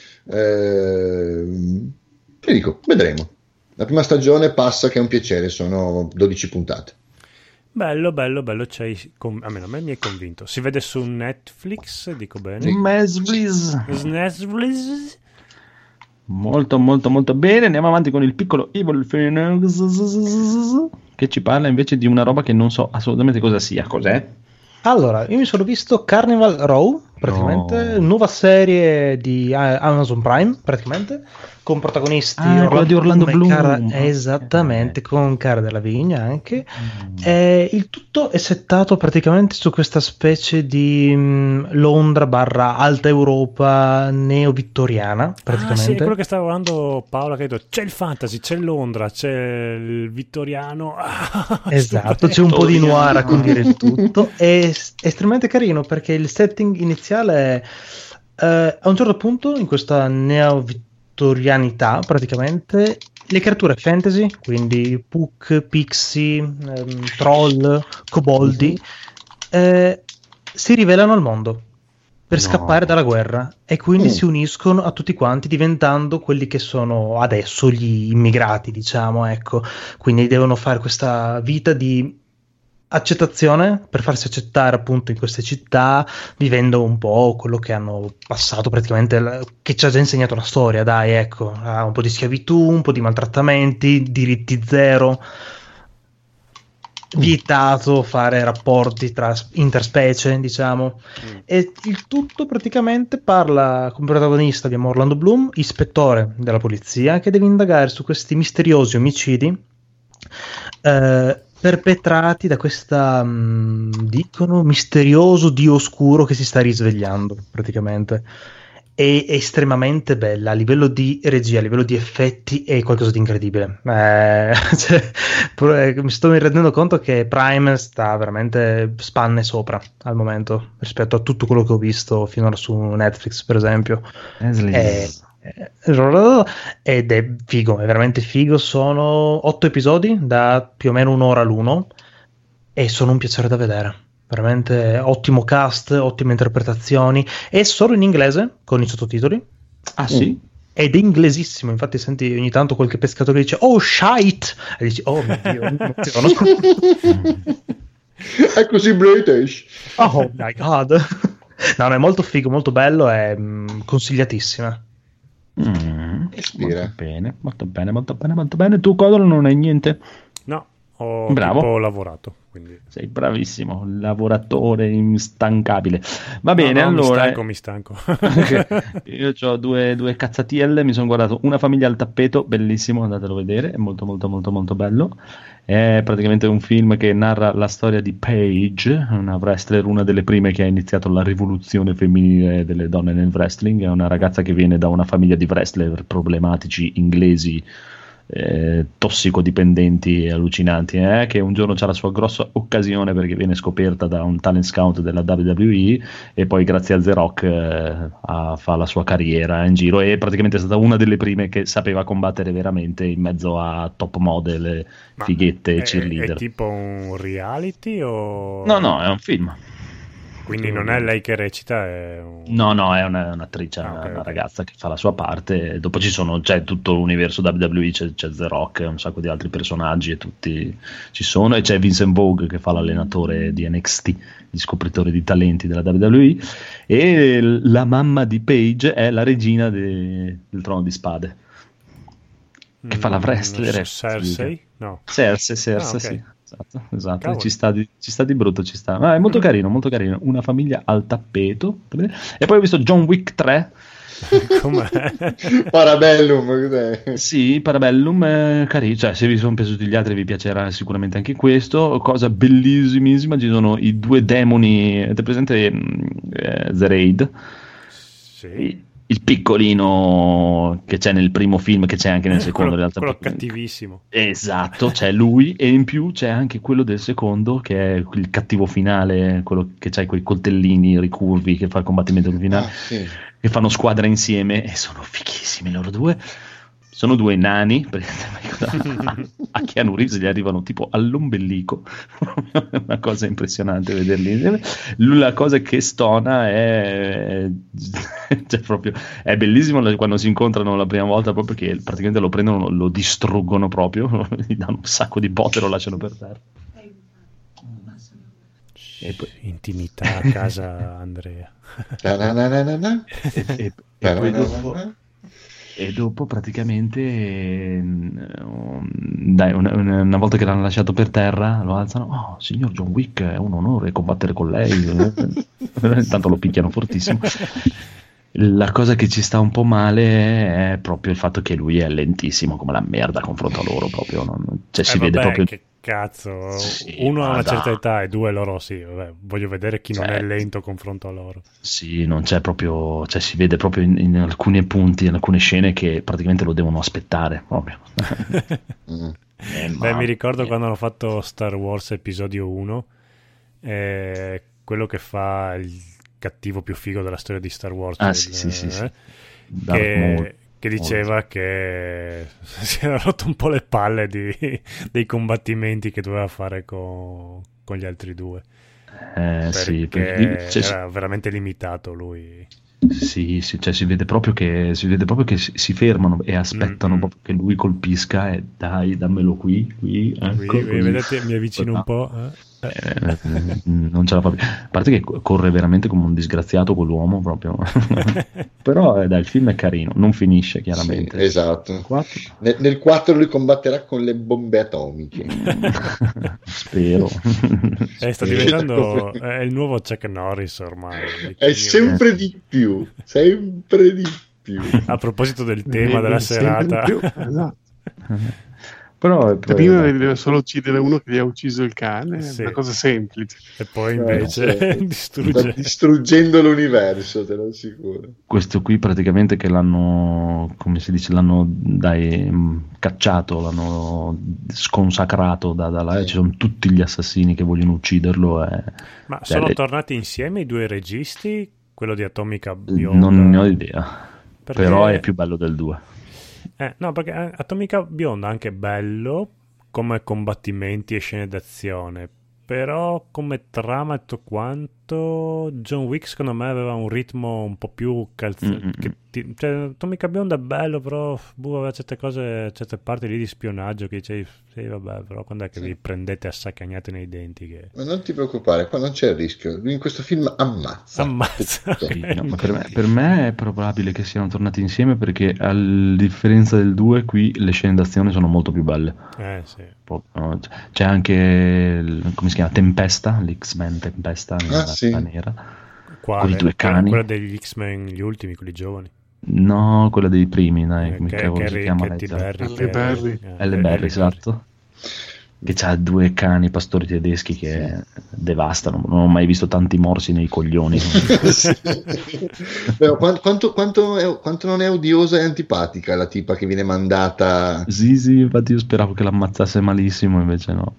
Ehm, e dico, vedremo. La prima stagione passa che è un piacere, sono dodici puntate. Bello, bello, bello, c'hai con- almeno a me mi hai convinto. Si vede su Netflix, dico bene. Sì. Mesblis. Netflix. Molto molto molto bene. Andiamo avanti con il piccolo Evil Phoenix, che ci parla invece di una roba che non so assolutamente cosa sia. Cos'è? Allora, io mi sono visto Carnival Row, praticamente, No. nuova serie di eh, Amazon Prime, praticamente, con protagonisti Ah, quella di Orlando e Bloom. Cara- Ok. esattamente, con Cara della Vigna anche. Mm. E il tutto è settato praticamente su questa specie di mh, Londra barra Alta Europa neo-vittoriana, Ah, sì, è praticamente. quello che stava parlando Paola, che ha detto c'è il fantasy, c'è Londra, c'è il vittoriano. Ah, Esatto, c'è stupendo. un po' di Vittoriano. noir a condire il tutto. È es- estremamente carino perché il setting iniziale è eh, a un certo punto, in questa neo-vittorianità, praticamente, le creature fantasy, quindi Puck, Pixie, ehm, Troll, Koboldi, eh, si rivelano al mondo per No. scappare dalla guerra e quindi Mm. si uniscono a tutti quanti diventando quelli che sono adesso gli immigrati, diciamo, ecco. Quindi devono fare questa vita di accettazione per farsi accettare appunto in queste città, vivendo un po' quello che hanno passato praticamente, la- che ci ha già insegnato la storia, dai, ecco. Ha un po' di schiavitù, un po' di maltrattamenti, diritti zero, vietato fare rapporti tra s- interspecie, diciamo. Mm. E il tutto praticamente parla come protagonista abbiamo Orlando Bloom, ispettore della polizia, che deve indagare su questi misteriosi omicidi eh, perpetrati da questa mh, dicono misterioso dio oscuro che si sta risvegliando praticamente. È estremamente bella a livello di regia, a livello di effetti, è qualcosa di incredibile. Eh, cioè, pro- eh, mi sto rendendo conto che Prime sta veramente spanne sopra al momento rispetto a tutto quello che ho visto finora su Netflix, per esempio. Eh, eh, ed è figo, è veramente figo. Sono otto episodi da più o meno un'ora l'uno e sono un piacere da vedere. Veramente ottimo cast, ottime interpretazioni. È solo in inglese con i sottotitoli Ah sì? ed è inglesissimo. Infatti, senti ogni tanto qualche pescatore che dice oh shite e dici oh mio dio, mi emoziono. È così British. Oh my god. No, no, è molto figo, molto bello e mm, consigliatissima. Mm, Ispira. molto bene, molto bene, molto bene, molto bene. Tu, Codolo, non hai niente? No, ho Bravo. tipo lavorato, quindi... Sei bravissimo, lavoratore instancabile. Va bene, No, no, allora. mi stanco, mi stanco. Ok. Io ho due, due cazzatielle, mi sono guardato Una famiglia al tappeto, bellissimo, andatelo a vedere, è molto molto molto molto bello. È praticamente un film che narra la storia di Paige, una wrestler, una delle prime che ha iniziato la rivoluzione femminile delle donne nel wrestling. È una ragazza che viene da una famiglia di wrestler problematici inglesi, eh, tossicodipendenti e allucinanti, eh, che un giorno c'ha la sua grossa occasione perché viene scoperta da un talent scout della W W E e poi grazie a The Rock eh, a- fa la sua carriera in giro. E praticamente è stata una delle prime che sapeva combattere veramente in mezzo a top model, e Ma fighette e è, cheerleader. è tipo un reality o... No, no, è un film. Quindi non è lei che recita, è un... No, no, è una- un'attrice, Ah, una, ok, una ok. ragazza che fa la sua parte. E dopo ci sono, c'è tutto l'universo W W E, c'è, c'è The Rock, un sacco di altri personaggi e tutti ci sono. E c'è Vincent Vogue che fa l'allenatore di N X T, gli scopritori di talenti della W W E. E la mamma di Paige è la regina de- del Trono di Spade, che fa la Mm, wrestler. non so, Cersei? No. Cersei, Cersei, Ah, ok. sì. Esatto, esatto. Cavolo. Ci sta, di, ci sta di brutto, ci sta. Ma è molto carino, molto carino. Una famiglia al tappeto. E poi ho visto John Wick tre. Com'è? Parabellum, cos'è? Sì, Parabellum, eh, carino. Cioè, se vi sono piaciuti gli altri vi piacerà sicuramente anche questo. Cosa bellissimissima, ci sono i due demoni. Avete presente mm, eh, The Raid? Sì. Il piccolino che c'è nel primo film, che c'è anche nel secondo. quello, in realtà, quello cattivissimo. Esatto, c'è lui e in più c'è anche quello del secondo che è il cattivo finale, quello che c'ha quei coltellini ricurvi che fa il combattimento finale, Ah, sì. che fanno squadra insieme e sono fighissimi loro due. Sono due nani, a Keanu Reeves gli arrivano tipo all'ombelico, è una cosa impressionante vederli insieme. La cosa che stona è, cioè proprio, è bellissimo quando si incontrano la prima volta, proprio che praticamente lo prendono, lo distruggono proprio, gli danno un sacco di botte e lo lasciano per terra. E poi, Intimità a casa, Andrea. Ta-na-na-na-na-na. e, e- e poi dopo... Ta-na-na-na-na. E dopo praticamente ehm, dai, una, una- una volta che l'hanno lasciato per terra lo alzano. Oh, signor John Wick, è un onore combattere con lei. Intanto lo picchiano fortissimo. La cosa che ci sta un po' male è proprio il fatto che lui è lentissimo come la merda a confronto a loro, proprio non- cioè si Eh, vede vabbè, proprio. che cazzo, Sì, uno ha ma una dai. certa età e due loro sì, vabbè, voglio vedere chi non è Certo. lento confronto a loro. Sì, non c'è proprio, cioè si vede proprio in, in alcuni punti, in alcune scene che praticamente lo devono aspettare proprio. Mm. Eh, Beh, ma- mi ricordo eh, quando hanno fatto Star Wars episodio uno, eh, quello che fa il cattivo più figo della storia di Star Wars, Ah, il- sì, sì, sì, sì. eh, Darth Maul. che, che diceva che si era rotto un po' le palle di- dei combattimenti che doveva fare con, con gli altri due, Eh, sì, perché perché- cioè, era veramente limitato lui. sì, sì, cioè si vede proprio che si vede proprio che si, si fermano e aspettano Mm, mm. proprio che lui colpisca e dai, dammelo qui, qui, ecco, Qui, così. vedete, mi avvicino un po'. eh. Eh, non ce la fa più. A parte che corre veramente come un disgraziato quell'uomo proprio. Però eh, dai, il film è carino, non finisce chiaramente. Sì, esatto. Quattro. Nel, nel quattro lui combatterà con le bombe atomiche. Spero. Eh, sta Sì. diventando è il nuovo Chuck Norris ormai. È sempre di più, sempre di più. A proposito del tema della Sempre di serata, più, esatto. Però, poi, Prima dai, deve solo uccidere uno che gli ha ucciso il cane, Sì. è una cosa semplice. e poi invece Eh, sì. Sta distrugge. distruggendo l'universo, te lo assicuro. questo qui praticamente che l'hanno, come si dice, l'hanno dai, mh, cacciato, l'hanno sconsacrato da, da là, e Sì. ci sono tutti gli assassini che vogliono ucciderlo. E, Ma cioè, sono le- tornati insieme i due registi, quello di Atomica Beyond? non ne ho idea, Perché- però è più bello del due. Eh, no, perché eh, Atomica Beyond è anche bello come combattimenti e scene d'azione, però come trama e tutto quanto John Wick secondo me aveva un ritmo un po' più calzato. Mm-mm. Cioè, Atomica Beyond è bello, però boh, aveva certe cose, certe parti lì di spionaggio che dicevi, sì vabbè, però quando è che Sì. vi prendete a saccagnate nei denti che... Ma non ti preoccupare, qua non c'è il rischio. Lui in questo film ammazza. Ammazza. Tutto. Sì, no, ma per, me, per me è probabile che siano tornati insieme perché a differenza del due qui le scene d'azione sono molto più belle. Eh sì. Proprio, no? C'è anche il- come si chiama, Tempesta, l'X-Men Tempesta nella Ah, sì. nera. Quale? Con i due Quella- cani. Quella degli X-Men, gli ultimi, quelli giovani. No, quella dei primi, dai, Eh, come che- cavolo si Carrie- chiama Katy lei? Perry, Halle che- Berry. eh, Halle Halle Berry, esatto. Che c'ha due cani pastori tedeschi che devastano. Non ho mai visto tanti morsi nei coglioni. Sì. Però quanto, quanto, quanto è- quanto non è odiosa e antipatica la tipa che viene mandata. Sì, sì, infatti io speravo che l'ammazzasse malissimo, invece no.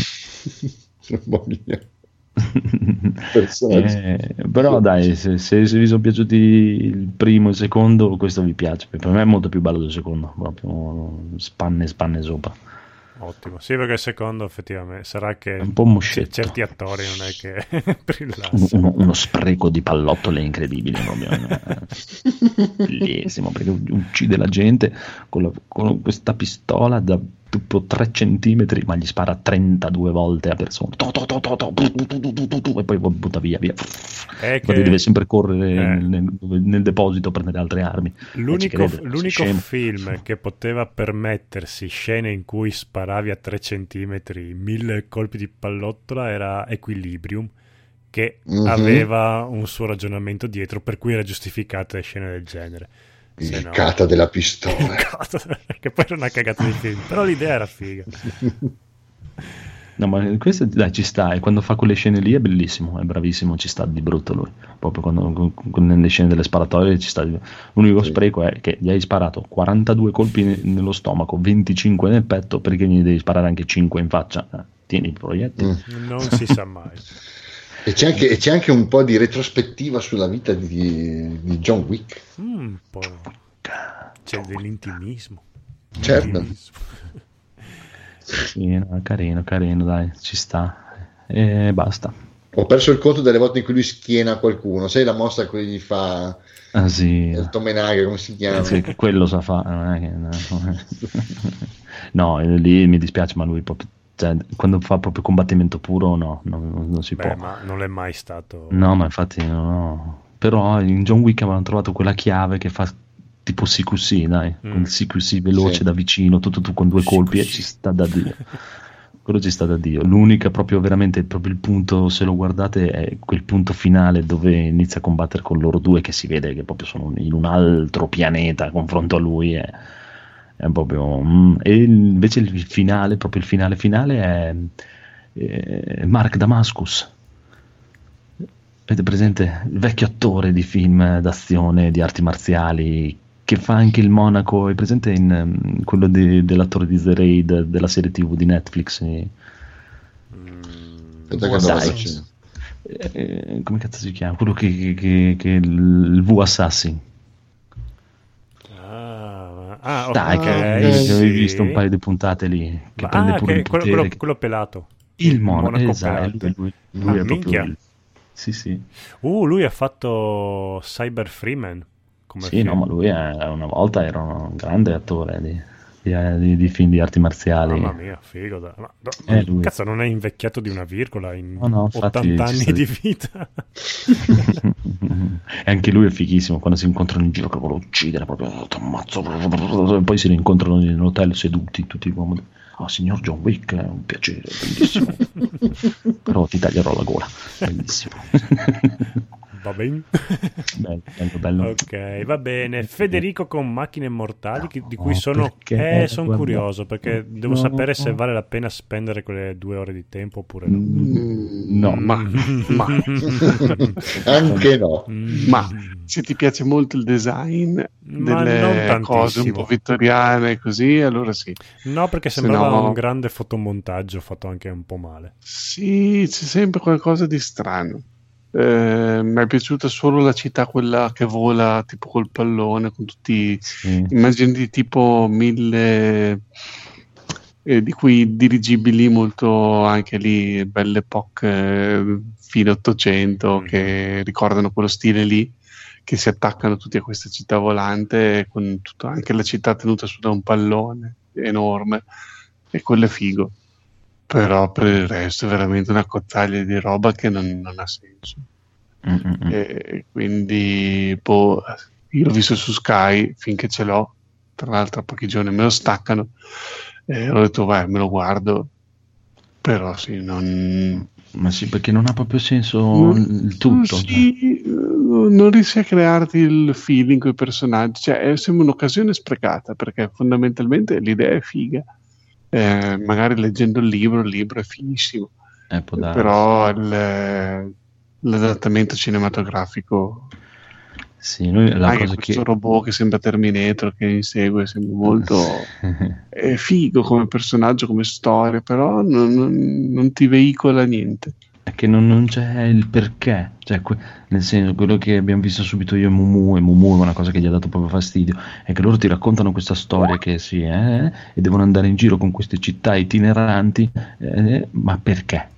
Mamma mia. Personaggio. Eh, però dai, se, se- se vi sono piaciuti il primo e il secondo, questo vi piace. Per me è molto più bello del secondo, proprio spanne spanne sopra. Ottimo. Sì, perché il secondo effettivamente sarà che È un po' moscetto. certi attori non è che brillassero. Uno, uno spreco di pallottole incredibile, proprio. Eh, bellissimo, perché uccide la gente con, la- con questa pistola da tipo tre centimetri, ma gli spara trentadue volte a persona, to, to, to, to, to, e poi butta via, via. È Infatti che... deve sempre correre eh. nel, nel deposito a prendere altre armi. L'unico, Eh, ci crede, l'unico scemo. film che poteva permettersi scene in cui sparavi a tre centimetri mille colpi di pallottola era Equilibrium, che Mhm. aveva un suo ragionamento dietro per cui era giustificata scene del genere. Se Il no- cata della pistola. che poi era una cagata di film, però l'idea era figa. No, ma questo dai, ci sta, e quando fa quelle scene lì è bellissimo, è bravissimo, ci sta di brutto lui. Proprio quando, con- con- nelle scene delle sparatorie ci sta. di- L'unico Sì. spreco è che gli hai sparato quarantadue colpi ne- nello stomaco, venticinque nel petto, perché gli devi sparare anche cinque in faccia. Eh, tieni i proiettili. Mm. Non si sa mai. E c'è anche, e c'è anche un po' di retrospettiva sulla vita di, di John Wick. Mm, un po'. C'è dell'intimismo. Certo. Intimismo. Sì, no, carino, carino, dai, ci sta. E basta. Ho perso il conto delle volte in cui lui schiena qualcuno. Sai la mossa che gli fa Ah, sì. il Tomenaghe, come si chiama? Sì, che quello sa fare. Non è che- no. No, eh, lì mi dispiace, ma lui proprio, cioè, quando fa proprio combattimento puro, no, non, non- non si Beh, può. ma non è mai stato. No, ma infatti no, no. Però in John Wick avevano trovato quella chiave che fa tipo C Q C, dai, Mm. quel C Q C veloce Sì. da vicino, tutto tu con due colpi, e C Q C. ci sta da Dio. Quello ci sta da Dio. L'unica proprio veramente proprio il punto, se lo guardate, è quel punto finale dove inizia a combattere con loro due, che si vede che proprio sono in un altro pianeta a confronto a lui. È, è proprio mm. E invece il finale, proprio il finale finale è, è Mark Damascus. Avete presente il vecchio attore di film d'azione, di arti marziali, che fa anche il monaco? È presente in um, quello di- dell'attore di The Raid della serie tivù di Netflix? eh, Aspetta che Dai. non lo faccio. eh, come cazzo si chiama? Quello che, che, che, che è il il V Assassin. Ah, ah, ok. Dai, che, ok, che avevi sì. visto un paio di puntate lì, che Ma- prende ah, pure che- il quello, potere. quello- che- quello pelato. Il monaco, monaco esatto, pelato. lui, lui Ah, è proprio minchia. il- Sì, sì. Uh, lui ha fatto Cyber Freeman. Come Sì, film. no, ma lui è, una volta era un grande attore di, di- di- di film di arti marziali. Mamma mia, figo. da- Ma, ma- Eh, lui. cazzo, non è invecchiato di una virgola in No, no, infatti ottanta ci anni sta- di vita. E anche lui è fighissimo quando si incontrano in giro, che vuole uccidere proprio, t'ammazzo, e poi si rincontrano in un hotel seduti tutti comodi. Oh, signor John Wick, è un piacere, bellissimo. Però ti taglierò la gola, bellissimo. Va bene. bello, bello, bello. Ok, va bene. Federico con Macchine Mortali, chi- di cui No, sono, perché? eh, sono Guarda- curioso perché devo No. sapere se vale la pena spendere quelle due ore di tempo oppure no. Mm, No, Ma, ma, Anche no. Mm. ma se ti piace molto il design Ma non delle tantissimo. cose un po' vittoriane così, allora sì. No, perché Se sembrava no- un grande fotomontaggio fatto anche un po' male. Sì, c'è sempre qualcosa di strano. Eh, mi è piaciuta solo la città, quella che vola tipo col pallone, con tutti sì. immagini tipo mille eh, di quei dirigibili molto anche lì belle epoche eh, fine ottocento Mm. che ricordano quello stile lì, che si attaccano tutti a questa città volante con tutta anche la città tenuta su da un pallone enorme, e quello è figo. Però per il resto è veramente una cozzaglia di roba che non, non ha senso. Mm, mm, mm. E quindi boh, io l'ho visto su Sky finché ce l'ho, tra l'altro a pochi giorni me lo staccano e ho detto vai, me lo guardo, però sì, non, Ma sì, perché non ha proprio senso non, il tutto. sì, non riesci a crearti il feeling con i personaggi, cioè è, sembra un'occasione sprecata, perché fondamentalmente l'idea è figa. Eh, magari leggendo il libro, il libro è fighissimo, Eh, può darsi. però il- l'adattamento cinematografico, Sì, noi la anche cosa questo che... robot che sembra Terminator che insegue, sembra molto è figo come personaggio, come storia, però non, non- non ti veicola niente. è che non, non c'è il perché, cioè, que- nel senso, quello che abbiamo visto subito io e Mumu, e Mumu è una cosa che gli ha dato proprio fastidio, è che loro ti raccontano questa storia che sì, eh, e devono andare in giro con queste città itineranti, eh, ma perché?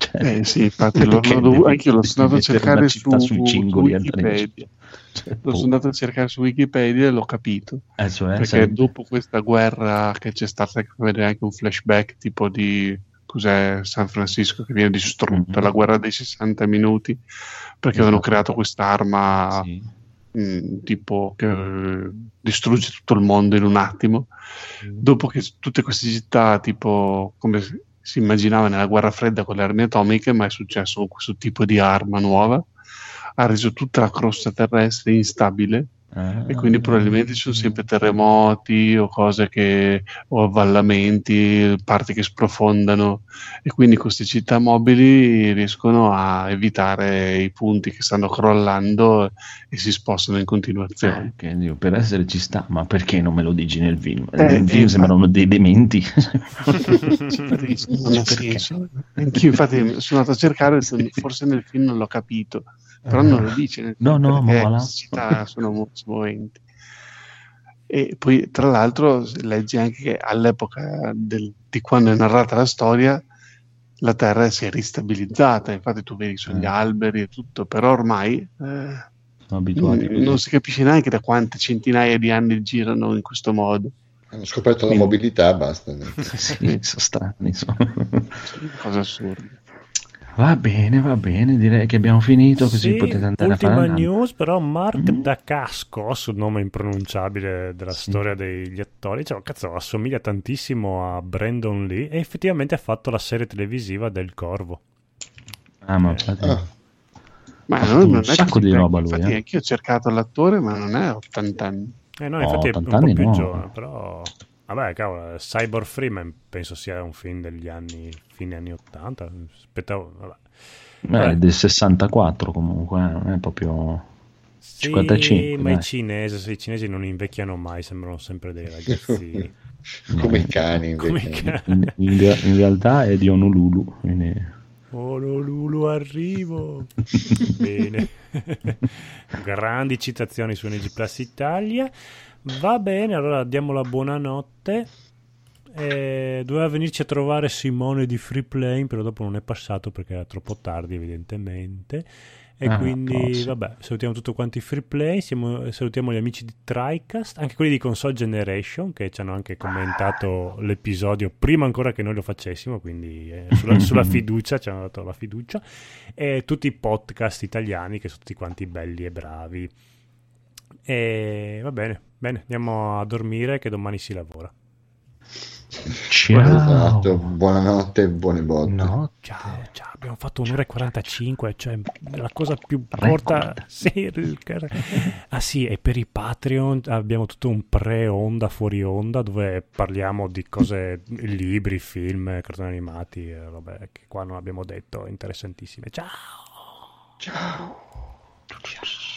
Cioè, Eh sì, infatti l'ho, perché l'ho dovu- devi- anche io l'ho devi sono andato a mettere cercare una su, città sui su cingoli andare in Wikipedia. Cina. Cioè, Lo boh. sono andato a cercare su Wikipedia e l'ho capito. Eh, cioè, Perché sarebbe- dopo questa guerra che c'è stata, che vede anche un flashback tipo di cos'è San Francisco che viene distrutta, Mhm. la guerra dei sessanta minuti, perché avevano Esatto. creato quest'arma Sì. mh, tipo che eh, distrugge tutto il mondo in un attimo. Dopo che s- tutte queste città, tipo come si si immaginava nella guerra fredda con le armi atomiche, ma è successo con questo tipo di arma nuova, ha reso tutta la crosta terrestre instabile. Ah. E quindi probabilmente ci sono sempre terremoti o cose che o avvallamenti, parti che sprofondano, e quindi queste città mobili riescono a evitare i punti che stanno crollando e si spostano in continuazione. Eh, che Dio, per essere ci sta, ma perché non me lo dici nel film? Eh, nel film eh, sembrano dei dementi. Infatti, non ha Perché? senso. Anch'io infatti sono andato a cercare, ho detto, forse nel film non l'ho capito, però non lo dice nel No, film, no, ma perché va là. queste città sono molto smoventi. E poi tra l'altro leggi anche che all'epoca del- di quando è narrata la storia la terra si è ristabilizzata, infatti tu vedi sugli Eh. alberi e tutto, però ormai eh, Sono abituati mm, così. non si capisce neanche da quante centinaia di anni girano in questo modo. Hanno scoperto la Quindi- mobilità, basta. Sì, sono strani. sono- Sono cose assurde. Va bene, va bene, direi che abbiamo finito, così Sì, potete andare a ultima fare un'altra. news, però Mark Mm. Dacascos, nome impronunciabile della Sì. storia degli attori, cioè, cazzo, assomiglia tantissimo a Brandon Lee e effettivamente ha fatto la serie televisiva del Corvo. Ah, ma infatti... Ah, Ma Ha non, fatto un non è sacco così di vecchio, roba lui, infatti eh. anch'io ho cercato l'attore, ma non è ottanta anni. Eh no, No, infatti è un ottanta po' anni più no. giovane, però... Vabbè, cavolo, Cyborg Freeman penso sia un film degli anni, fine anni ottanta, aspettavo, vabbè. Beh, Vabbè. è del sessantaquattro comunque, eh, non è proprio... Sì, cinquantacinque, ma i dai. cinesi, se i cinesi non invecchiano mai, sembrano sempre dei ragazzini. come i cani Come i invece. cani. In, in rea- in realtà è di Honolulu, quindi... Oh Lulu, arrivo. Bene. Grandi citazioni su N G Plus Italia. Va bene, allora diamo la buonanotte. Eh, doveva venirci a trovare Simone di Freeplane, però dopo non è passato perché era troppo tardi, evidentemente. E Ah, quindi, no, sì. vabbè, salutiamo tutti quanti i Freeplay, siamo- salutiamo gli amici di TriCast, anche quelli di Console Generation, che ci hanno anche commentato l'episodio prima ancora che noi lo facessimo, quindi eh, sulla, sulla fiducia, ci hanno dato la fiducia, e tutti i podcast italiani, che sono tutti quanti belli e bravi. E va bene, bene, andiamo a dormire che domani si lavora. Ciao! Esatto, buonanotte e buone botte. No, Ciao, ciao, abbiamo fatto un'ora e quarantacinque, cioè la cosa più Record. corta. Sì, il- ah sì, e per i Patreon abbiamo tutto un pre-onda, fuori onda, dove parliamo di cose, libri, film, cartoni animati, eh, robe che qua non abbiamo detto, interessantissime. Ciao! Ciao. Ciao.